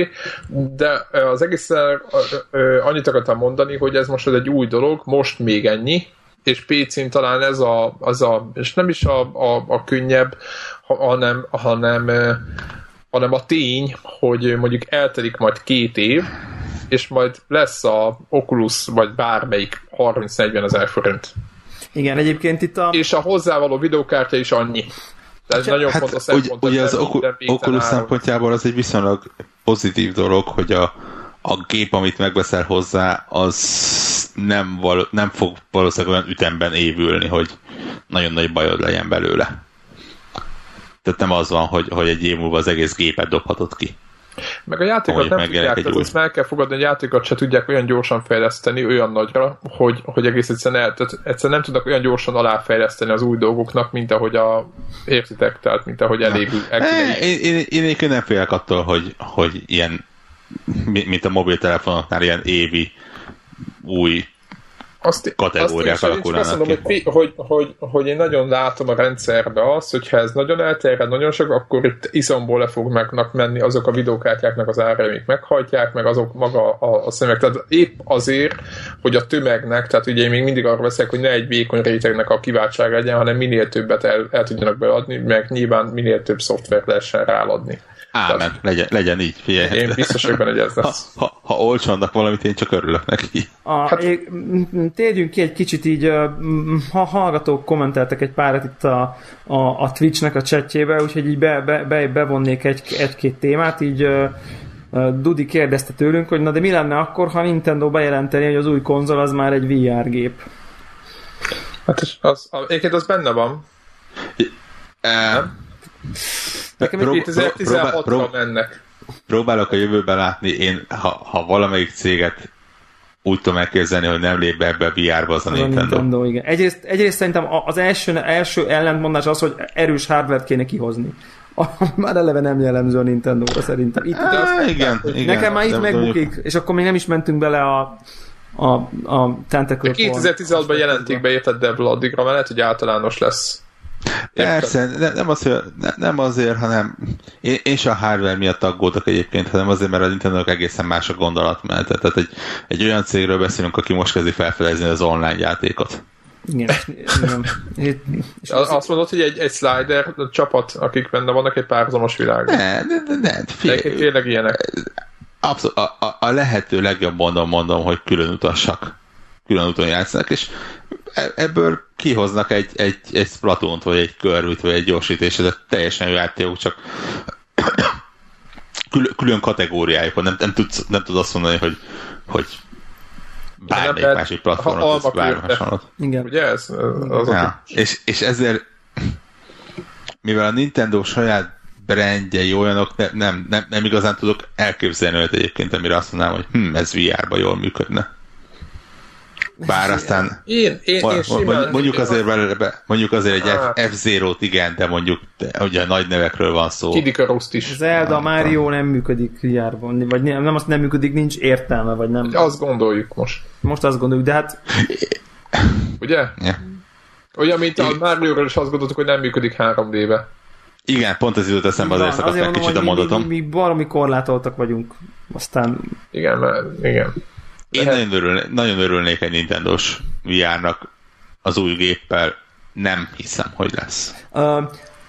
S2: De az egészen annyit akartam mondani, hogy ez most egy új dolog, most még ennyi, és pé cén talán ez a, az a, és nem is a, a, a könnyebb, hanem, hanem, hanem a tény, hogy mondjuk eltelik majd két év, és majd lesz a Oculus, vagy bármelyik harminc-negyven ezer forint.
S1: Igen, egyébként itt a...
S2: És a hozzávaló videókártya is annyi. Ez hát, nagyon fontos szempont.
S3: Ugye az Oculus szempontjából az egy viszonylag pozitív dolog, hogy a a gép, amit megveszel hozzá, az nem, val- nem fog valószínűleg olyan ütemben évülni, hogy nagyon nagy bajod legyen belőle. Tehát nem az van, hogy, hogy egy év múlva az egész gépet dobhatod ki.
S2: Meg a játékot nem tudják, tehát ezt meg kell fogadni, hogy a játékot se tudják olyan gyorsan fejleszteni, olyan nagyra, hogy, hogy egész egyszerűen, el, tehát egyszerűen nem tudnak olyan gyorsan aláfejleszteni az új dolgoknak, mint ahogy a értitek, tehát mint ahogy elég.
S3: Én, én, én, én nem félek attól, hogy, hogy ilyen mint a mobiltelefonoknál ilyen évi új azt, kategóriák alakulnak
S2: azt mondom, hogy, hogy, hogy, hogy én nagyon látom a rendszerbe azt, hogyha ez nagyon elterjed, nagyon sok, akkor itt iszomból le fognak menni azok a videókártyáknak az ára, amik meghajtják, meg azok maga a, a szemek. Tehát épp azért, hogy a tömegnek, tehát ugye én még mindig arra veszek, hogy ne egy vékony rétegnek a kiváltság legyen, hanem minél többet el, el tudjanak beadni, meg nyilván minél több szoftvert lehessen ráadni.
S3: Ámen, Tehát, legyen, legyen így, figyelj.
S2: Én biztos, hogy benne, hogy ez lesz.
S3: Ha, ha, ha olcsonnak valamit, én csak örülök neki.
S1: A, hát, é, térjünk ki egy kicsit így, ha hallgatók kommenteltek egy párat itt a, a, a Twitch-nek a chatjébe, úgyhogy így be, be, be, bevonnék egy, egy-két témát, így uh, Dudi kérdezte tőlünk, hogy na de mi lenne akkor, ha Nintendo bejelenteni, hogy az új konzol az már egy vé er gép?
S2: Hát az, az, egyébként az benne van.
S3: Nem?
S2: Nekem egy kétezer-tizenhatra mennek.
S3: próbálok a jövőben látni, én ha, ha valamelyik céget úgy tudom elképzelni, hogy nem lép be ebbe a vé er-be, az a
S1: az
S3: Nintendo.
S1: A Nintendo igen. Egyrészt, egyrészt szerintem az első, első ellentmondás az, hogy erős hardware-t kéne kihozni. Már eleve nem jellemző a Nintendo-ra szerintem. Itt,
S3: Á,
S1: az,
S3: igen, igen.
S1: nekem már itt
S3: De
S1: megbukik,
S3: mondjuk...
S1: és akkor még nem is mentünk bele a a, a Tentacle
S2: kétezer-tizenhatban jelentik be, érted, de addigra, mert lehet, hogy általános lesz.
S3: Persze, ne, nem, azért, ne, nem azért, hanem én, én sem a hardware miatt aggódok egyébként, hanem azért, mert a Nintendo-nak egészen más a gondolatmenet. Tehát egy, egy olyan cégről beszélünk, aki most kezdi felfedezni az online játékot.
S1: Igen, igen.
S2: És azt mondod, hogy egy, egy slider csapat, akik benne vannak egy párhuzamos világban.
S3: Ne, ne, ne, ne.
S2: Figyelj, tényleg ilyenek.
S3: Abszolút, a, a, a lehető legjobb mondom, mondom, hogy külön utassak. Külön úton játszanak, és ebből kihoznak egy, egy, egy Splatoont, vagy egy Kirbyt, vagy egy gyorsítést, ez teljesen jó játékok, csak külön, külön kategóriájuk van, nem, nem, tudsz, nem tudod azt mondani, hogy, hogy bármelyik
S2: nem,
S3: másik platformot, ez bármi hasonlót.
S1: Igen.
S2: Ugye ez? Az
S3: ja. és, és ezért, mivel a Nintendo saját brandjei olyanok, ne, nem, nem, nem igazán tudok elképzelni olyat egyébként, amire azt mondanám, hogy hm, ez vé er-ba jól működne. Bár aztán
S2: én, én, én
S3: simán, mondjuk, azért, be, mondjuk azért egy
S2: hát.
S3: F-Zero-t igen, de mondjuk de, ugye nagy nevekről van szó.
S2: Kid Icarus-t is.
S1: Zelda, Mario nem működik vé er-ban, vagy nem, nem azt nem működik, nincs értelme, vagy nem.
S2: Azt gondoljuk most.
S1: Most azt gondoljuk, de hát...
S2: Ugye?
S3: Yeah.
S2: Olyan, mint a Mario-ról is azt gondoltuk, hogy nem működik három dé-be.
S3: Igen, pont ez jutott eszembe, azért szakadt meg kicsit a mondatom.
S1: Mi, mi, mi baromi korlátoltak vagyunk, aztán...
S2: Igen, mert igen.
S3: Én hát... nagyon, örülnék, nagyon örülnék egy Nintendo-s vé er-nak az új géppel, nem hiszem, hogy lesz.
S1: Uh,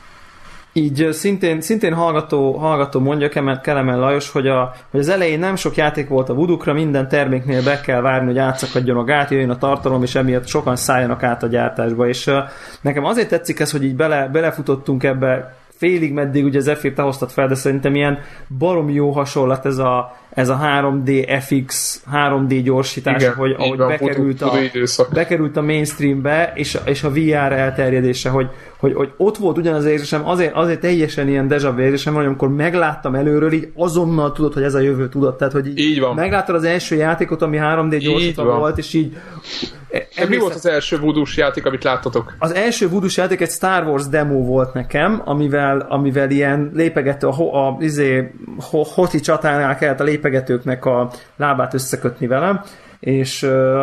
S1: így szintén, szintén hallgató, hallgató mondja Kelemen Lajos, hogy, a, hogy az elején nem sok játék volt a Voodoo-kra, minden terméknél be kell várni, hogy átszakadjon a gát, jöjjön a tartalom, és emiatt sokan szálljanak át a gyártásba. És uh, nekem azért tetszik ez, hogy így bele, belefutottunk ebbe félig meddig, ugye az F-ét te hoztad fel, de szerintem ilyen baromi jó hasonlat ez a, ez a három dé ef iksz, három dé gyorsítás,
S2: igen,
S1: hogy ahogy
S2: van,
S1: bekerült, a, bekerült a mainstreambe, és, és a vé er elterjedése, hogy, hogy, hogy ott volt ugyanaz érzésem, azért, azért teljesen ilyen deja vu érzésem, hogy amikor megláttam előről, így azonnal tudod, hogy ez a jövő, tudod, tehát hogy így, így megláttad az első játékot, ami három dé gyorsítva volt, és így
S2: mi volt az első Voodoo-s játék, amit láttatok?
S1: Az első Voodoo-s játék egy Star Wars demo volt nekem, amivel, amivel ilyen lépegető, a, a izé, hoti csatánál kellett a lépegetőknek a lábát összekötni velem, és,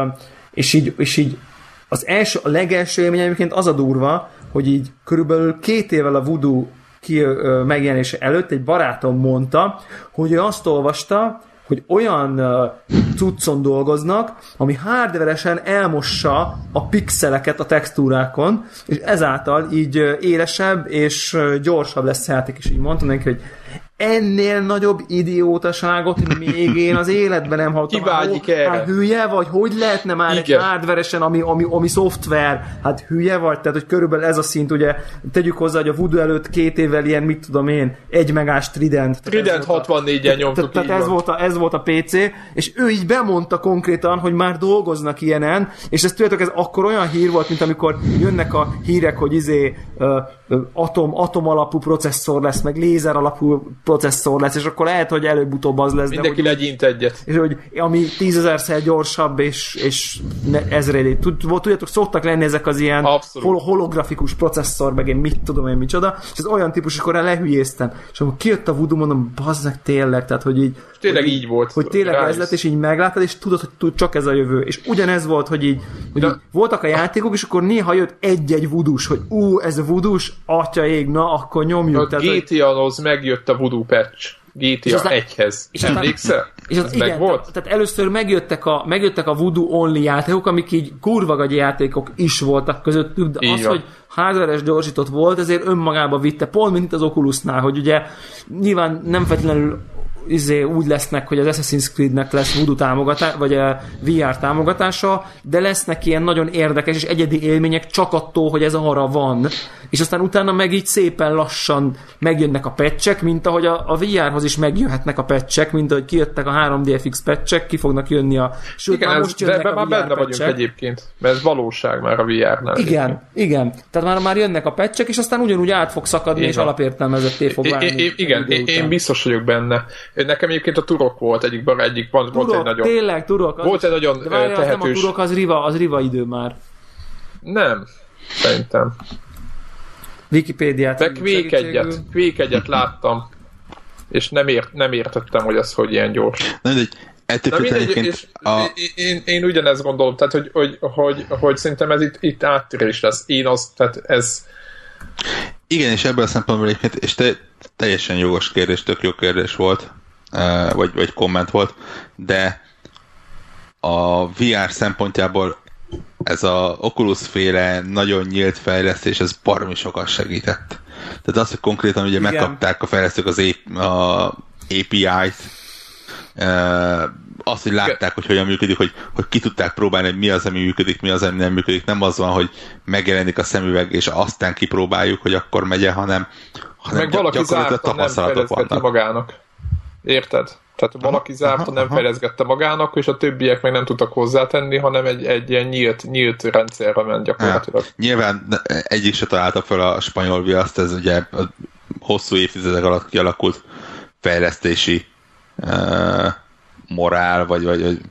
S1: és, így, és így az első, a legelső élmény egyébként az a durva, hogy így körülbelül két évvel a Voodoo ki, megjelenése előtt egy barátom mondta, hogy ő azt olvasta, hogy olyan uh, cuccon dolgoznak, ami hardveresen elmossa a pixeleket a textúrákon, és ezáltal így uh, élesebb és uh, gyorsabb lesz a játék, és így mondtam neki, hogy ennél nagyobb idiótaságot még én az életben nem hallottam.
S2: Kivágyik erre.
S1: Hát hülye vagy? Hogy lehetne már igen. egy hardveresen, ami, ami, ami szoftver? Hát hülye vagy? Tehát, hogy körülbelül ez a szint, ugye tegyük hozzá, hogy a Voodoo előtt két évvel ilyen, mit tudom én, egy megás Trident.
S2: Trident hatvannégyen nyomtuk.
S1: Tehát ez volt, a, ez volt a pé cé, és ő így bemondta konkrétan, hogy már dolgoznak ilyenen, és ez tudjátok, ez akkor olyan hír volt, mint amikor jönnek a hírek, hogy izé uh, atom, atom alapú processzor lesz, meg lézer alapú processzor lesz, és akkor lehet, hogy előbb-utóbb az lesz.
S2: Mindenki
S1: de,
S2: legyint egyet.
S1: És hogy ami tízezerszer gyorsabb, és, és ezredét. Tudjátok, szoktak lenni ezek az ilyen hol- holografikus processzor, meg én mit tudom én micsoda, és ez olyan típus, akkor lehülyéztem. És amikor kijött a Voodoo, mondom, bazzeg tényleg, tehát hogy így
S2: tényleg
S1: hogy
S2: így volt.
S1: Hogy tényleg ez lett, és így megláttad, és tudod, hogy tud, csak ez a jövő. És ugyanez volt, hogy így, hogy így voltak a játékok, és akkor néha jött egy-egy Voodoo-s, hogy ú, ez a Voodoo-s, atya ég, na, akkor nyomjuk.
S2: A gé té á-hoz megjött a Voodoo patch. gé té á egyhez. Emlékszel?
S1: És az, igen, volt? Tehát először megjöttek a, megjöttek a Voodoo only játékok, amik így kurvagagyi játékok is voltak közöttük, de így az, van. Hogy hardware-es gyorsított volt, ezért önmagába vitte, pont mint az Oculusnál, hogy ugye nyilván nem feltétlenül izé, úgy lesznek, hogy az Assassin's Creed-nek lesz Voodoo támogatás, vagy a vé er támogatása, de lesznek ilyen nagyon érdekes és egyedi élmények csak attól, hogy ez arra van. És aztán utána meg így szépen lassan megjönnek a patchek, mint ahogy a, a vé er-hoz is megjöhetnek a patchek, mint ahogy kijöttek a három dé ef iksz patchek, ki fognak jönni a...
S2: Sőt, igen, már most ez, de már benne vagyunk egyébként, mert ez valóság már a vé er-nál.
S1: Igen, egyébként. Igen. Tehát már, már jönnek a patchek, és aztán ugyanúgy át fog szakadni, igen. És alapértelmezetté fog válni.
S2: É, é, igen, én, én biztos vagyok benne. Nekem egyébként a Turok volt egyik, egyik volt,
S1: turok,
S2: volt egy nagyon...
S1: tényleg, Turok.
S2: Volt egy nagyon
S1: de várjál,
S2: tehetős...
S1: nem a Turok, az Riva, az Riva idő már.
S2: Nem, szerintem.
S1: Wikipédiát.
S2: De Quake egyet, Quake egyet láttam, és nem, ért, nem értettem, hogy ez hogy ilyen gyors.
S3: Na mindegy, ettől
S2: mindegy, és a... én, én, én ugyanezt gondolom, tehát hogy, hogy, hogy, hogy szerintem ez itt, itt áttérés lesz. Én azt, tehát ez...
S3: Igen, és ebből a szempontból egyébként, és te, teljesen jogos kérdés, tök jó kérdés volt, vagy, vagy komment volt, de a vé er szempontjából ez a Oculus-féle nagyon nyílt fejlesztés, ez baromi sokat segített. Tehát az, hogy konkrétan ugye igen. megkapták a fejlesztők az a á pé í-t, azt, hogy látták, hogy hogyan működik, hogy, hogy ki tudták próbálni, hogy mi az, ami működik, mi az, ami nem működik. Nem az van, hogy megjelenik a szemüveg, és aztán kipróbáljuk, hogy akkor megye, hanem, hanem
S2: meg valaki zárta, nem fejleszgeti magának. Érted? Tehát valaki zárta, nem fejleszgette magának, és a többiek meg nem tudtak hozzátenni, hanem egy, egy ilyen nyílt, nyílt rendszerre ment gyakorlatilag.
S3: Ja, nyilván egyik se találta fel a spanyol viaszt, ez ugye a hosszú évtizedek alatt kialakult fejlesztési uh, morál, vagy, vagy, vagy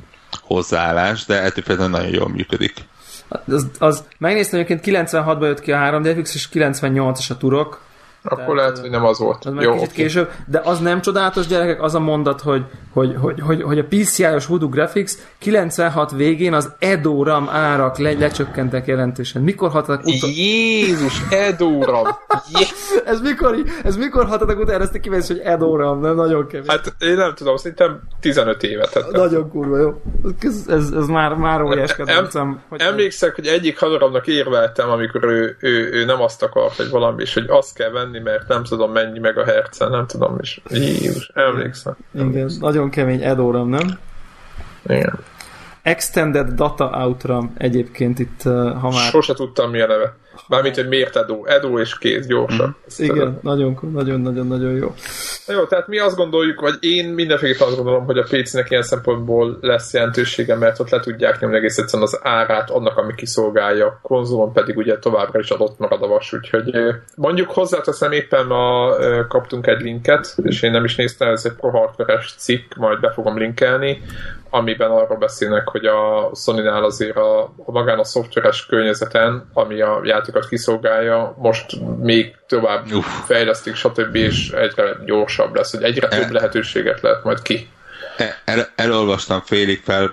S3: hozzáállás, de ettől például nagyon jól működik.
S1: Az, az megnéztem, egyébként kilencvenhatban jött ki a három dé ef iksz, és kilencvennyolcas a Turok.
S2: Akkor tehát, lehet, hogy nem az volt.
S1: Az jó, kicsit okay. később, de az nem csodálatos, gyerekek, az a mondat, hogy, hogy, hogy, hogy, hogy a pé cé í-os Voodoo Graphics kilencvenhat végén az Edo RAM árak le, lecsökkentek jelentősen. Mikor hatatak
S2: utol... Jézus, Edo RAM!
S1: Yes. ez, mikor, ez mikor hatatak utána, ezt kivész, hogy Edo RAM, nem? Nagyon kevés.
S2: Hát én nem tudom, szerintem tizenöt évet tettem.
S1: Nagyon kurva, jó. Ez, ez, ez már, már óriás kedvencem.
S2: Em, emlékszek, hogy egyik haveramnak érveltem, amikor ő, ő, ő nem azt akart, hogy valami, és hogy azt kell venni, mert nem tudom mennyi meg a hercen, nem tudom is. Jézus, emlékszem.
S1: Igen, nagyon kemény Edo RAM, nem?
S2: Igen.
S1: Extended Data Outram egyébként itt, ha már...
S2: Sose tudtam mi a neve. Mármint, hogy miért Edo. Edo és kész, gyorsan.
S1: Mm. Igen, nagyon-nagyon jó.
S2: Na jó, tehát mi azt gondoljuk, vagy én mindenféleképpen azt gondolom, hogy a pé cének ilyen szempontból lesz jelentősége, mert ott le tudják nyomni egész egyszerűen az árát annak, ami kiszolgálja, a konzolon pedig ugye továbbra is adott marad a vas, úgyhogy mondjuk hozzáteszem, éppen ma kaptunk egy linket, és én nem is néztem, ez egy pro hardware-es cikk, majd be fogom linkelni, amiben arról beszélnek, hogy a Sony-nál azért a, a magán a szoftveres környezeten, ami a játékot kiszolgálja, most még tovább Uff. fejlesztik, stb. És egyre gyorsabb lesz, hogy egyre el, több lehetőséget lehet majd ki.
S3: El, elolvastam félig fel,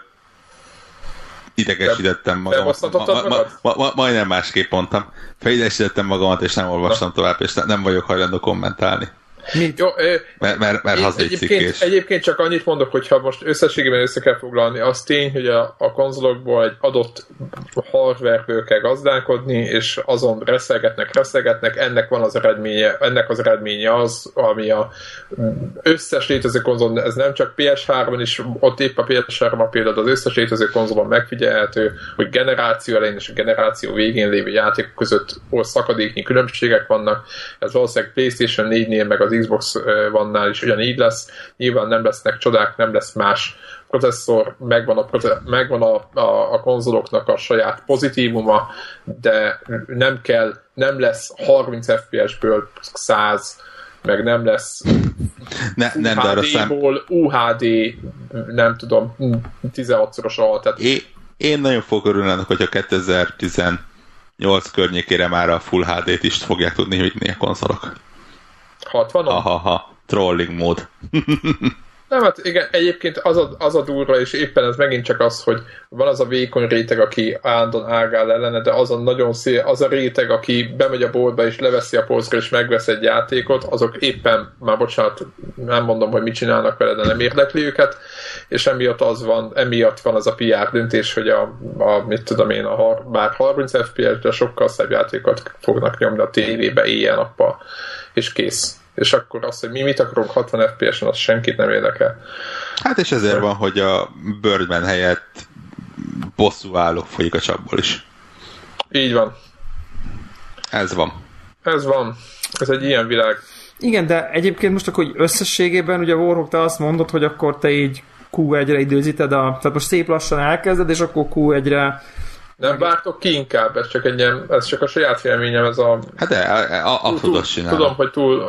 S3: idegesítettem magamat. Ma, ma, ma, ma, majdnem másképp mondtam. Felidegesítettem magamat, és nem olvastam Na. tovább, és nem vagyok hajlandó kommentálni.
S1: Mit?
S2: Jó,
S3: mert mert, mert az egy
S2: egyébként, egyébként csak annyit mondok, hogy ha most összességében össze kell foglalni, az tény, hogy a, a konzolokból egy adott hardwareből kell gazdálkodni, és azon reszelgetnek, reszelgetnek, ennek van az eredménye, ennek az eredménye az, ami a összes létező konzol, ez nem csak pé es háromon is, ott épp a pé es három a például az összes létező konzolon megfigyelhető, hogy generáció elején és a generáció végén lévő játékok között szakadéknyi különbségek vannak, ez valószínűleg PlayStation négynél meg az Xbox One-nál is ugyanígy lesz. Nyilván nem lesznek csodák, nem lesz más processzor, megvan a, megvan a, a, a konzoloknak a saját pozitívuma, de nem kell, nem lesz harminc ef pé es-ből száz, meg nem lesz
S3: ne, nem,
S2: U H D-ból U H D, nem tudom, tizenhatszoros alatt. Tehát...
S3: Én, én nagyon fogok örülni annak, hogyha kétezer-tizennyolc környékére már a Full há dét is fogják tudni hívni a konzolok.
S2: hatvanon?
S3: Ahaha, trolling mód.
S2: Nem, hát igen, egyébként az a, az a durva, és éppen ez megint csak az, hogy van az a vékony réteg, aki állandóan ágál ellene, de az a nagyon szél, az a réteg, aki bemegy a boltba és leveszi a polcra és megvesz egy játékot, azok éppen, már bocsánat, nem mondom, hogy mit csinálnak vele, de nem érdekli őket, és emiatt az van, emiatt van az a pé er döntés, hogy a, a mit tudom én, a bár harminc ef pé es, de sokkal szebb játékot fognak nyomni a tévébe éjjel-nappal, és kész. és akkor az, hogy mi mit akarunk hatvan ef pé es-en, az senkit nem érdekel.
S3: Hát és ezért van, hogy a Birdman helyett bosszúállók folyik a csapból is.
S2: Így van.
S3: Ez van.
S2: Ez van. Ez egy ilyen világ.
S1: Igen, de egyébként most akkor összességében, ugye Warhawk, te azt mondod, hogy akkor te így kú egyre időzíted, a, tehát most szép lassan elkezded, és akkor kú egyre...
S2: Nem vártok ki inkább, ez csak egy ilyen, ez csak a saját véleményem, ez a...
S3: Hát de, a, a, a tudod csinálni.
S2: Tudom, hogy túl...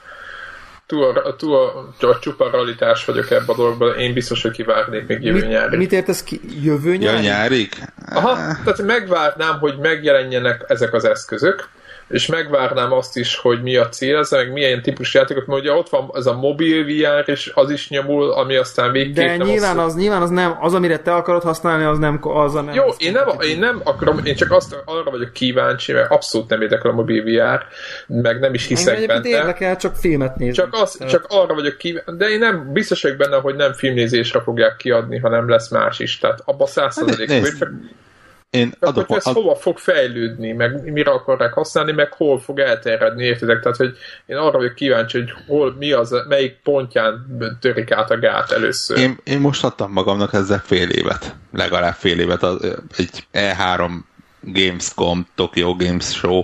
S2: Túl, túl a, a csupa realitás vagyok ebben a dologban, én biztos, hogy kivárnék még jövő nyárig.
S1: Mit értesz ki? Jövő nyárig?
S3: Jövő nyárig?
S2: Aha, tehát megvárnám, hogy megjelenjenek ezek az eszközök, és megvárnám azt is, hogy mi a cél, ez meg milyen típusú játékok, mert ugye ott van ez a mobil vé er, és az is nyomul, ami aztán végképp
S1: de
S2: nem
S1: nyilván az, nyilván az nem, az, amire te akarod használni, az nem az a nem.
S2: Jó, én nem, én nem akarom, én csak azt arra vagyok kíváncsi, mert abszolút nem érdekel a mobil vé er, meg nem is hiszek
S1: engem
S2: benne.
S1: érdekel, csak filmet nézni.
S2: Csak, az, csak arra vagyok kíváncsi, de én nem biztos vagyok benne, hogy nem filmnézésre fogják kiadni, hanem lesz más is, tehát abban száz százalék.
S3: Én
S2: adok, hogy ez ad... hova fog fejlődni, meg mire akarják használni, meg hol fog elterjedni, értedek? Tehát, hogy én arra vagyok kíváncsi, hogy hol, mi az, melyik pontján törik át a gát először.
S3: Én, én most adtam magamnak ezzel fél évet, legalább fél évet, az, egy E három Gamescom, Tokyo Games Show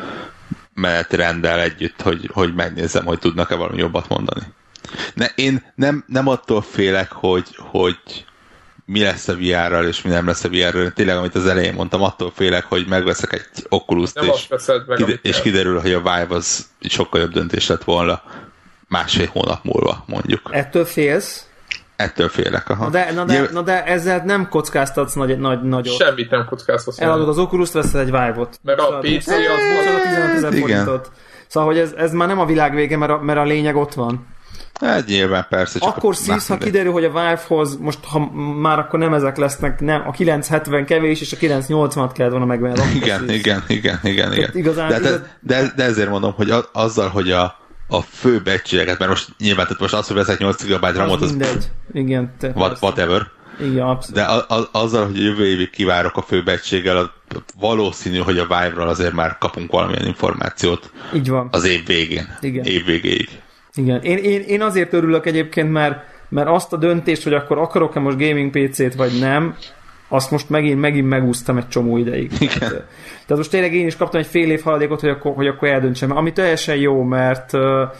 S3: menetrenddel együtt, hogy, hogy megnézzem, hogy tudnak-e valami jobbat mondani. Ne, én nem, nem attól félek, hogy, hogy mi lesz a vé er-rel, és mi nem lesz a vé er-rel. Tényleg, amit az elején mondtam, attól félek, hogy megveszek egy Oculus-t, és,
S2: meg,
S3: kide- és kiderül, hogy a Vive az sokkal jobb döntés lett volna másfél hónap múlva, mondjuk.
S1: Ettől félsz?
S3: Ettől félek, aha.
S1: Na de, na de, na de ezzel nem kockáztatsz nagy, nagy, nagyot.
S2: Semmit nem kockáztatsz.
S1: Eladod az Oculus-t, veszed egy Vive-ot.
S2: Mert a pé cé az...
S1: a tizenöt ezer forintot. Szóval, hogy ez, ez már nem a világ vége, mert a, mert a lényeg ott van.
S3: Hát nyilván persze. Csak
S1: akkor szívsz, ha kiderül, hogy a Vive-hoz most ha már akkor nem ezek lesznek, nem, a kilenc hetven kevés, és a kilenc nyolcvanat kellett volna megvenni.
S3: Igen, igen, igen, igen, igen.
S1: Igazán,
S3: de,
S1: igaz...
S3: de, de ezért mondom, hogy a, azzal, hogy a, a fő egységeket, mert most nyilván, tehát most az, hogy veszek nyolc gigabyte RAM-ot, az
S1: mindegy. Igen,
S3: te, whatever.
S1: Igen, abszolút.
S3: De a, a, azzal, hogy a jövő évig kivárok a fő egységgel, valószínű, hogy a Vive-ról azért már kapunk valamilyen információt.
S1: Így van.
S3: Az év végén.
S1: Igen.
S3: Év végéig.
S1: Igen. Én, én, én azért örülök egyébként, mert, mert azt a döntést, hogy akkor akarok-e most gaming pé cét, vagy nem, azt most megint, megint megúsztam egy csomó ideig.
S3: Igen.
S1: Tehát, tehát most tényleg én is kaptam egy fél év haladékot, hogy akkor, hogy akkor eldöntsem. Ami teljesen jó, mert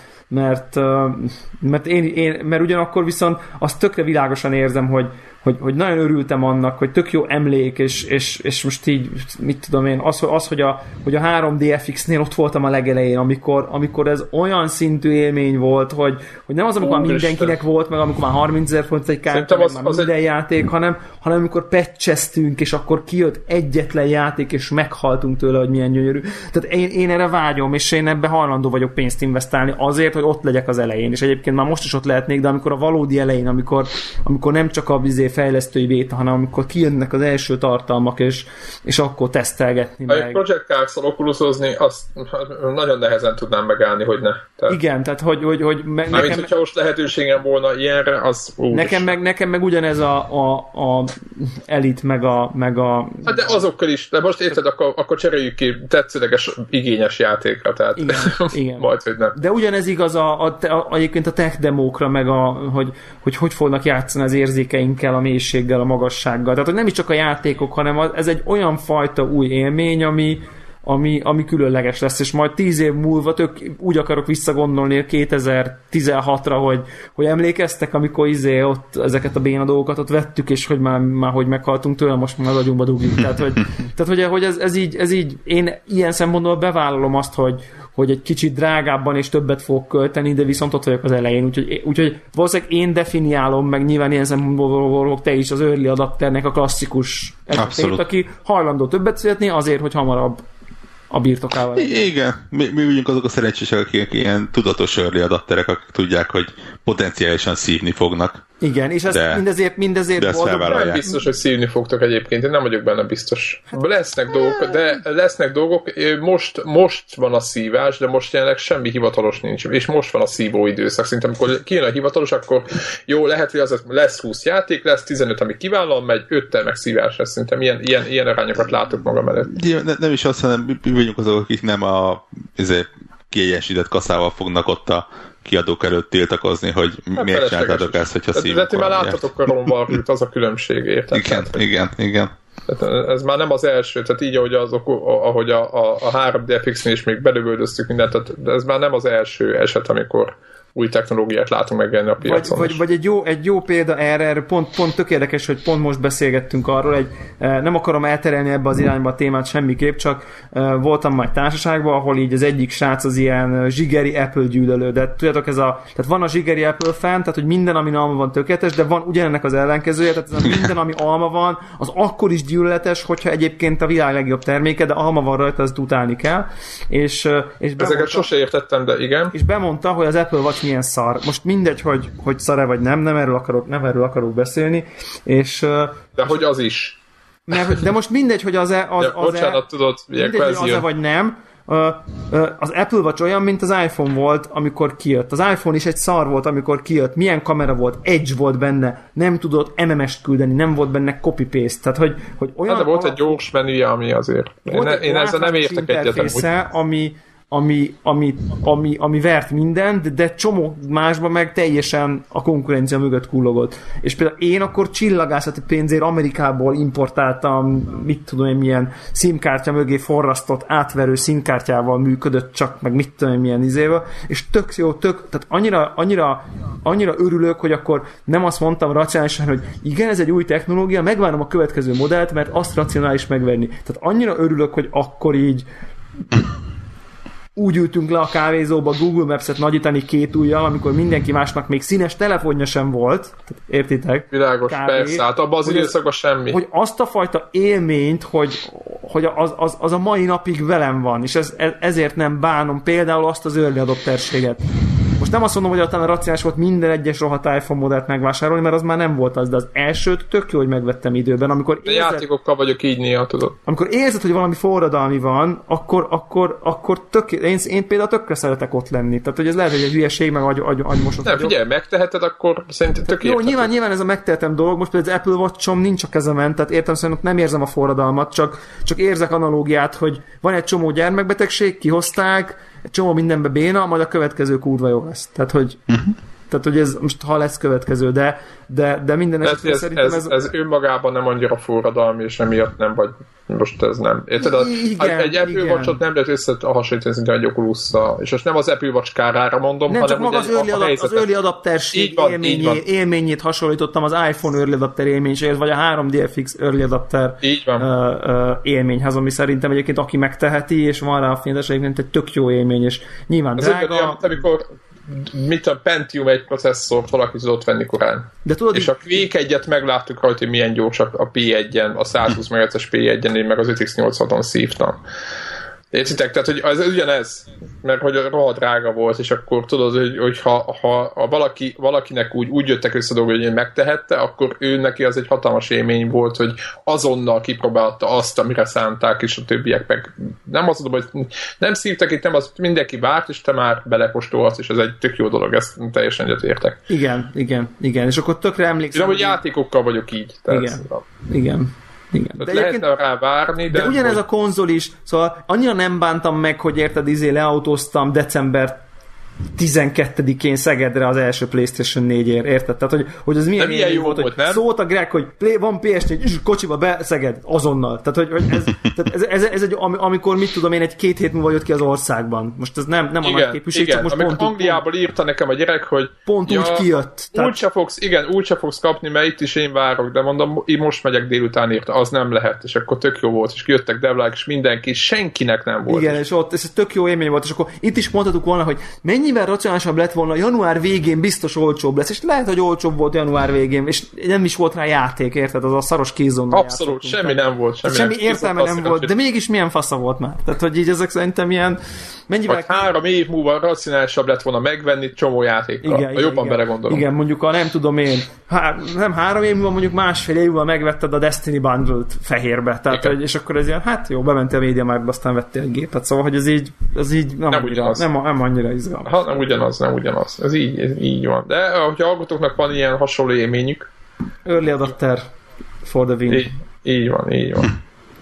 S1: mert, mert, én, én, mert ugyanakkor viszont azt tökre világosan érzem, hogy, hogy, hogy nagyon örültem annak, hogy tök jó emlék, és, és, és most így, mit tudom én, az, az hogy, a, hogy a három dé ef iksz-nél ott voltam a legelején, amikor, amikor ez olyan szintű élmény volt, hogy, hogy nem az, amikor már mindenkinek volt, meg amikor már harmincezer forint egy kártya, meg már minden egy... játék, hanem, hanem amikor patcheztünk, és akkor kijött egyetlen játék, és meghaltunk tőle, hogy milyen gyönyörű. Tehát én, én erre vágyom, és én ebbe hajlandó vagyok pénzt investálni azért, hogy ott legyek az elején, és egyébként már most is ott lehetnék, de amikor a valódi elején, amikor, amikor nem csak a bizé fejlesztői véta, hanem amikor kijönnek az első tartalmak, és, és akkor tesztelgetni
S2: meg.
S1: meg.
S2: A Project Cars-szal okulusozni, azt nagyon nehezen tudnám megállni, hogy ne. Tehát...
S1: Igen, tehát hogy... hogy, hogy me,
S2: nekem... Mármint, hogyha most lehetőségem volna ilyenre, az... Úr,
S1: nekem, meg, nekem meg ugyanez a, a, a Elite, meg a, meg a...
S2: Hát de azokkal is, de most érted, akkor, akkor cseréljük ki tetszőleges, igényes játékra, tehát
S1: igen, igen.
S2: majd, hogy nem.
S1: De ugyanez igaz a, a, a, egyébként a tech demókra, meg a, hogy, hogy hogy fognak játszani az érzékeinkkel, a mélységgel, a magassággal. Tehát, hogy nem is csak a játékok, hanem az, ez egy olyan fajta új élmény, ami, ami, ami különleges lesz, és majd tíz év múlva tök úgy akarok visszagondolni kétezer-tizenhatra, hogy, hogy emlékeztek, amikor izé ott ezeket a béna dolgokat ott vettük, és hogy már, már hogy meghaltunk tőle, most már az agyunkba dugjuk. Tehát, hogy, tehát, hogy, hogy ez, ez, így, ez így, én ilyen szempontból bevállalom azt, hogy, hogy egy kicsit drágábban és többet fog költeni, de viszont ott vagyok az elején, úgyhogy, úgyhogy valószínűleg én definiálom, meg nyilván ilyen szempontból te is az early adapternek a klasszikus esetét, aki hajlandó többet fizetni azért, hogy hamarabb a birtokával.
S3: Igen, mi, mi vagyunk azok a szerencsések, akik ilyen tudatos early adapterek, akik tudják, hogy potenciálisan szívni fognak.
S1: Igen, és ezt de, mindezért, mindezért
S3: de boldog.
S2: Nem biztos, hogy szívni fogtok egyébként, én nem vagyok benne biztos. Hát, lesznek dolgok, de lesznek dolgok, most, most van a szívás, de most jelenleg semmi hivatalos nincs, és most van a szívó időszak. Szerintem, amikor kijön a hivatalos, akkor jó, lehet, hogy az lesz húsz játék, lesz tizenöt, ami kiválóan megy, öttel meg szívás lesz. Szerintem ilyen, ilyen, ilyen arányokat látok magam előtt.
S3: Ja, ne, nem is azt, hanem mi vagyunk azok, akik nem a izé, kiegyesített kaszával fognak ott a kiadók előtt tiltakozni, hogy hát miért csináltátok ezt, hogyha szívunk.
S2: De ti már láttatok a Romwarrior-t, az a különbség, érted?
S3: Igen,
S2: tehát,
S3: igen, igen.
S2: Tehát ez már nem az első, tehát így, ahogy, azok, ahogy a, a, a három dé ef iksz-nél is még belövöldöztük mindent, tehát ez már nem az első eset, amikor új technológiát látunk megjelenni a piacon.
S1: Vagy, vagy, vagy egy, jó, egy jó példa erre, erre pont, pont tök érdekes, hogy pont most beszélgettünk arról, egy, nem akarom elterelni ebbe az irányba a témát semmiképp, csak voltam majd társaságban, ahol így az egyik srác az ilyen zsigeri Apple gyűlölő, de tudjátok, ez a, tehát van a zsigeri Apple fan, tehát hogy minden, ami alma van tökéletes, de van ugyanennek az ellenkezője, tehát ez a minden, ami alma van, az akkor is gyűlöletes, hogyha egyébként a világ legjobb terméke, de alma van rajta, azt utálni kell. És, és bemondta,
S2: ezeket sose értettem, de igen.
S1: És bemondta, hogy az Apple Watch milyen szar. Most mindegy, hogy, hogy szar-e vagy nem, nem erről akarok, nem erről akarok beszélni, és...
S2: De hogy az is.
S1: Mert, de most mindegy, hogy az-e... Az,
S2: ja,
S1: az
S2: bocsánat, tudod,
S1: mindegy, hogy az-e vagy nem, az Apple Watch olyan, mint az iPhone volt, amikor kijött. Az iPhone is egy szar volt, amikor kijött. Milyen kamera volt? Edge volt benne. Nem tudott em em est küldeni, nem volt benne copy-paste. Tehát, hogy, hogy olyan...
S2: Hát de volt egy gyors menüje, ami azért... Én, ne, én ezzel nem értek egyet.
S1: Ami, ami, ami, ami, ami vert mindent, de csomó másban meg teljesen a konkurencia mögött kullogott. És például én akkor csillagászati pénzért Amerikából importáltam, mit tudom én, milyen SIM-kártya mögé forrasztott, átverő SIM-kártyával működött csak, meg mit tudom én, milyen izével, és tök jó, tök, tehát annyira, annyira, annyira örülök, hogy akkor nem azt mondtam racionálisan, hogy igen, ez egy új technológia, megvárom a következő modellt, mert azt racionális megvenni. Tehát annyira örülök, hogy akkor így úgy ültünk le a kávézóba Google Maps-et nagyítani két ujjal, amikor mindenki másnak még színes telefonja sem volt. Tehát, értitek?
S2: Világos, kávé, persze. Hát abban az időszakban semmi.
S1: Hogy azt a fajta élményt, hogy, hogy az, az, az a mai napig velem van, és ez, ezért nem bánom például azt az early adopterséget. Most nem azt mondom, hogy aztán a racionális volt minden egyes rohadt iPhone modellt megvásárolni, mert az már nem volt az, de az elsőt tök jó, hogy megvettem időben. Amikor
S2: érzed, játékokkal vagyok így néha, tudod.
S1: Amikor érzed, hogy valami forradalmi van, akkor, akkor, akkor tök, én, én például tökre szeretek ott lenni. Tehát, hogy ez lehet, hogy egy hülyeség, meg agy, agy, agymosott
S2: nem, figyelj, megteheted, akkor szerintem tök
S1: jó, nyilván, nyilván ez a megtehetem dolog. Most például az Apple Watch-om nincs a kezemen, tehát értem szerint nem érzem a forradalmat, csak, csak érzek analógiát, hogy van egy csomó gyermekbetegség, kihozták, egy csomó mindenbe béna, majd a következő kurva jó lesz. Tehát, hogy, uh-huh. tehát, hogy ez most ha lesz következő, de, de, de minden esetben szerintem
S2: ez,
S1: ez...
S2: ez önmagában nem annyira forradalmi, és emiatt nem vagy, most ez nem. Érted? Igen, egy Apple Watch-ot nem lehet összehasonlítani szinte egy Oculus-szal, és most nem az Apple Watch kárára mondom,
S1: nem,
S2: hanem
S1: csak maga az early, adap, az early adapterség élményé, élményét hasonlítottam az iPhone early adapter élményhez, vagy a három dé ef iksz early adapter uh, uh, élményhez, ami szerintem egyébként aki megteheti, és van rá a fényes, egyébként egy tök jó élmény, és nyilván
S2: ez
S1: drága.
S2: Olyan, amikor mit a Pentium egy processzort valaki tudott venni korán. De tudod, és a Quake egyet megláttuk rajta, hogy milyen gyors a pé egyen, a százhúsz megahertzes pé egyen, én meg az öt iksz nyolcvanon szívtam. Értitek? Tehát, hogy ez ugyanez, mert hogy rohadt drága volt, és akkor tudod, hogy, hogy ha, ha, ha valaki, valakinek úgy, úgy jöttek össze dolgok, hogy én megtehette, akkor ő neki az egy hatalmas élmény volt, hogy azonnal kipróbálta azt, amire szánták, és a többiek meg nem azt mondom, hogy nem szívtak itt, nem az, mindenki várt, és te már belekóstolhatsz, és ez egy tök jó dolog, ezt teljesen egyetértek.
S1: Igen, igen, igen, és akkor tökre emlékszem.
S2: Tudom, hogy játékokkal vagyok így. Tehát
S1: igen, igen. Igen.
S2: De lehetne rá várni, de...
S1: De ugyanez hogy... a konzol is, szóval annyira nem bántam meg, hogy érted, izé leautóztam december tizenkettedikén Szegedre az első PlayStation négyért, érted? Tehát, hogy, hogy az milyen,
S2: milyen jó volt,
S1: hogy
S2: nem?
S1: Szólt a Greg, hogy play, van pé es négy, és kocsiba be Szeged, azonnal. Tehát, hogy, hogy ez, tehát ez, ez, ez egy, amikor mit tudom én, egy két hét múlva jött ki az országban. Most ez nem, nem
S2: igen,
S1: a nagy képűség,
S2: igen.
S1: csak most
S2: amikor
S1: pont...
S2: Angliából pont, írta nekem a gyerek, hogy
S1: pont
S2: ja,
S1: úgy kijött.
S2: Tehát... Úgyse fogsz, igen, úgyse fogsz kapni, mert itt is én várok, de mondom, én most megyek délután írta, az nem lehet, és akkor tök jó volt, és kijöttek devlák, és mindenki, senkinek nem volt.
S1: Igen, és ott ez tök jó élmény volt, és akkor itt is mondhatuk volna, hogy mennyivel racionálisabb lett volna, január végén biztos olcsóbb lesz, és lehet, hogy olcsóbb volt január végén, és nem is volt rá játék, érted? Az a szaros kézonnal.
S2: Abszolút, semmi nem volt. Semmi,
S1: semmi nem, értelme nem volt, de mégis milyen fasza volt már. Tehát, hogy így ezek szerintem ilyen... Mennyivel...
S2: Vagy három év múlva racionálisabb lett volna megvenni csomó játékkal, igen, ha jobban
S1: igen,
S2: belegondolom.
S1: Igen, mondjuk a nem tudom én, há, nem három év múlva, mondjuk másfél év múlva megvetted a Destiny Bundle-t fehérbe, tehát, hogy, és akkor ez ilyen, hát jó, bementél a MediaMarktba, aztán vettél egy gépet, szóval, hogy ez így, ez így nem,
S2: nem,
S1: annyira, nem, nem annyira izgalmas.
S2: Ha, nem ugyanaz, nem ugyanaz. Ez így, ez így van. De hogyha hallgatóknak van ilyen hasonló élményük.
S1: Early adapter for the win.
S2: Így, így van, így van.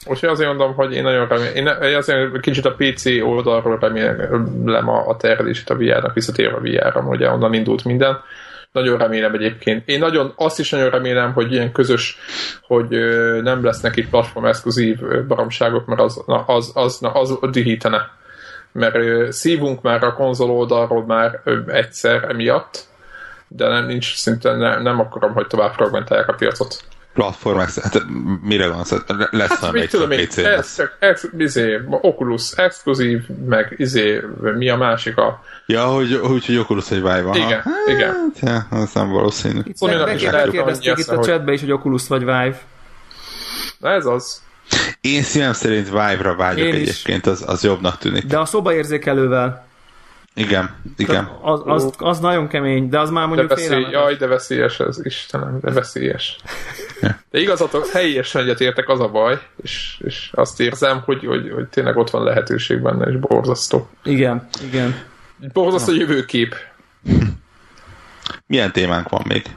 S2: Úgyhogy azért mondom, hogy én nagyon remélem, én azért kicsit a pé cé oldalról remélem a, a terhelését a vé er-nak, visszatér a vé er-ra, ugye onnan indult minden. Nagyon remélem egyébként. Én nagyon, azt is nagyon remélem, hogy ilyen közös, hogy ö, nem lesznek itt platform-exkluzív baromságok, mert az, na, az, az, na, az dihítene. Mert ö, szívunk már a konzol oldalról már ö, egyszer emiatt, de nem, nincs szinte, ne, nem akarom, hogy tovább fragmentálják a piacot.
S3: Platform, hát mire van? Lesz
S2: hát, mit tudom én, ez, ex, izé, Oculus exkluzív, meg izé, mi a másik a...
S3: Ja, hogy, hogy, hogy Oculus egy Vive.
S2: Igen, hát, igen.
S3: Ja, az nem valószínű.
S1: Megkérdezték itt a chatbe is, hogy Oculus vagy Vive.
S2: Na ez az.
S3: Én szívem szerint Vive-ra vágyok én egyébként, az, az jobbnak tűnik.
S1: De a szobaérzékelővel.
S3: Igen, igen.
S1: Az, az, az nagyon kemény, de az már mondjuk
S2: de veszély, jaj, de veszélyes ez, Istenem, de veszélyes. De igazatok, helyesen egyetértek, az a baj, és, és azt érzem, hogy, hogy, hogy tényleg ott van lehetőség benne, és borzasztó.
S1: Igen, igen.
S2: Borzasztó jövőkép.
S3: Milyen témánk van még?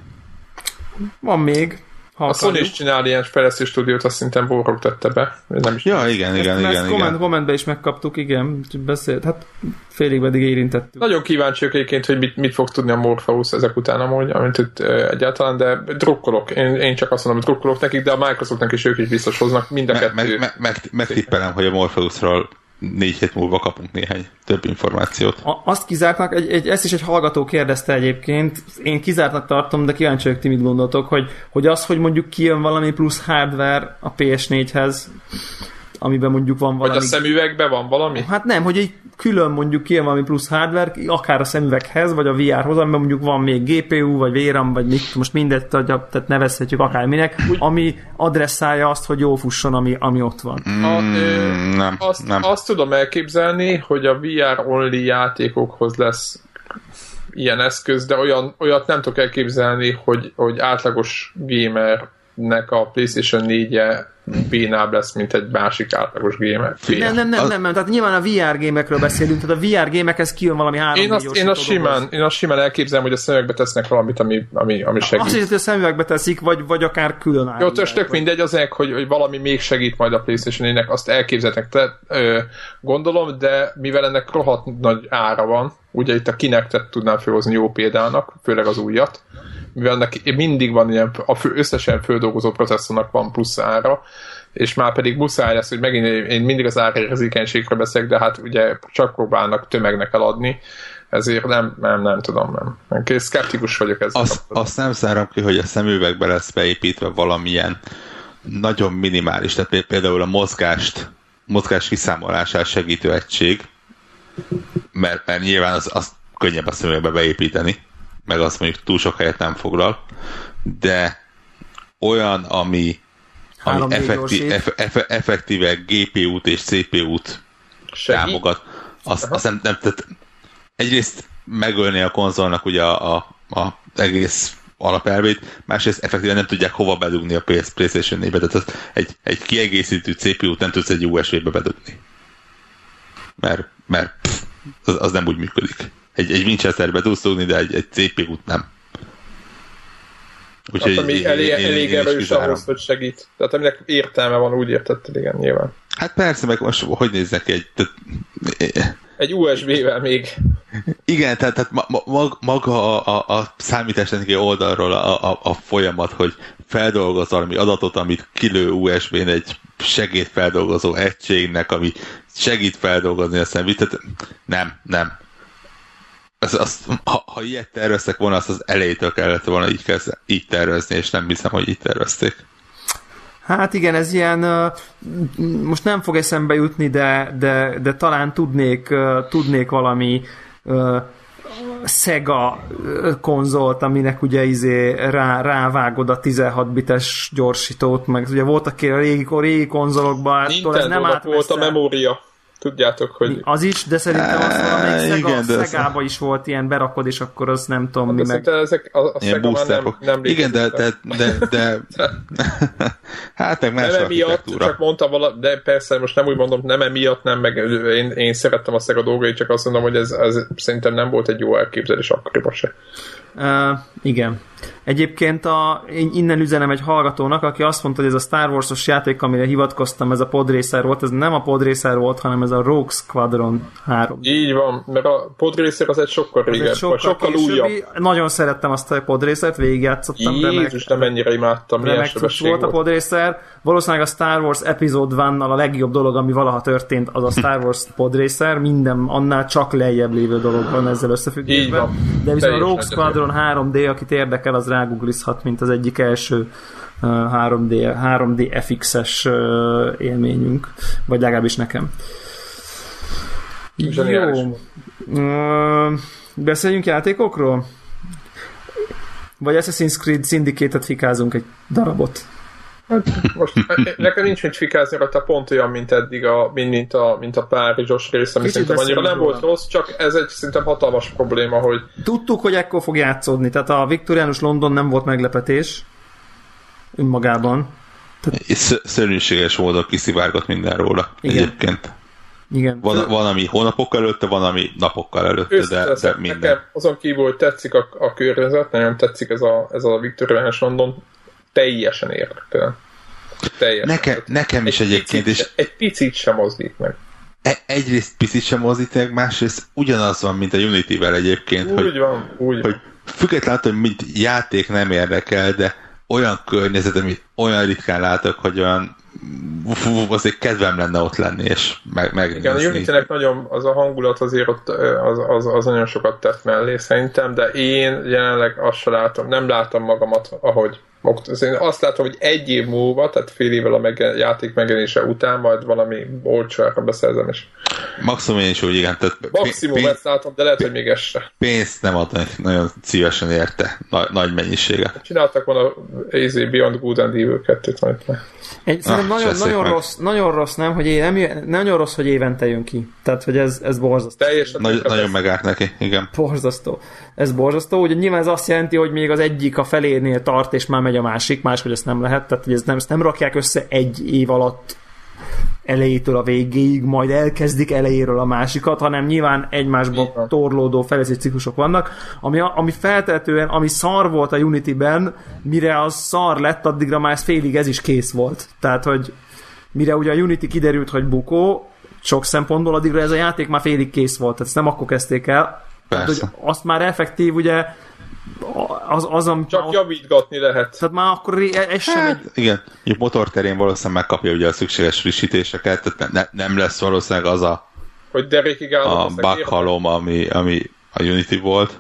S1: Van még.
S2: A Sony is csinál ilyen fejlesztő stúdiót, azt szintén Borog tette be. Nem is
S3: ja, igen, igen, igen. igen,
S1: igen. Kommentbe is megkaptuk, igen. Beszélt, hát félig pedig érintettük.
S2: Nagyon kíváncsiak egyébként, hogy mit, mit fog tudni a Morpheus ezek után, amúgy, amit itt egyáltalán, de drukkolok. Én, én csak azt mondom, hogy drukkolok nekik, de a Microsoftnak is ők is biztos hoznak mind a kettő.
S3: Meg, meg, meg, megtippelem, hogy a Morpheusról négy hét múlva kapunk néhány több információt.
S1: A, azt kizártnak, egy, egy, ezt is egy hallgató kérdezte egyébként, én kizártnak tartom, de kíváncsi vagyok, ti mit gondoltok, hogy, hogy az, hogy mondjuk kijön valami plusz hardware a pé es négyhez, amiben mondjuk van valami...
S2: Vagy a szemüvegben van valami?
S1: Hát nem, hogy egy külön mondjuk kijön valami plusz hardware, akár a szemüveghez, vagy a vé er-hoz, amiben mondjuk van még gé pé u, vagy vé ram, vagy mit, most mindet, tehát nevezhetjük akárminek, úgy, ami adresszálja azt, hogy jól fusson, ami, ami ott van.
S3: Mm,
S2: a, ö,
S3: nem,
S2: azt,
S3: nem.
S2: azt tudom elképzelni, hogy a vé er-only játékokhoz lesz ilyen eszköz, de olyan, olyat nem tudok elképzelni, hogy, hogy átlagos gamernek a PlayStation négye bénább lesz, mint egy másik átlagos gamer.
S1: Nem, nem, nem, nem, nem, tehát nyilván a vé er gémekről beszélünk, tehát a vé er gémekhez kijön valami három
S2: én azt, én azt simán, én azt simán elképzelem, hogy a szemüvegbe tesznek valamit, ami, ami, ami segít.
S1: Azt is, hogy a szemüvegbe teszik, vagy, vagy akár külön áll.
S2: Jó, tök vagy... mindegy az egy, hogy, hogy valami még segít majd a PlayStation négynek, azt elképzeltek, te, ö, gondolom, de mivel ennek rohadt nagy ára van, ugye itt a Kinectet tudnám felhozni jó példának, főleg az újat, mivel ennek mindig van ilyen, a fő, összesen földolgozó processzornak van plusz ára, és már pedig muszáj lesz, hogy megint én mindig az árérzékenységre beszélek, de hát ugye csak próbálnak tömegnek eladni, ezért nem, nem, nem tudom, nem. Én szkeptikus vagyok ezzel.
S3: Azt, azt nem zárom ki, hogy a szemüvegbe lesz beépítve valamilyen nagyon minimális, tehát például a mozgást, mozgás kiszámolását segítő egység, mert, mert nyilván az, az könnyebb a szemüvegbe beépíteni, meg azt mondjuk túl sok helyet nem foglal, de olyan, ami, ami effektív, eff, eff, effektíve gé pé út és cé pé út támogat, azt, azt nem, nem, tehát egyrészt megölni a konzolnak ugye a, a, a egész alapelvét, másrészt effektíven nem tudják hova bedugni a PlayStation négybe, tehát egy, egy kiegészítő cé pé út nem tudsz egy u es bé-be bedugni. Mert, mert pff, az, az nem úgy működik. Egy, egy Winchesterbe tudsz dugni, de egy, egy cé pé út nem.
S2: Úgyhogy hát, ami elég, én, elég én erős ahhoz, hogy segít. Tehát aminek értelme van, úgy értetted, igen, nyilván.
S3: Hát persze, meg most hogy néznek egy... Tehát,
S2: egy u es bé-vel még.
S3: Igen, tehát, tehát mag, maga a, a, a számítástechnikai oldalról a, a, a folyamat, hogy feldolgoz valami adatot, amit kilő u es bén egy segédfeldolgozó egységnek, ami segít feldolgozni a szemét. Tehát nem, nem. Az, az, ha, ha ilyet terveztek volna, azt az elejétől kellett volna így, kezd, így tervezni, és nem hiszem, hogy így tervezték.
S1: Hát igen, ez ilyen, uh, most nem fog eszembe jutni, de, de, de talán tudnék, uh, tudnék valami uh, Sega konzolt, aminek ugye izé rá, rávágod a tizenhat bites gyorsítót, meg ugye voltak a régi, a régi konzolokban,
S2: ez nem át volt a memória. Tudjátok, hogy...
S1: Az is, de szerintem az valamelyik Szega, Szegába is volt ilyen, berakod, és akkor az nem tudom
S2: hát
S1: mi meg...
S2: ezek a, a Szega már nem, nem
S3: igen, de, de, de, de... hát meg más
S2: nem emiatt, csak mondtam vala, de persze most nem úgy mondom, nem emiatt, nem, meg én, én szerettem a Szega dolgait, csak azt mondom, hogy ez, ez szerintem nem volt egy jó elképzelés akkoriban se.
S1: Uh, igen. Egyébként a, én innen üzenem egy hallgatónak, aki azt mondta, hogy ez a Star Wars-os játék, amire hivatkoztam, ez a Podracer volt, ez nem a Podracer volt, hanem ez a Rogue Squadron három.
S2: Így van, mert a Podracer az egy sokkal régebb, sokkal, sokkal újabb.
S1: Nagyon szerettem azt a Podracert, végigjátszottam.
S2: Jézus, de mennyire imádtam, milyen sebesség
S1: volt. volt a Podracer. Valószínűleg a Star Wars Episode egy-nal a legjobb dolog, ami valaha történt, az a Star Wars Podracer, minden annál csak lejjebb lévő dolog van ezzel összefüggésben. De viszont a Rogue Squadron három dé, akit érdekel, az rágooglizhat, mint az egyik első uh, három dé, három dé ef iksz-es uh, élményünk, vagy legalábbis nekem.
S2: Zseniális.
S1: Jó. Uh, beszéljünk játékokról? Vagy Assassin's Creed Syndicate-et fikázunk egy darabot?
S2: Hát most nekem nincs mit fikázni rajta, pont olyan, mint eddig a, mint, mint, a, mint a Párizsos rész, ami szerintem annyira nem volt rossz, csak ez egy szerintem hatalmas probléma, hogy...
S1: Tudtuk, hogy ekkor fog játszódni, tehát a viktoriánus London nem volt meglepetés önmagában.
S3: Tehát... Szörnyűséges módon kiszivárgott minden róla. Igen. Egyébként.
S1: Igen.
S3: Van, van, ami hónapokkal előtte, van, ami napokkal előtte, de, de minden.
S2: Nekem azon kívül, hogy tetszik a, a környezet, nagyon tetszik ez a, ez a viktoriánus London, teljesen érdekel. Teljesen.
S3: Nekem, nekem is
S2: egy
S3: egyébként
S2: picit,
S3: is.
S2: Egy picit sem mozdít meg.
S3: Egyrészt picit sem mozdít meg, másrészt ugyanaz van, mint a Unity-vel egyébként.
S2: Úgy
S3: hogy,
S2: van, úgy
S3: hogy
S2: van.
S3: Függetlenül, hogy mint játék nem érdekel, de olyan környezet, amit olyan ritkán látok, hogy olyan azért kedvem lenne ott lenni, és meg, megnézni.
S2: Igen, a Unity-nek nagyon az a hangulat azért ott, az, az, az nagyon sokat tett mellé szerintem, de én jelenleg azt sem látom, nem látom magamat, ahogy én azt látom, hogy egy év múlva, tehát fél évvel a meg, játék megjelenése után majd valami olcsóára beszerzem is.
S3: Maximum én is úgy, igen. Tehát
S2: Maximum pénz, ezt látom, de lehet, pénz, hogy még ez se.
S3: Pénzt nem adnak nagyon szívesen érte, nagy, nagy mennyisége.
S2: Csináltak volna az Beyond Good and Evil kettőt majd.
S1: Egy, szerintem ah, nagyon, nagyon, rossz, nagyon rossz, nem, hogy é, nem, nagyon rossz, hogy évente jön ki. Tehát, hogy ez, ez borzasztó.
S3: Nagy, nagyon megárt neki, igen.
S1: Borzasztó. Ez borzasztó. Ugye nyilván ez azt jelenti, hogy még az egyik a felénél tart, és már megy a másik, máshogy ezt nem lehet. Tehát, hogy ez nem, ezt nem rakják össze egy év alatt elejétől a végéig, majd elkezdik elejéről a másikat, hanem nyilván egymásba torlódó fejlesztési ciklusok vannak, ami, ami feltehetően, ami szar volt a Unity-ben, mire az szar lett, addigra már félig ez is kész volt. Tehát, hogy mire ugye a Unity kiderült, hogy bukó, sok szempontból, addigra ez a játék már félig kész volt, tehát ezt nem akkor kezdték el. Tehát, hogy azt már effektív, ugye az, az a,
S2: csak ott, javítgatni lehet.
S1: Tehát már akkor ez sem
S3: hát,
S1: egy...
S3: Igen, így motorterén valószínűleg megkapja ugye a szükséges frissítéseket, tehát ne, nem lesz valószínűleg az a
S2: hogy derékig
S3: a bughalom, ami, ami a Unity volt.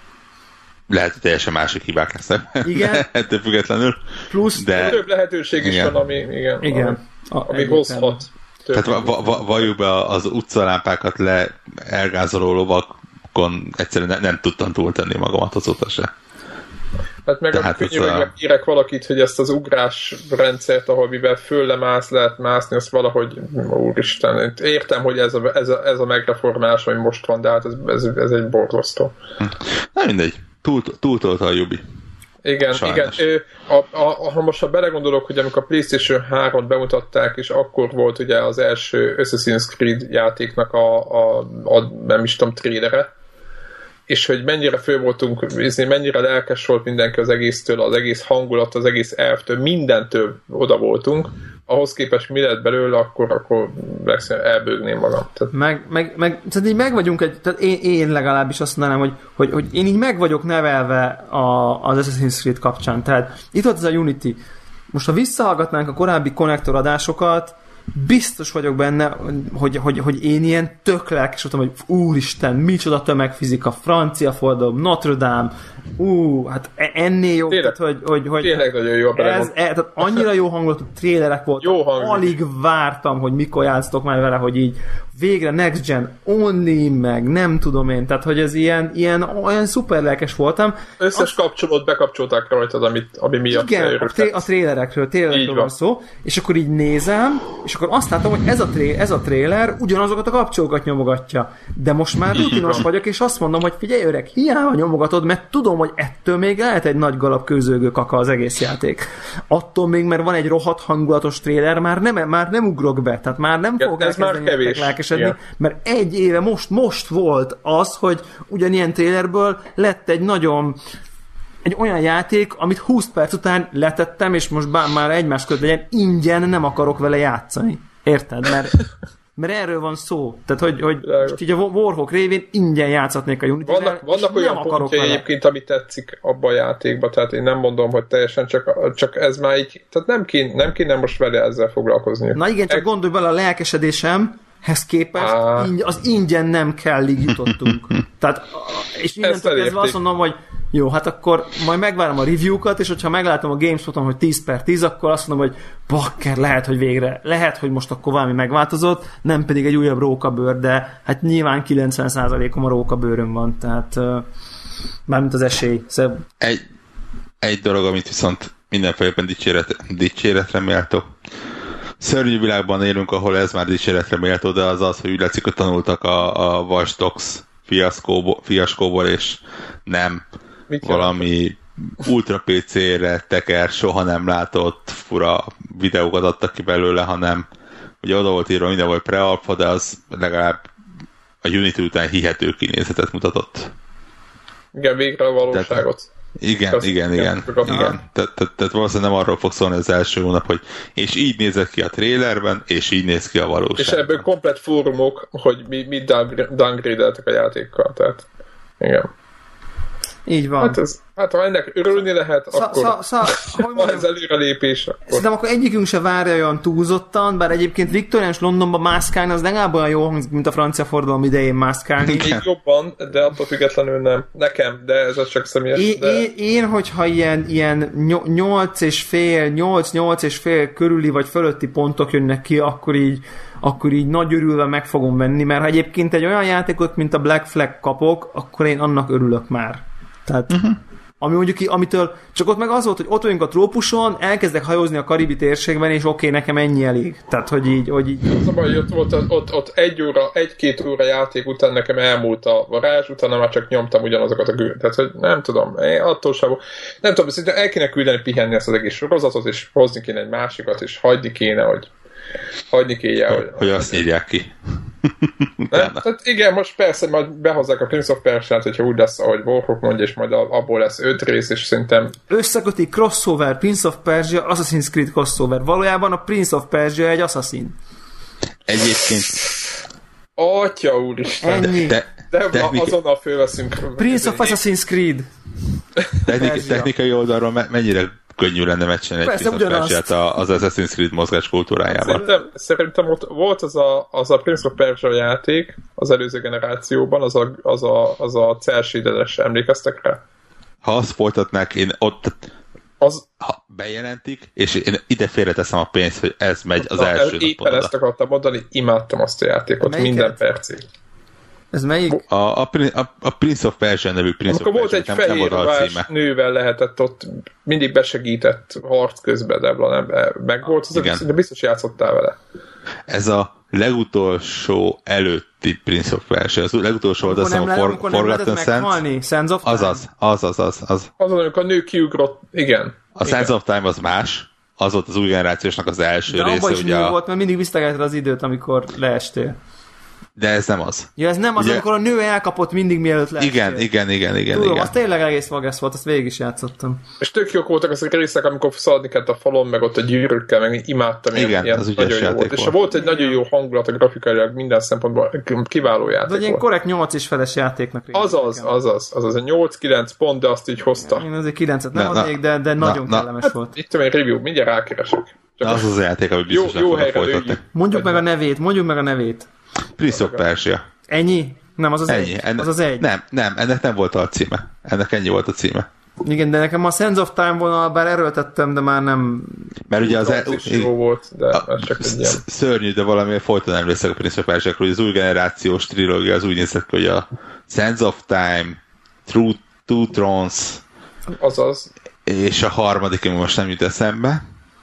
S3: Lehet, hogy teljesen másik hibák lesznek.
S1: Igen.
S3: Ettől függetlenül.
S1: Plusz
S2: de több lehetőség is
S3: igen.
S2: van, ami, igen,
S1: igen.
S2: ami, ami hozhat.
S3: Tehát va- va- valljuk be az utcalámpákat le elgázoló lovakon egyszerűen ne, nem tudtam túltenni magamat azóta se.
S2: Hát meg a könyvekben írek valakit, hogy ezt az ugrás rendszert, ahol mivel fölle mász, lehet mászni, azt valahogy, úristen, értem, hogy ez a, ez a, ez a megreformálás, ami most van, de hát ez, ez, ez egy borzasztó.
S3: Na mindegy, túl, túltolta a Jubi.
S2: Igen, sajnos. Igen. A, a, ha most ha belegondolok, hogy amikor a PlayStation hármat bemutatták, és akkor volt ugye az első Assassin's Creed játéknak a, a, a nem is tudom, trélere, és hogy mennyire föl voltunk, mennyire lelkes volt mindenki az egésztől, az egész hangulat, az egész elvtől, mindentől oda voltunk, ahhoz képest mi lett belőle, akkor, akkor elbőgném magam. Tehát...
S1: Meg, meg, meg, tehát így meg vagyunk, egy, tehát én, én legalábbis azt mondanám, hogy, hogy, hogy én így meg vagyok nevelve a, az Assassin's Creed kapcsán. Tehát itt volt ez a Unity. Most ha visszahallgatnánk a korábbi konnektor adásokat, biztos vagyok benne, hogy, hogy, hogy én ilyen tök lelkes voltam, hogy úristen, micsoda tömegfizika, francia forduló, Notre Dame, ú, hát ennél jobb,
S2: tényleg,
S1: tehát, hogy, hogy, hogy
S2: tényleg nagyon jó.
S1: Ez, e, tehát annyira jó hangulatú trélerek voltak,
S2: jó hangul.
S1: Alig vártam, hogy mikor játsztok már vele, hogy így végre next gen only, meg nem tudom én, tehát hogy ez ilyen, ilyen olyan szuper lelkes voltam.
S2: Összes azt... kapcsolót bekapcsolták rajtad, amit, ami miatt
S1: igen, a, tré- a trélerekről, trélerekről van szó, és akkor így nézem, és akkor azt látom, hogy ez a, tré- ez a tréler ugyanazokat a kapcsolókat nyomogatja. De most már rutinos vagyok, és azt mondom, hogy figyelj öreg, hiába nyomogatod, mert tudom, hogy ettől még lehet egy nagy galap kőzőgő kaka az egész játék. Attól még, mert van egy rohadt hangulatos tréler, már nem, már nem ugrok be, tehát már nem fogok elkezdeni lelkesedni, mert egy éve most, most volt az, hogy ugyanilyen trélerből lett egy nagyon egy olyan játék, amit húsz perc után letettem, és most bár már egymás között legyen, ingyen nem akarok vele játszani. Érted? Mert, mert erről van szó. Tehát, hogy, hogy most így a Warhawk révén ingyen játszhatnék a Unity-vel,
S2: vannak, vannak olyan pontja egyébként, ami tetszik abban a játékban, tehát én nem mondom, hogy teljesen csak, csak ez már így, tehát nem kéne, nem kéne most vele ezzel foglalkozni.
S1: Na igen, csak e- gondolj bele a lelkesedésemhez képest, ingyen, az ingyen nem kellig jutottunk. Tehát, és innentől kezdve azt mondom, hogy jó, hát akkor majd megvárom a review-kat, és hogyha meglátom a GameSpot-on, hogy tíz per tíz, akkor azt mondom, hogy bakker, lehet, hogy végre, lehet, hogy most akkor valami megváltozott, nem pedig egy újabb rókabőr, de hát nyilván kilencven százalékom a rókabőrön van, tehát uh, mármint az esély. Szóval...
S3: Egy, egy dolog, amit viszont mindenféleképpen dicséret, dicséretre méltó. Szörnyű világban élünk, ahol ez már dicséretre méltó, de az az, hogy úgy látszik, hogy tanultak a, a Watch Dogs fiaszkóból, fiaskóból, és nem Mit valami ultra pé cére teker, soha nem látott fura videókat adtak ki belőle, hanem ugye oda volt írva minden volt pre-alpha, de az legalább a Unity után hihető kinézetet mutatott.
S2: Igen, végre a valóságot.
S3: Tehát, igen, Köszön, igen, igen, igen. igen. Tehát, tehát, tehát valószínűleg nem arról fog szólni az első hónap, hogy és így nézett ki a trailerben, és így néz ki a valóságban.
S2: És ebből komplet fórumok, hogy mi, mi downgrade-eltek a játékkal, tehát igen.
S1: Így van.
S2: Hát, ez, hát ha ennek örülni lehet, szá, akkor szá, szá, hogy van ez előrelépés. Akkor...
S1: Szerintem akkor egyikünk se várja olyan túlzottan, bár egyébként Viktoriáns Londonban mászkálni az legalább olyan jó hangzik, mint a francia forradalom idején mászkálni.
S2: Még jobban, de attól függetlenül nem. Nekem, de ez csak személyes.
S1: Én,
S2: de...
S1: én, én, hogyha ilyen, ilyen nyolc és fél, nyolc-nyolc és fél körüli vagy fölötti pontok jönnek ki, akkor így akkor így nagy örülve meg fogom venni, mert ha egyébként egy olyan játékot, mint a Black Flag kapok, akkor én annak örülök már. Tehát, uh-huh. ami mondjuk, amitől csak ott meg az volt, hogy ott vagyunk a trópuson, elkezdek hajózni a karibi térségben, és oké, okay, nekem ennyi elég. Tehát, hogy így... Hogy így...
S2: Az a baj, ott, ott, ott, ott egy óra, egy-két óra játék után nekem elmúlt a varázs, utána már csak nyomtam ugyanazokat a gő. Tehát, hogy nem tudom, én attól sem... Nem tudom, szerintem el kéne küldeni pihenni ezt az egész sorozatot, és hozni kéne egy másikat, és hagyni kéne, hogy hagyni kéne, hogy...
S3: Hogy, hogy azt írják ki.
S2: Tehát igen, most persze majd behozzák a Prince of Persia-t, hogyha úgy lesz, ahogy Warhawk mondja, és majd abból lesz öt rész, és szerintem...
S1: Összeköti crossover, Prince of Persia, Assassin's Creed crossover. Valójában a Prince of Persia egy Assassin.
S3: Egyébként...
S2: Atya úristen!
S1: Ennyi.
S2: De, de technika... azonnal fölveszünk...
S1: Prince of Assassin's Creed.
S3: Technik, technikai oldalról mennyire könnyű lenne megcsinálni egy Prince of Persia-t az Assassin's Creed mozgás kultúrájában.
S2: Szerintem, szerintem ott volt az a, az a Prince of Persia játék az előző generációban, az a, az a, az a cel-shaded-es, emlékeztek rá?
S3: Ha azt folytatnák, én ott az... ha bejelentik, és én ide félreteszem a pénzt, hogy ez megy az
S2: na,
S3: első napon.
S2: Éppen ezt akartam mondani, imádtam azt a játékot, melyiket? Minden percig.
S1: Ez melyik?
S3: A, a, a, a Prince of Persia nevű Prince
S2: amikor
S3: of Persia.
S2: Amikor volt egy fehér ruhás nővel lehetett ott, mindig besegített harc közben, Debla, nem? Meg volt az, de biztos játszottál vele.
S3: Ez a legutolsó előtti Prince of Persia. Az legutolsó volt, azt hiszem a For, Forgotten Sands. Azaz, azaz, az, az.
S2: Az, amikor a nő kiugrott, igen.
S3: A igen. Sands of Time az más. Az volt az új generációsnak az első
S1: de
S3: része.
S1: De abban is
S3: ugye
S1: nő
S3: a...
S1: volt, mert mindig visszagetted az időt, amikor leestél.
S3: De ez nem az.
S1: Ja, ez nem az, ugye? Amikor a nő elkapott mindig mielőtt leestél.
S3: Igen, igen, igen, igen.
S1: Tudom,
S3: igen.
S1: az tényleg egész magas volt, azt végig is játszottam.
S2: És tök jók voltak azok a részek, amikor szaladni kellett a falon, meg ott a gyűrűkkel, meg imádtam.
S3: Igen,
S2: ilyen, ilyen
S3: az ügyes
S2: nagyon jó volt. És volt egy igen. nagyon jó hangulat a grafikailag, minden szempontból kiváló játék.
S1: De ilyen korrekt nyolc és feles játéknak.
S2: Azaz, azaz, azaz, a nyolc-kilenc pont, de azt így hozta.
S1: Én azért kilencet nem adnék, de, de nagyon na, kellemes
S2: hát,
S1: volt.
S2: Itt egy review, mindjárt rákeresek.
S3: Az az a játék, ami biztos
S2: jó, jó helyre lőjük.
S1: Mondjuk meg a nevét, mondjuk meg a nevét.
S3: Prince of Persia.
S1: Ennyi? Nem, az az
S3: ennyi.
S1: egy.
S3: Ennek,
S1: az az egy.
S3: Nem, nem, ennek nem volt a címe. Ennek ennyi volt a címe.
S1: Igen, de nekem a Sands of Time vonal, bár erőltettem, de már nem...
S2: Mert ugye az... az el... jó volt, de
S3: a, csak egy ilyen... Szörnyű, de valamiért folyton emlékszek a Prince of Persia-król, hogy az új generációs trilógia az úgy nézett ki, hogy a Sands of Time, True, Two Thrones...
S2: Azaz.
S3: És a harmadik, ami most nem jut eszembe.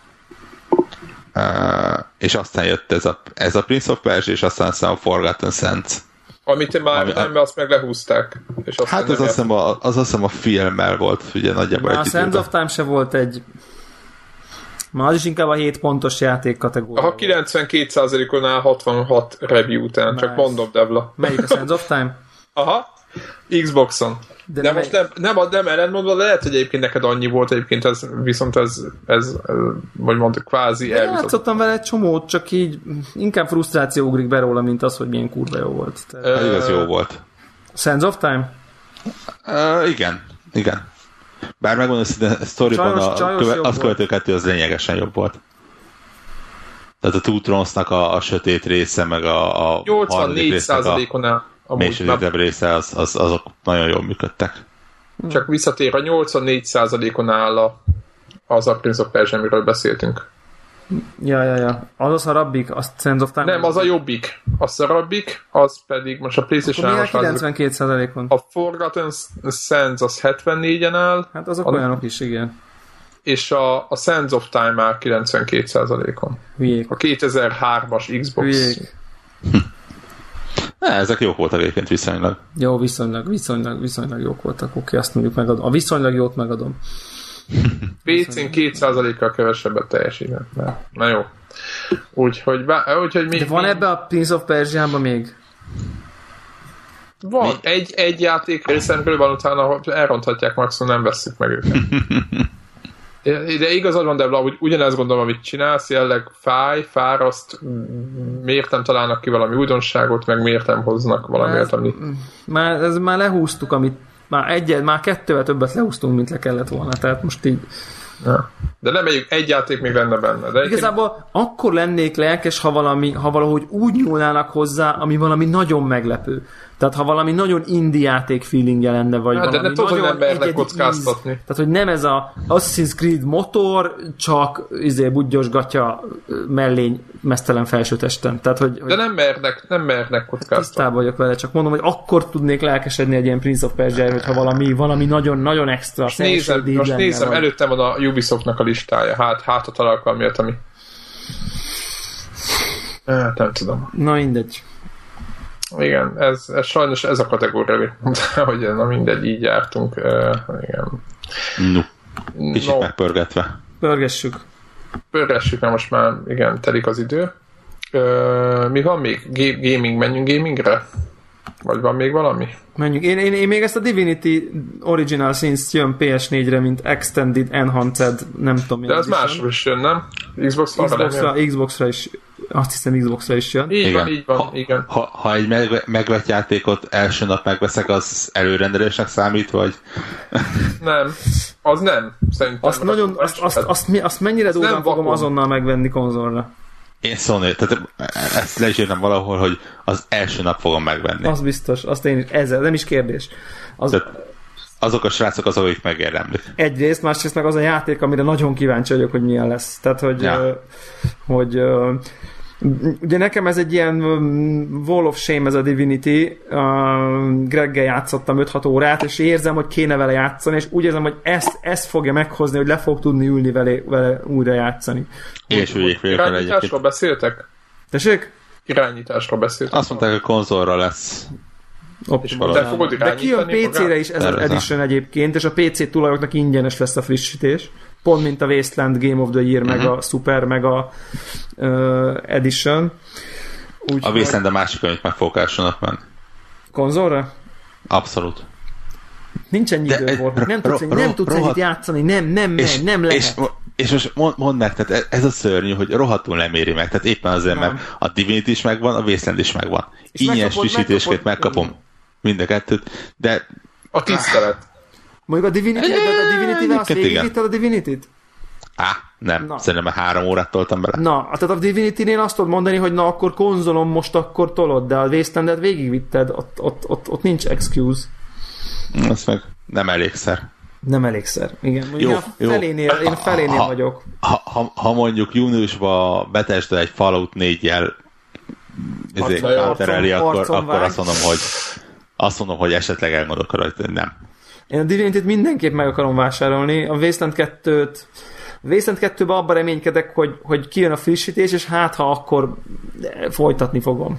S3: Uh, és aztán jött ez a, ez a Prince of Persia, és aztán aztán a Forgotten Sands.
S2: Amit már ami, nem, mert azt meg lehúzták. És azt
S3: hát az azt, hiszem a, az azt hiszem a filmmel volt, ugye nagyjából
S1: egy a Sands of Time se volt egy... Már az is inkább a hét pontos játék kategória.
S2: Ha kilencvenkét százalékon áll hatvanhat review után, nice. Csak mondom, Devla.
S1: Melyik a Sands of Time?
S2: Aha. Xboxon. De, de most nem, nem, nem ellentmondva, lehet, hogy egyébként neked annyi volt, egyébként ez, viszont ez, ez, ez vagy mondjuk kvázi eljutott.
S1: Játszottam vele egy csomót, csak így inkább frusztráció ugrik be róla, mint az, hogy milyen kurva jó volt.
S3: Tehát... Uh, igaz jó volt.
S1: Sands of Time?
S3: Uh, igen, igen. Bár megmondom, hogy a sztoriban a köve, az követő kettő az lényegesen jobb volt. Tehát a Two Thrones-nak a, a sötét része, meg a, a
S2: nyolcvannégy százalékon a
S3: mély sötétebb része, az, az, azok nagyon jól működtek.
S2: Csak visszatér, a nyolcvannégy százalékon áll a, az a Prince of Persia, amiről beszéltünk.
S1: Ja, ja, ja. Az a szarabbik, az Sands of Time?
S2: Nem, az a jobbik. A szarabbik, az pedig most a PlayStation
S1: három kilencvenkét százalékon.
S2: A Forgotten Sands az hetvennégy áll.
S1: Hát azok a... olyanok is, igen.
S2: És a, a Sands of Time áll kilencvenkét százalékon.
S1: Hülyék.
S2: A kétezer-hármas Xbox.
S1: Hülyék.
S3: Ne, ezek jók voltak egyébként viszonylag.
S1: Jó, viszonylag, viszonylag, viszonylag jók voltak. Oké, azt mondjuk megadom. A viszonylag jót megadom.
S2: pé cén két százalékkal kevesebbet teljesített. Na jó. Úgyhogy, úgyhogy mi...
S1: De van
S2: mi...
S1: ebbe a Prince of Persia-ban még?
S2: Van. Egy, egy játék részemről van, utána elronthatják, maximum nem vesszük meg őket. De igazad van, Debla, hogy ugyanezt gondolom, amit csinálsz, jelleg fáj, fáraszt, miért nem találnak ki valami újdonságot, meg miért nem hoznak valamiért, ami...
S1: Már, ez már lehúztuk, amit már egyet, már kettővel többet lehúztunk, mint le kellett volna, tehát most így...
S2: Ja. De nem egy, egy játék még lenne benne. De
S1: igazából én... akkor lennék lelkes, ha, valami, ha valahogy úgy nyúlnának hozzá, ami valami nagyon meglepő. Tehát ha valami nagyon indie játék feelingje lenne, vagy
S2: hát,
S1: valami
S2: de ne
S1: nagyon
S2: embernek kockáztatni.
S1: Íz. Tehát, hogy nem ez a Assassin's Creed motor, csak izé budgyos gatya mellény mesztelen felsőtesten. Tehát, hogy,
S2: de nem mernek, nem mernek kockáztatni.
S1: Tisztában vagyok vele, csak mondom, hogy akkor tudnék lelkesedni egy ilyen Prince of Persia-ről, hogyha valami, valami nagyon, nagyon extra.
S2: Most nézem, most nézem
S1: vagy...
S2: előttem van a Ubisoftnak a listája. Hát, hát a találkal miatt, ami... Hát, nem tudom.
S1: Na mindegy.
S2: Igen, ez, ez sajnos ez a kategória, hogy na mindegy, így jártunk. Uh, igen.
S3: No. Kicsit no. megpörgetve.
S1: Pörgessük.
S2: Pörgessük, mert most már igen, telik az idő. Uh, mi van még? G- gaming, menjünk gamingre? Vagy van még valami?
S1: Menjünk. Én, én, én még ezt a Divinity Original Sins jön pé es négyre, mint Extended Enhanced, nem tudom.
S2: De ez másról is jön, nem? Xbox-ra,
S1: Xbox-ra, Xbox-ra is, azt hiszem Xbox-ra is jön.
S2: Így
S3: igen.
S2: van, így van,
S3: ha,
S2: igen.
S3: Ha, ha egy meg, megvett játékot első nap megveszek, az előrendelésnek számít, vagy?
S2: Nem, az nem. Szerintem.
S1: Azt, nagyon, azt, azt, azt, azt mennyire durván fogom azonnal megvenni konzolra.
S3: Én Sony, tehát ezt le is írtam valahol, hogy az első nap fogom megvenni.
S1: Az biztos, azt én is, ezzel, nem is kérdés. Az,
S3: tehát azok a srácok azok, akik megérdemlik.
S1: Egyrészt, másrészt meg az a játék, amire nagyon kíváncsi vagyok, hogy milyen lesz. Tehát, hogy,
S3: ja.
S1: uh, hogy uh, ugye nekem ez egy ilyen wall of shame, ez a Divinity. Uh, Greggel játszottam öt-hat órát, és érzem, hogy kéne vele játszani, és úgy érzem, hogy ezt, ezt fogja meghozni, hogy le fog tudni ülni vele, vele újra játszani.
S3: És úgy
S2: irányításról beszéltek?
S1: Tessék?
S2: Irányításról beszéltek.
S3: Azt mondták, hogy konzolra lesz.
S2: De, fogod
S1: De kijön pé cére is ez az edition egyébként, és a pé cé tulajoknak ingyenes lesz a frissítés. Pont mint a Wasteland Game of the Year, uh-huh. meg a Super, meg a uh, Edition.
S3: Úgy, a Wasteland a másik, amit meg fogok első nap menni.
S1: Konzolra?
S3: Abszolút.
S1: Nincs ennyi idő volt. Nem tudsz, ro- nem tudsz ro- ennyit játszani, nem, nem, és, nem lehet.
S3: És, és most mond, mondd meg, tehát ez a szörnyű, hogy rohadtul nem éri meg. Tehát éppen azért, nem. Mert a Divinity is megvan, a Wasteland is megvan. Ingyenes frissítésként megkapom mind a kettőt, de...
S2: A tisztelet.
S1: Mondjuk a Divinity, de a Divinity-vel azt végigvitted a Divinity-t?
S3: Á, nem. Na. Szerintem három órát toltam bele.
S1: Na, tehát a Divinity-nél azt tudod mondani, hogy na akkor konzolom most akkor tolod, de a Wastelandet végigvitted, ott, ott, ott, ott nincs excuse.
S3: Ez meg nem elégszer.
S1: Nem elégszer, igen.
S3: Jó,
S1: én,
S3: jó.
S1: Felénél, én felénél
S3: ha,
S1: vagyok.
S3: Ha, ha, ha mondjuk júniusban Bethesda egy Fallout négyjel countereli, akkor, akkor azt mondom, hogy azt mondom, hogy esetleg elgondolkodom, hogy nem.
S1: Én a Divinity-t mindenképp meg akarom vásárolni. A Wasteland kettőt Wasteland kettőben abban reménykedek, hogy, hogy kijön a frissítés, és hát ha akkor folytatni fogom.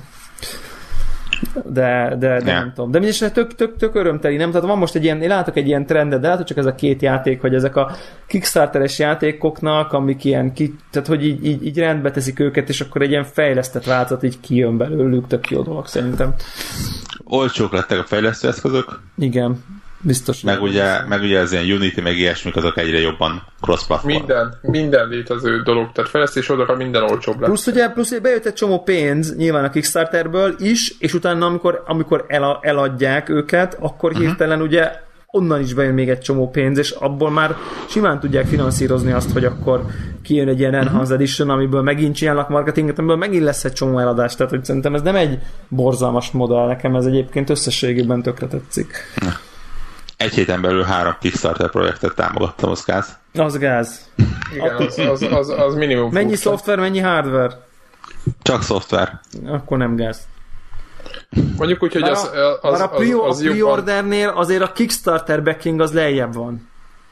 S1: De, de, de nem tudom. De mindesetre tök, tök, tök örömteli, nem? Tehát van most egy ilyen, én látok egy ilyen trendet, de látod csak ez a két játék, hogy ezek a Kickstarteres játékoknak, amik ilyen, ki, tehát hogy így, így, így rendbe teszik őket, és akkor egy ilyen fejlesztett változat így kijön belőlük, tök jó dolog szerintem.
S3: olcsók lettek a fejlesztőeszközök.
S1: Igen, biztos.
S3: Meg ugye, meg ugye az ilyen Unity, meg ilyesmik, azok egyre jobban cross-platform.
S2: Minden, minden létező dolog, tehát fejlesztés oldalra minden olcsóbb lett.
S1: Plusz ugye, plusz ugye bejött egy csomó pénz nyilván a Kickstarterből is, és utána amikor, amikor el, eladják őket, akkor uh-huh. hirtelen ugye onnan is bejön még egy csomó pénz, és abból már simán tudják finanszírozni azt, hogy akkor kijön egy ilyen Enhanced Edition, amiből megint csinálnak marketinget, amiből megint lesz egy csomó eladás. Tehát hogy szerintem ez nem egy borzalmas modell, nekem ez egyébként összességében tökre tetszik.
S3: Egy héten belül három Kickstarter projektet támogattam, az gáz.
S1: Az gáz.
S2: Igen, az, az, az, az minimum.
S1: Mennyi furcsa. Szoftver, mennyi hardware?
S3: Csak szoftver.
S1: Akkor nem gáz.
S2: Mondjuk úgy, hogy az, az, az, az,
S1: a, pre-
S2: az, az
S1: a pre-ordernél azért a Kickstarter backing az lejjebb van.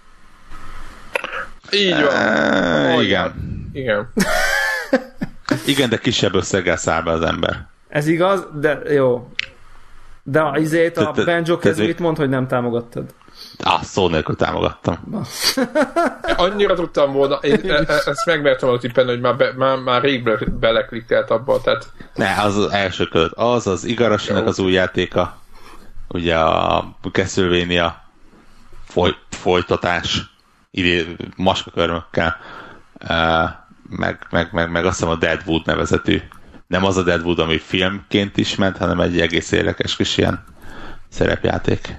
S2: Így van.
S3: E, igen.
S2: Igen.
S3: Igen, de kisebb összeggel száll be az ember.
S1: Ez igaz, de jó. De azért a Banjo-Kazooie-t mondd, hogy nem támogattad.
S3: Ah, szó nélkül támogattam.
S2: Annyira tudtam volna, én e- e- ezt megmertem volna tippelni, hogy már, be, már, már rég be- beleklikkelt abba, tehát...
S3: Ne, az az első között. Az az Igarashinak az új játéka, ugye a Castlevania foly, folytatás, idé, maskakörmökkel, uh, meg, meg, meg, meg azt hiszem a Deadwood nevezetű. Nem az a Deadwood, ami filmként is ment, hanem egy egész érdekes kis ilyen szerepjáték.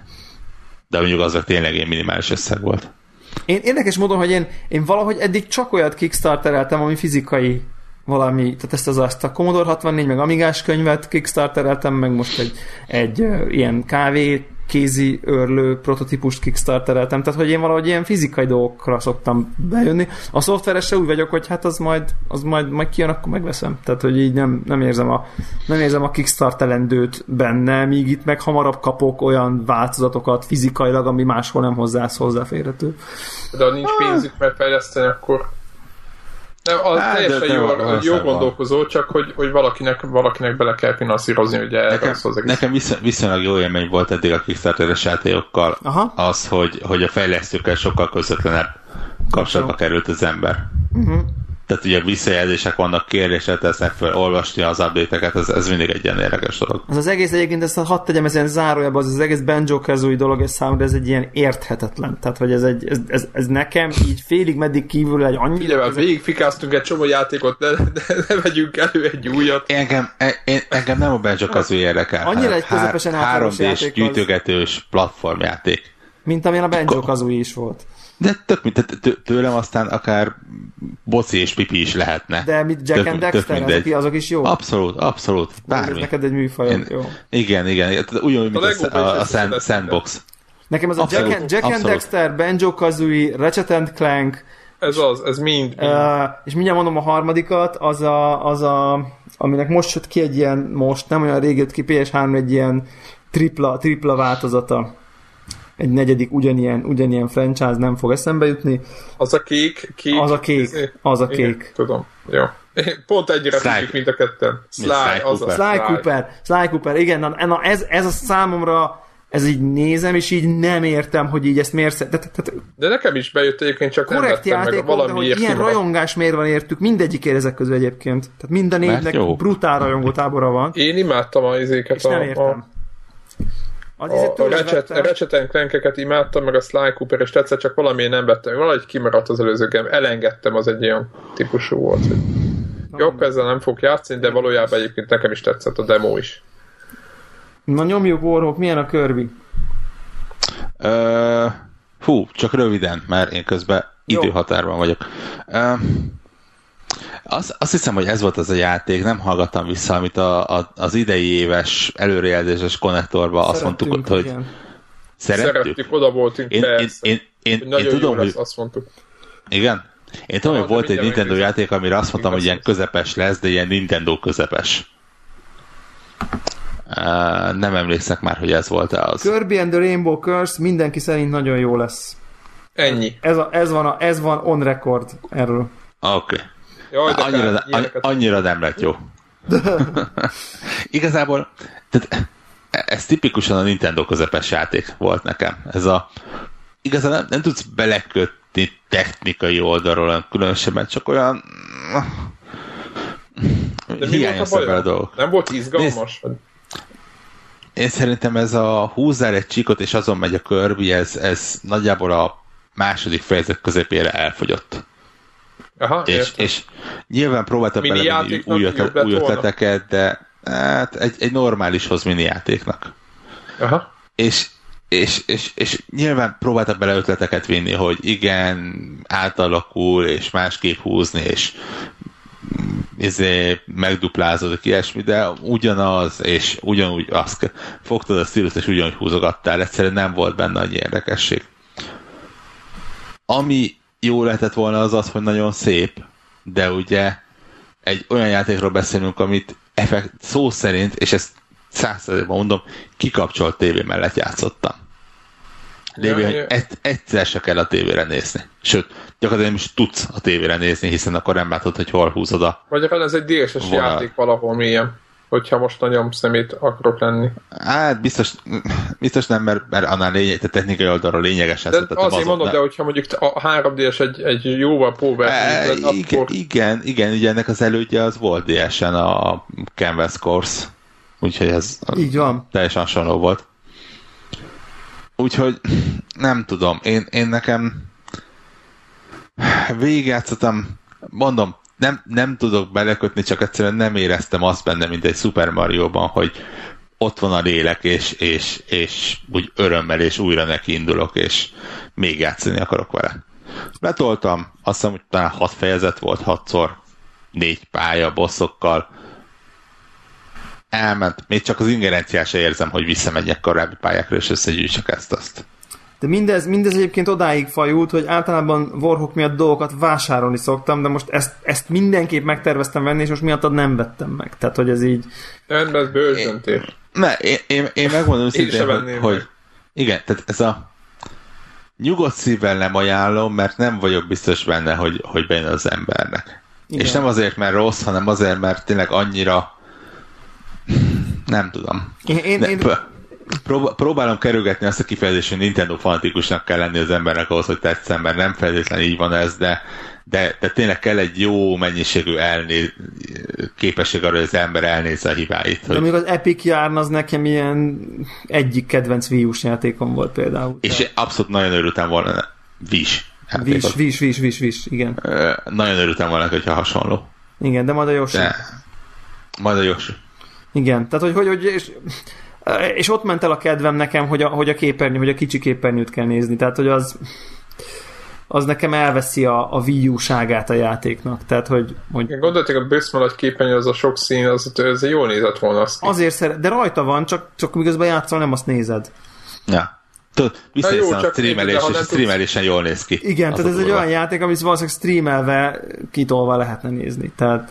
S3: De mondjuk az tényleg egy minimális összeg volt.
S1: Én érdekes módon, hogy én, én valahogy eddig csak olyat kickstartereltem, ami fizikai valami, tehát ezt az azt a Commodore hatvannégy, meg Amigás könyvet kickstartereltem, meg most egy, egy uh, ilyen kávé kézi őrlő prototípust kickstartereltem, tehát hogy én valahogy ilyen fizikai dolgokra szoktam bejönni. A szoftveresre úgy vagyok, hogy hát az majd, az majd, majd kijön, akkor megveszem. Tehát, hogy így nem, nem érzem a, nem érzem a kickstartelendőt benne, míg itt meg hamarabb kapok olyan változatokat fizikailag, ami máshol nem hozzász hozzáférhető.
S2: De ha nincs pénzük megfejleszteni, akkor nem, az hát, teljesen jó, jó, jó gondolkozó, csak hogy, hogy valakinek, valakinek bele kell finanszírozni, ugye
S3: nekem,
S2: az az egész.
S3: Nekem viszony, viszonylag jó élmény volt eddig a Kickstarter-es játékokkal. Aha. Az, hogy, hogy a fejlesztőkkel sokkal közvetlenebb kapcsolatba került az ember. Uh-huh. Tehát ugye visszajelzések vannak, kérdések tesznek fel, olvasni az update-eket, ez, ez mindig egy ilyen érdekes dolog.
S1: Az az egész egyébként, ezt hadd tegyem ezen zárójában, az az egész Banjo-Kazooie dolog, ez számomra ez egy ilyen érthetetlen. Tehát, hogy ez, egy, ez, ez, ez nekem így félig meddig kívül egy annyira...
S2: Figyelj, között... végig fikáztunk egy csomó játékot, de, de ne vegyünk elő egy újat.
S3: Engem, én, engem nem a Banjo-Kazooie érdekel.
S1: Annyira egy közepesen
S3: három dés gyűjtögetős platformjáték.
S1: Mint amilyen a Banjo-Kazooie is volt.
S3: De tök, mint tőlem aztán akár boci és pipi is lehetne.
S1: De mit Jack tök, and Dexter, azok, azok is jó?
S3: Abszolút, abszolút. Bármi.
S1: Ez neked egy műfaj,
S3: Én,
S1: jó.
S3: Igen, igen. Ugyanúgy, mint a, a, a, a sand, Sandbox.
S1: Nekem az abszolút, a Jack and, Jack and Dexter, Banjo-Kazooie, Ratchet and Clank.
S2: Ez az, ez mind. mind.
S1: Uh, és mindjárt mondom a harmadikat, az a, az a, aminek most jött ki egy ilyen, most nem olyan rég jött ki, pé es három egy ilyen tripla, tripla változata. Egy negyedik ugyanilyen, ugyanilyen franchise nem fog eszembe jutni.
S2: Az a kék, kék.
S1: Az a kék, az a kék. Igen,
S2: tudom, jó. Pont egyre tudjuk, mint a ketten. Sly,
S3: Sly
S2: az a
S1: Sly Cooper. Sly Cooper, igen, na, na ez, ez a számomra, ez így nézem, és így nem értem, hogy így ezt miért... De, de, de,
S2: de nekem is bejött egyébként, csak nem vettem meg valamiért.
S1: Korrekt játék, ilyen rajongás miért van értük, mindegyik ér ezek közül egyébként. Tehát mind a négynek brutál rajongó tábora van.
S2: Én imádtam a izéket.
S1: És nem értem.
S2: A... A, a Ratchet, Ratchet and Clank-eket imádtam, meg a Sly Cooper, és tetszett, csak valamiért nem vettem. Valahogy kimaradt az előző game. Elengedtem, az egy ilyen típusú volt. Hogy... Jó, ezzel nem fogok játszani, de valójában egyébként nekem is tetszett a demo is.
S1: Na nyomjuk, Warhawk, milyen a Kirby?
S3: Uh, hú, csak röviden, mert én közben Jó. időhatárban vagyok. Uh, Azt, azt hiszem, hogy ez volt az a játék, nem hallgattam vissza, amit a, a, az idei éves előrejelzéses konnektorban azt mondtuk, hogy
S2: igen. Szerettük? Szerettük, oda voltunk,
S3: én,
S2: persze.
S3: Én, én, én, én tudom, hogy...
S2: azt mondtuk.
S3: Igen? Én tudom, hogy volt egy Nintendo játék, amire azt mondtam, hogy ilyen közepes lesz, de ilyen Nintendo közepes. Uh, nem emlékszek már, hogy ez volt-e az.
S1: Kirby and the Rainbow Curse mindenki szerint nagyon jó lesz.
S2: Ennyi.
S1: Ez, a, ez, van, a, ez van on record erről.
S3: Oké. Okay. Jaj, annyira, de, annyira nem lett jó. Igazából tehát ez tipikusan a Nintendo közepes játék volt nekem. Ez a igazán nem, nem tudsz belekötni technikai oldalról különösebben, csak olyan
S2: hiányos a dolgok. Nem volt izgalmas? Nézd,
S3: én szerintem ez a húzzál egy csíkot, és azon megy a Kirby, ez, ez nagyjából a második fejezet közepére elfogyott.
S2: Aha,
S3: és, és nyilván próbáltam belevenni új, ötlet, új ötleteket, de hát egy, egy normálishoz mini játéknak.
S2: Aha.
S3: És, és, és, és nyilván próbáltam bele ötleteket vinni, hogy igen, átalakul, és másképp húzni, és ezért megduplázódik ilyesmi, de ugyanaz, és ugyanúgy azt fogtad a stílust, és ugyanúgy húzogattál, egyszerűen nem volt benne annyi érdekesség. Ami jó lehetett volna az az, hogy nagyon szép, de ugye egy olyan játékról beszélünk, amit effekt, szó szerint, és ezt százszerzékben mondom, kikapcsolt tévé mellett játszottam. Lévén, ja, hogy egy, egyszer se kell a tévére nézni. Sőt, gyakorlatilag nem is tudsz a tévére nézni, hiszen akkor nem látod, hogy hol húzod a...
S2: Vagy akár ez egy dé es es játék valahol mélyen, hogyha most a nyomszemét akarok lenni.
S3: Hát biztos, biztos nem, mert, mert annál lény, te technikai oldalról lényegesen...
S2: De azért azon, mondod, de hogyha mondjuk a három dé-es egy, egy jóval próbál...
S3: E, igen, akkor... igen, igen, ugye ennek az elődje az volt dé es-en a Canvas Course. Úgyhogy ez
S1: így van.
S3: Teljesen hasonló volt. Úgyhogy nem tudom, én, én nekem végigjátszottam, mondom, nem, nem tudok belekötni, csak egyszerűen nem éreztem azt benne, mint egy Super Mario-ban, hogy ott van a lélek, és, és, és úgy örömmel, és újra neki indulok, és még játszani akarok vele. Letoltam, azt hiszem, hogy talán hat fejezet volt, hatszor, négy pálya, bosszokkal, elment, még csak az ingerenciát se érzem, hogy visszamegyek korábbi pályákra, és összegyűjtsek ezt-azt.
S1: De mindez, mindez egyébként odáig fajult, hogy általában Warhawk miatt dolgokat vásárolni szoktam, de most ezt, ezt mindenképp megterveztem venni, és most miattad nem vettem meg. Tehát, hogy ez így...
S2: Rendben, ez bős döntés.
S3: Ne, én, én, én megmondom szintén, hogy, hogy igen, tehát ez a nyugodt szívvel nem ajánlom, mert nem vagyok biztos benne, hogy, hogy bejön az embernek. Igen. És nem azért, mert rossz, hanem azért, mert tényleg annyira nem tudom.
S1: Én, én,
S3: De,
S1: én...
S3: Prób- próbálom kerülgetni azt a kifejezést, hogy Nintendo fanatikusnak kell lenni az embernek ahhoz, hogy tetszen, mert nem feltétlenül így van ez, de, de, de tényleg kell egy jó mennyiségű elné- képesség arra, hogy az ember elnézze a hibáit. Hogy...
S1: De még az Epic járna, az nekem ilyen egyik kedvenc Wii U-s játékom volt például.
S3: És tehát... abszolút nagyon örültem volna Vis.
S1: Vis, Vis, Vis, Vis, Vis, igen.
S3: Ö, nagyon örültem volna, hogyha hasonló.
S1: Igen, de majd a Yoshi.
S3: De... Majd a Yoshi.
S1: Igen, tehát hogy, hogy, hogy és, és ott ment el a kedvem nekem, hogy a, hogy a képernyő, hogy a kicsi képernyőt kell nézni, tehát hogy az az nekem elveszi a, a Wii U-ságát a játéknak, tehát hogy... hogy...
S2: Gondoltak, a bőszmalagy képernyő, az a sok szín, az, az jól nézett volna azt.
S1: Azért szeret, de rajta van, csak, csak miközben játszol, nem azt nézed.
S3: Ja. Tudod, visszajössz a streamelés, és streamelésen jól néz ki.
S1: Igen, tehát ez egy olyan játék, amit valószínűleg streamelve, kitolva lehetne nézni, tehát...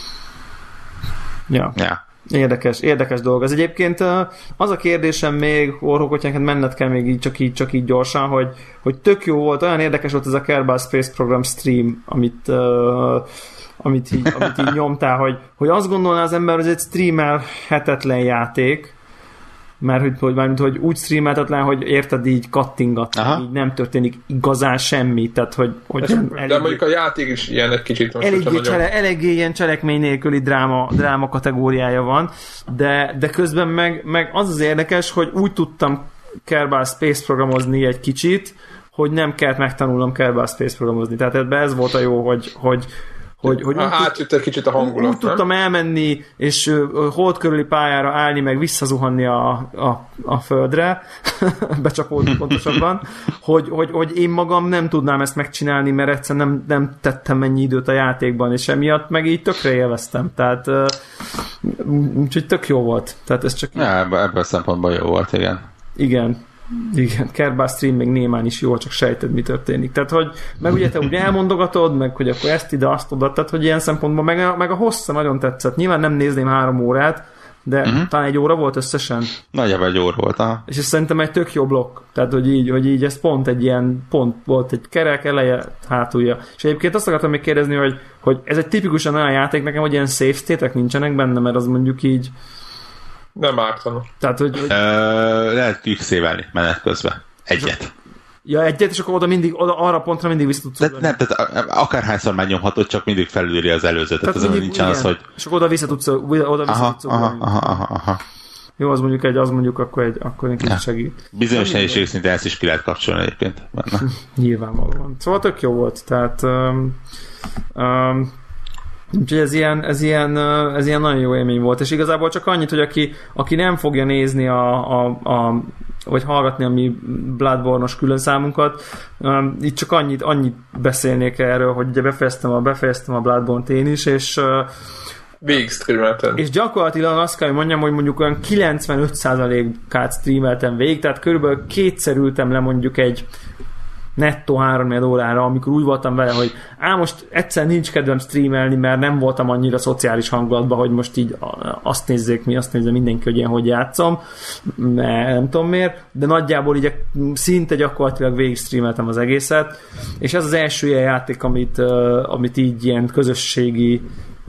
S1: Ja.
S3: Ja.
S1: Érdekes, érdekes dolog. Ez egyébként az a kérdésem még, Orhok, hogy neked menned kell még így, csak így, csak így gyorsan, hogy, hogy tök jó volt, olyan érdekes volt ez a Kerbal Space Program stream, amit, uh, amit, így, amit így nyomtál, hogy, hogy azt gondolná az ember, hogy ez egy streamelhetetlen játék, mert hogy, hogy, hogy, hogy úgy streamelhetetlen, hogy érted, így kattingat, így nem történik igazán semmi, tehát hogy... hogy
S2: Ez,
S1: eléggé,
S2: de mondjuk a játék is ilyen egy kicsit most,
S1: eléggé,
S2: nagyon...
S1: csele, eléggé ilyen cselekmény nélküli dráma, dráma kategóriája van, de, de közben meg, meg az az érdekes, hogy úgy tudtam Kerbal Space programozni egy kicsit, hogy nem kellett megtanulnom Kerbal Space programozni, tehát ebben ez volt a jó, hogy, hogy Hogy, hogy
S2: átjött egy kicsit a hangulat.
S1: Úgy tudtam elmenni, és uh, hold körüli pályára állni, meg visszazuhanni a, a, a földre, becsapódni pontosabban, hogy, hogy, hogy én magam nem tudnám ezt megcsinálni, mert egyszerűen nem, nem tettem mennyi időt a játékban, és emiatt meg így tökre élveztem. Tehát uh, úgyhogy tök jó volt. Tehát ez csak
S3: ja, ebből, ebből a szempontból jó volt, igen.
S1: Igen. Igen, Kerbal Stream még némán is jó, csak sejted, mi történik. Tehát, hogy meg ugye te úgy elmondogatod, meg hogy akkor ezt ide, azt oda, tehát, hogy ilyen szempontból meg a, meg a hossza nagyon tetszett. Nyilván nem nézném három órát, de uh-huh. talán egy óra volt összesen.
S3: Nagyjából egy óra volt, aha.
S1: És ez szerintem egy tök jó blokk. Tehát, hogy így, hogy így ez pont egy ilyen, pont volt egy kerek, eleje, hátulja. És egyébként azt akartam még kérdezni, hogy, hogy ez egy tipikusan olyan játék nekem, hogy ilyen save state-ek nincsenek benne, mert az mondjuk így
S2: nem ártana.
S1: Tehát, hogy... hogy...
S3: Ö, lehet kikszévelni menet közben. Egyet.
S1: Ja, egyet, és akkor oda mindig, oda, arra pontra mindig vissza tudsz
S3: ugrani. Nem, tehát akárhányszor megnyomhatod, csak mindig felülírja az előzőt. Tehát, tehát azon nincsen az, hogy...
S1: És akkor oda vissza tudsz, oda vissza
S3: aha,
S1: tudsz ugrani.
S3: Aha, aha, aha.
S1: jó, az mondjuk egy, az mondjuk akkor egy, akkor egy kicsit
S3: ja.
S1: segít.
S3: Bizonyos nehézség szinte ezt is ki lehet kapcsolni egyébként.
S1: Nyilvánvalóan. Szóval tök jó volt, tehát um, um, úgyhogy ez ilyen, ez, ilyen, ez ilyen nagyon jó élmény volt, és igazából csak annyit, hogy aki, aki nem fogja nézni a, a, a vagy hallgatni a mi Bloodborne-os külön számunkat, um, itt csak annyit, annyit beszélnék erről, hogy ugye befejeztem a, befejeztem a Bloodborne-t én is, és uh,
S2: végig streameltem.
S1: És gyakorlatilag azt kell, hogy mondjam, hogy mondjuk olyan kilencvenöt százalékát streameltem végig, tehát körülbelül kétszer ültem le mondjuk egy nettó három órára, amikor úgy voltam vele, hogy á, most egyszer nincs kedvem streamelni, mert nem voltam annyira szociális hangulatban, hogy most így azt nézzék mi, azt nézze mindenki, hogy én hogy játszom, mert nem tudom miért, de nagyjából így szinte gyakorlatilag végig streameltem az egészet, és ez az első ilyen játék, amit, amit így ilyen közösségi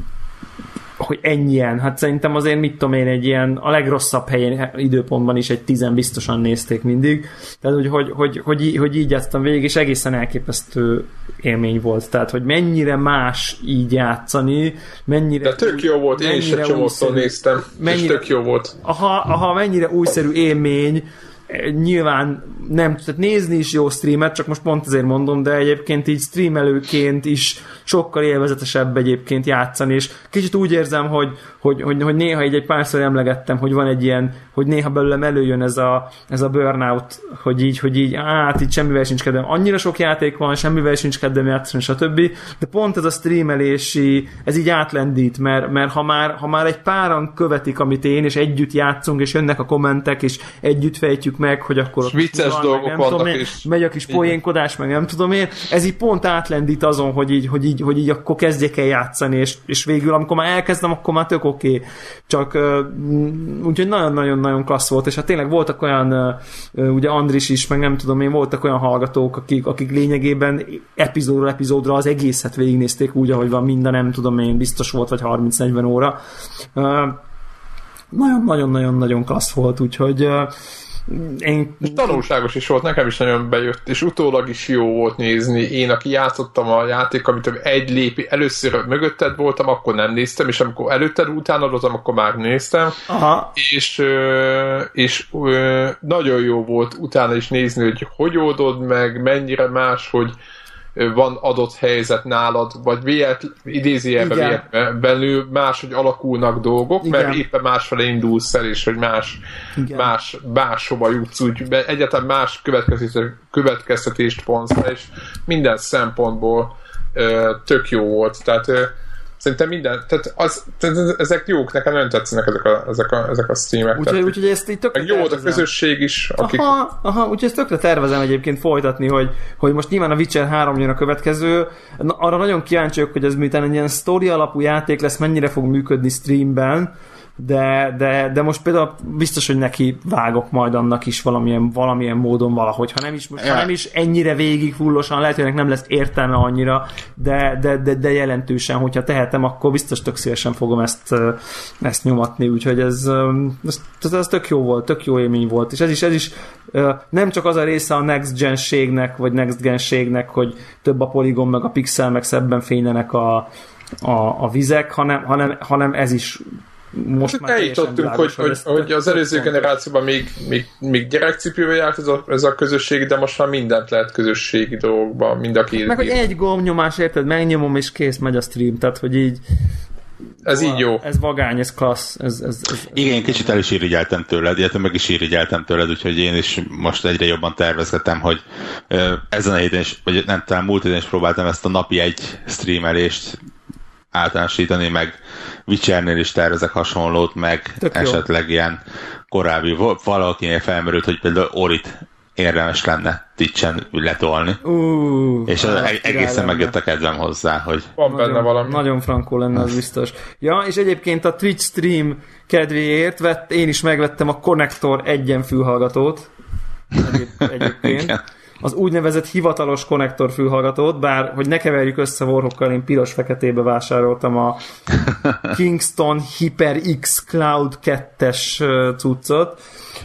S1: hogy ennyien, hát szerintem azért mit tudom én, egy ilyen a legrosszabb helyen időpontban is egy tizen biztosan nézték mindig, tehát hogy, hogy, hogy, hogy, hogy így játszottam végig, és egészen elképesztő élmény volt, tehát hogy mennyire más így játszani, mennyire...
S2: De tök jó volt, én is egy csomószor néztem, mennyire, és tök jó volt.
S1: Aha, aha, mennyire újszerű élmény, nyilván nem, tehát nézni is jó streamet, csak most pont azért mondom, de egyébként így streamelőként is sokkal élvezetesebb egyébként játszani, és kicsit úgy érzem, hogy, hogy, hogy, hogy néha így egy párszor emlegettem, hogy van egy ilyen, hogy néha belőlem előjön ez a, ez a burnout, hogy így, hogy így, hát így semmivel sincs kedvem. Annyira sok játék van, semmivel sincs kedvem játszani, stb. De pont ez a streamelési, ez így átlendít, mert, mert ha, már, ha már egy páran követik, amit én, és együtt játszunk, és jönnek a kommentek, és együtt fejtjük meg, hogy akkor ott
S2: vicces van, dolgok
S1: nem
S2: vannak
S1: tudom én,
S2: is.
S1: Megy a kis poénkodás, meg nem tudom én. Ez így pont átlendít azon, hogy így, hogy így, hogy így akkor kezdjek el játszani, és, és végül, amikor már elkezdem, akkor már tök oké. Okay. Csak uh, úgyhogy nagyon-nagyon-nagyon klassz volt, és hát tényleg voltak olyan, uh, ugye Andris is, meg nem tudom én, voltak olyan hallgatók, akik, akik lényegében epizódról epizódra az egészet végignézték úgy, ahogy van minden, nem tudom én, biztos volt, vagy harminc-negyven óra. Uh, nagyon-nagyon-nagyon klassz volt, úgyhogy uh, én...
S2: És tanulságos is volt, nekem is nagyon bejött, és utólag is jó volt nézni. Én, aki játszottam a játék, amit egy lépi, először mögötted voltam, akkor nem néztem, és amikor előtted utána voltam, akkor már néztem.
S1: Aha.
S2: És, és nagyon jó volt utána is nézni, hogy hogy oldod meg, mennyire más, hogy van adott helyzet nálad, vagy véletlen, idézőjelben belül máshogy alakulnak dolgok, igen. Mert éppen másfele indulsz el, és hogy más, más, máshova jutsz, úgy egyáltalán más következtetést vonsz, és minden szempontból ö, tök jó volt. Tehát ö, szerintem minden, tehát, az, tehát ezek jók, nekem nagyon tetszenek ezek a, ezek a, ezek a streamek.
S1: Úgyhogy úgy, ezt így tökre
S2: jó volt a közösség is. Akik...
S1: Aha, aha, úgyhogy ezt tökre tervezem egyébként folytatni, hogy, hogy most nyilván a Witcher három jön a következő, na, arra nagyon kíváncsi vagyok, hogy ez miután egy ilyen sztori alapú játék lesz, mennyire fog működni streamben, de, de, de most például biztos, hogy neki vágok majd annak is valamilyen, valamilyen módon valahogy, ha nem is, ha nem is ennyire végig fullosan, lehet, hogy ennek nem lesz értelme annyira, de, de, de, de jelentősen, hogyha tehetem, akkor biztos tök szívesen fogom ezt, ezt nyomatni, úgyhogy ez, ez, ez tök jó volt, tök jó élmény volt, és ez is, ez is nem csak az a része a next gen-ségnek, vagy next gen-ségnek, hogy több a poligon, meg a pixel, meg szebben fénylenek a, a, a vizek, hanem, hanem, hanem ez is most már
S2: eljutottunk, hogy, hogy, hogy az előző generációban még, még, még gyerekcipővel járt ez a, ez a közösség, de most már mindent lehet közösségi dolgokban, mind a két.
S1: Meg hogy egy gombnyomás, érted, megnyomom és kész, megy a stream, tehát hogy így
S2: ez így jó.
S1: Ez vagány, ez klassz. Ez, ez, ez,
S3: igen, én kicsit el is irigyeltem tőled, illetve meg is irigyeltem tőled, úgyhogy én is most egyre jobban tervezgetem, hogy ezen a héten is, vagy nem, talán múlt héten is próbáltam ezt a napi egy streamelést általánosítani, meg Witchernél is tervezek hasonlót, meg tök esetleg jó. Ilyen korábbi, valakinél felmerült, hogy például Orit érdemes lenne Twitchen letolni.
S1: Uh,
S3: és az egészen megjött a kedvem hozzá, hogy...
S2: Van nagyon, benne valami.
S1: Nagyon frankó lenne, az biztos. Ja, és egyébként a Twitch stream kedvéért vett, én is megvettem a Connector egyen fülhallgatót. Egyéb, egyébként. az úgynevezett hivatalos konnektor fülhallgatót, bár hogy ne keverjük össze Warhawkkal, én piros-feketébe vásároltam a Kingston HyperX Cloud kettes cuccot.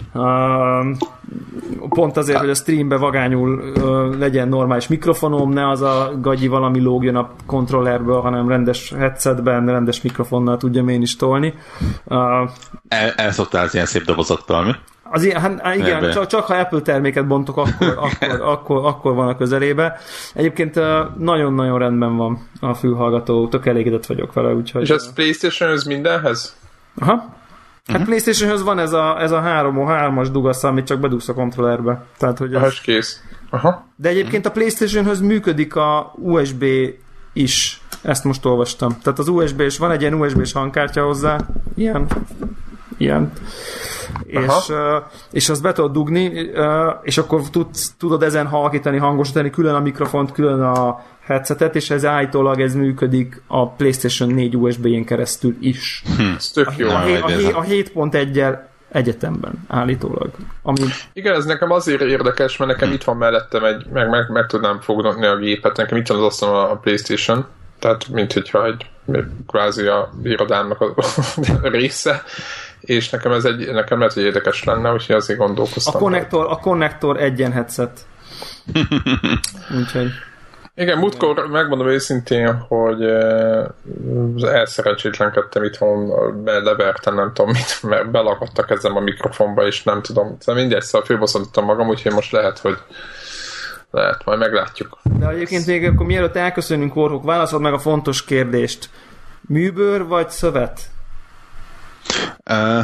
S1: Pont azért, hogy a streambe vagányul legyen normális mikrofonom, ne az a gagyi valami lógjon a kontrollerből, hanem rendes headsetben, rendes mikrofonnal tudjam én is tolni.
S3: El, elszoktál az ilyen szép dobozoktól, mi?
S1: Az ilyen, hát igen, csak, csak ha Apple terméket bontok, akkor, akkor, akkor, akkor van a közelébe. Egyébként nagyon-nagyon rendben van a fülhallgató, tök elégedett vagyok vele. Úgyhogy,
S2: és ez PlayStation-höz mindenhez?
S1: Aha. Hát uh-huh. PlayStation-höz van ez a, ez a három-as dugasz, amit csak bedugsz a kontrollerbe. Tehát, hogy ez...
S2: kész. Aha.
S1: De egyébként a PlayStation-höz működik a u es bé is. Ezt most olvastam. Tehát az u es bé-s, van egy ilyen u es bé-s hangkártya hozzá. Ilyen. Ilyen. És, uh, és azt be tudod dugni, uh, és akkor tudsz, tudod ezen halkítani, hangosítani külön a mikrofont, külön a headsetet, és ez állítólag ez működik a PlayStation négy u es bé-n keresztül is.
S2: Hm. Ez tök jó.
S1: A, a, a, a hét pont egyel egyetemben állítólag. Ami...
S2: Igen, ez nekem azért érdekes, mert nekem hm. itt van mellettem egy, meg, meg, meg tudnám fogni a gépet, nekem itt van az asztalon a PlayStation, tehát mint hogyha egy kvázi a irodámnak a része, és nekem ez egy, nekem lehet, hogy érdekes lenne, úgyhogy azért gondolkoztam.
S1: A konnektor, a konnektor egyen headset. Úgyhogy...
S2: Igen, múltkor megmondom őszintén, hogy elszerencsétlenkedtem itthon, levertem, nem tudom mit, mert belakadt a kezem a mikrofonba, és nem tudom. Szóval mindegy, szóval fölbosszantottam magam, úgyhogy most lehet, hogy lehet, majd meglátjuk.
S1: De egyébként még akkor mielőtt elköszönünk, Warhawk, válaszolod meg a fontos kérdést. Műbőr vagy szövet?
S3: Uh,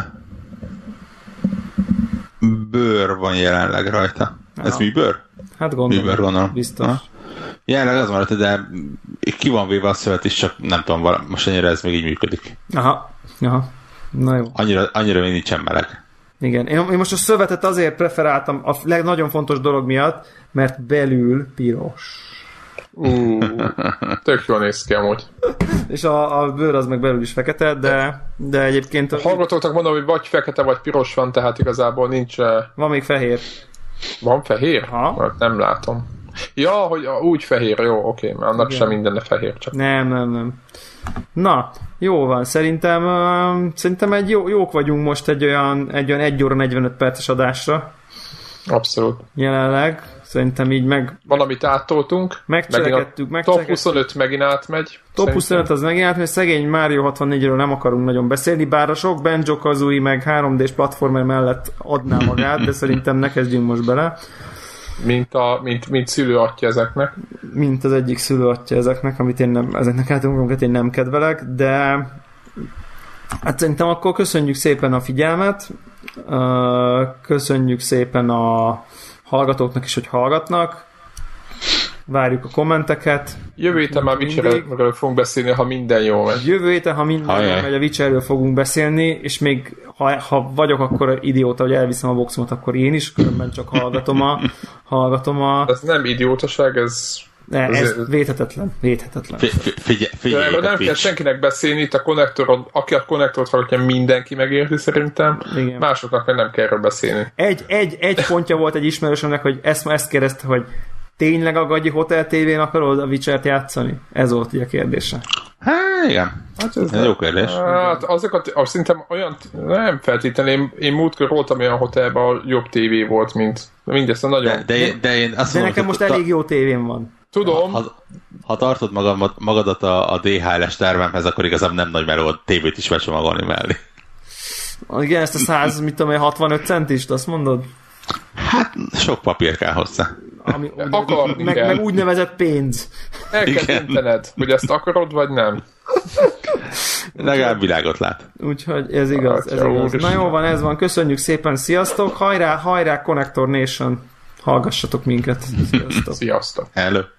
S3: bőr van jelenleg rajta. Ez
S1: ja.
S3: műbőr?
S1: Hát gondolom.
S3: Műbőr, gondolom.
S1: Biztos. Ha?
S3: Jelenleg az van rajta, de ki van véve a szövet is, csak nem tudom, vala, most annyira ez még így működik.
S1: Aha. Aha. Na jó.
S3: Annyira, annyira még nincsen meleg.
S1: Igen. Én, én most a szövetet azért preferáltam a leg, nagyon fontos dolog miatt, mert belül piros.
S2: Uh, tök jól néz ki amúgy.
S1: És a, a bőr az meg belül is fekete, de, de egyébként...
S2: A hallgatóknak mondom, hogy vagy fekete, vagy piros van, tehát igazából nincs...
S1: Van még fehér.
S2: Van fehér?
S1: Ha?
S2: Nem látom. Ja, hogy úgy fehér, jó, oké, mert annak igen. Sem mindenne fehér, csak...
S1: Nem, nem, nem. Na, jó van, szerintem uh, szerintem egy jó, jók vagyunk most egy olyan egy olyan egy óra negyvenöt perces adásra.
S2: Abszolút.
S1: Jelenleg. Szerintem így meg...
S2: Valamit áttoltunk.
S1: Megcselekedtük, megcselekedtük.
S2: Top huszonöt megint átmegy.
S1: Top huszonöt az megint átmegy. Szegény Mario hatvannégyről nem akarunk nagyon beszélni, bár a sok Banjo-Kazooie meg három dés platformer mellett adná magát, de szerintem ne kezdjünk most bele.
S2: Mint, a, mint, mint szülőatja ezeknek.
S1: Mint az egyik szülőatja ezeknek, amit én nem, ezeknek átunk, én nem kedvelek, de hát szerintem akkor köszönjük szépen a figyelmet, köszönjük szépen a hallgatóknak is, hogy hallgatnak. Várjuk a kommenteket.
S2: Jövő héten már Witcherről fogunk beszélni, ha minden jól megy.
S1: Jövő héten, ha minden jól megy, a Witcherről fogunk beszélni, és még ha, ha vagyok akkor idióta, hogy elviszem a boxomat, akkor én is, különben csak hallgatom a... hallgatom a...
S2: Ez nem idiótaság, ez...
S1: Ne, ez, ez védhetetlen. Védhetetlen.
S3: Figyelj, figyelj.
S2: Erről nem kell senkinek beszélni, itt a konnektoron, aki a konnektort hallgatja, mindenki megérti szerintem. Igen. Másoknak meg nem kell erről beszélni.
S1: Egy, egy, egy pontja volt egy ismerősömnek, hogy ezt, ezt kérdezte, hogy tényleg a Gagyi Hotel té vén akarod a Witchert játszani? Ez volt így a kérdése.
S3: Hát igen. Hát ez ez jó kérdés.
S2: Hát azokat, azt szerintem olyan, nem feltétlenül, én, én múltkor voltam olyan hotelben, ahol jobb tévé volt, mint mindezt a nagyon...
S3: De, de, de, én azt
S1: de nekem most elég jó tévém van.
S2: Tudom.
S3: Ha, ha tartod magad, magadat a, a dé há el es termemhez, akkor igazából nem nagy meló a tévét is becsomagolni mellé.
S1: Igen, ezt a száz, mit tudom én, hatvanöt centist, azt mondod?
S3: Hát sok papír kell hozzá.
S1: Ami, úgy, meg, meg úgynevezett pénz.
S2: El kell döntened, hogy ezt akarod, vagy nem.
S3: Legalább világot lát.
S1: Úgyhogy ez igaz, ez igaz. Na jó van, ez van. Köszönjük szépen, sziasztok! Hajrá, hajrá, Connector Nation! Hallgassatok minket. Sziasztok!
S2: Sziasztok!
S3: Hello!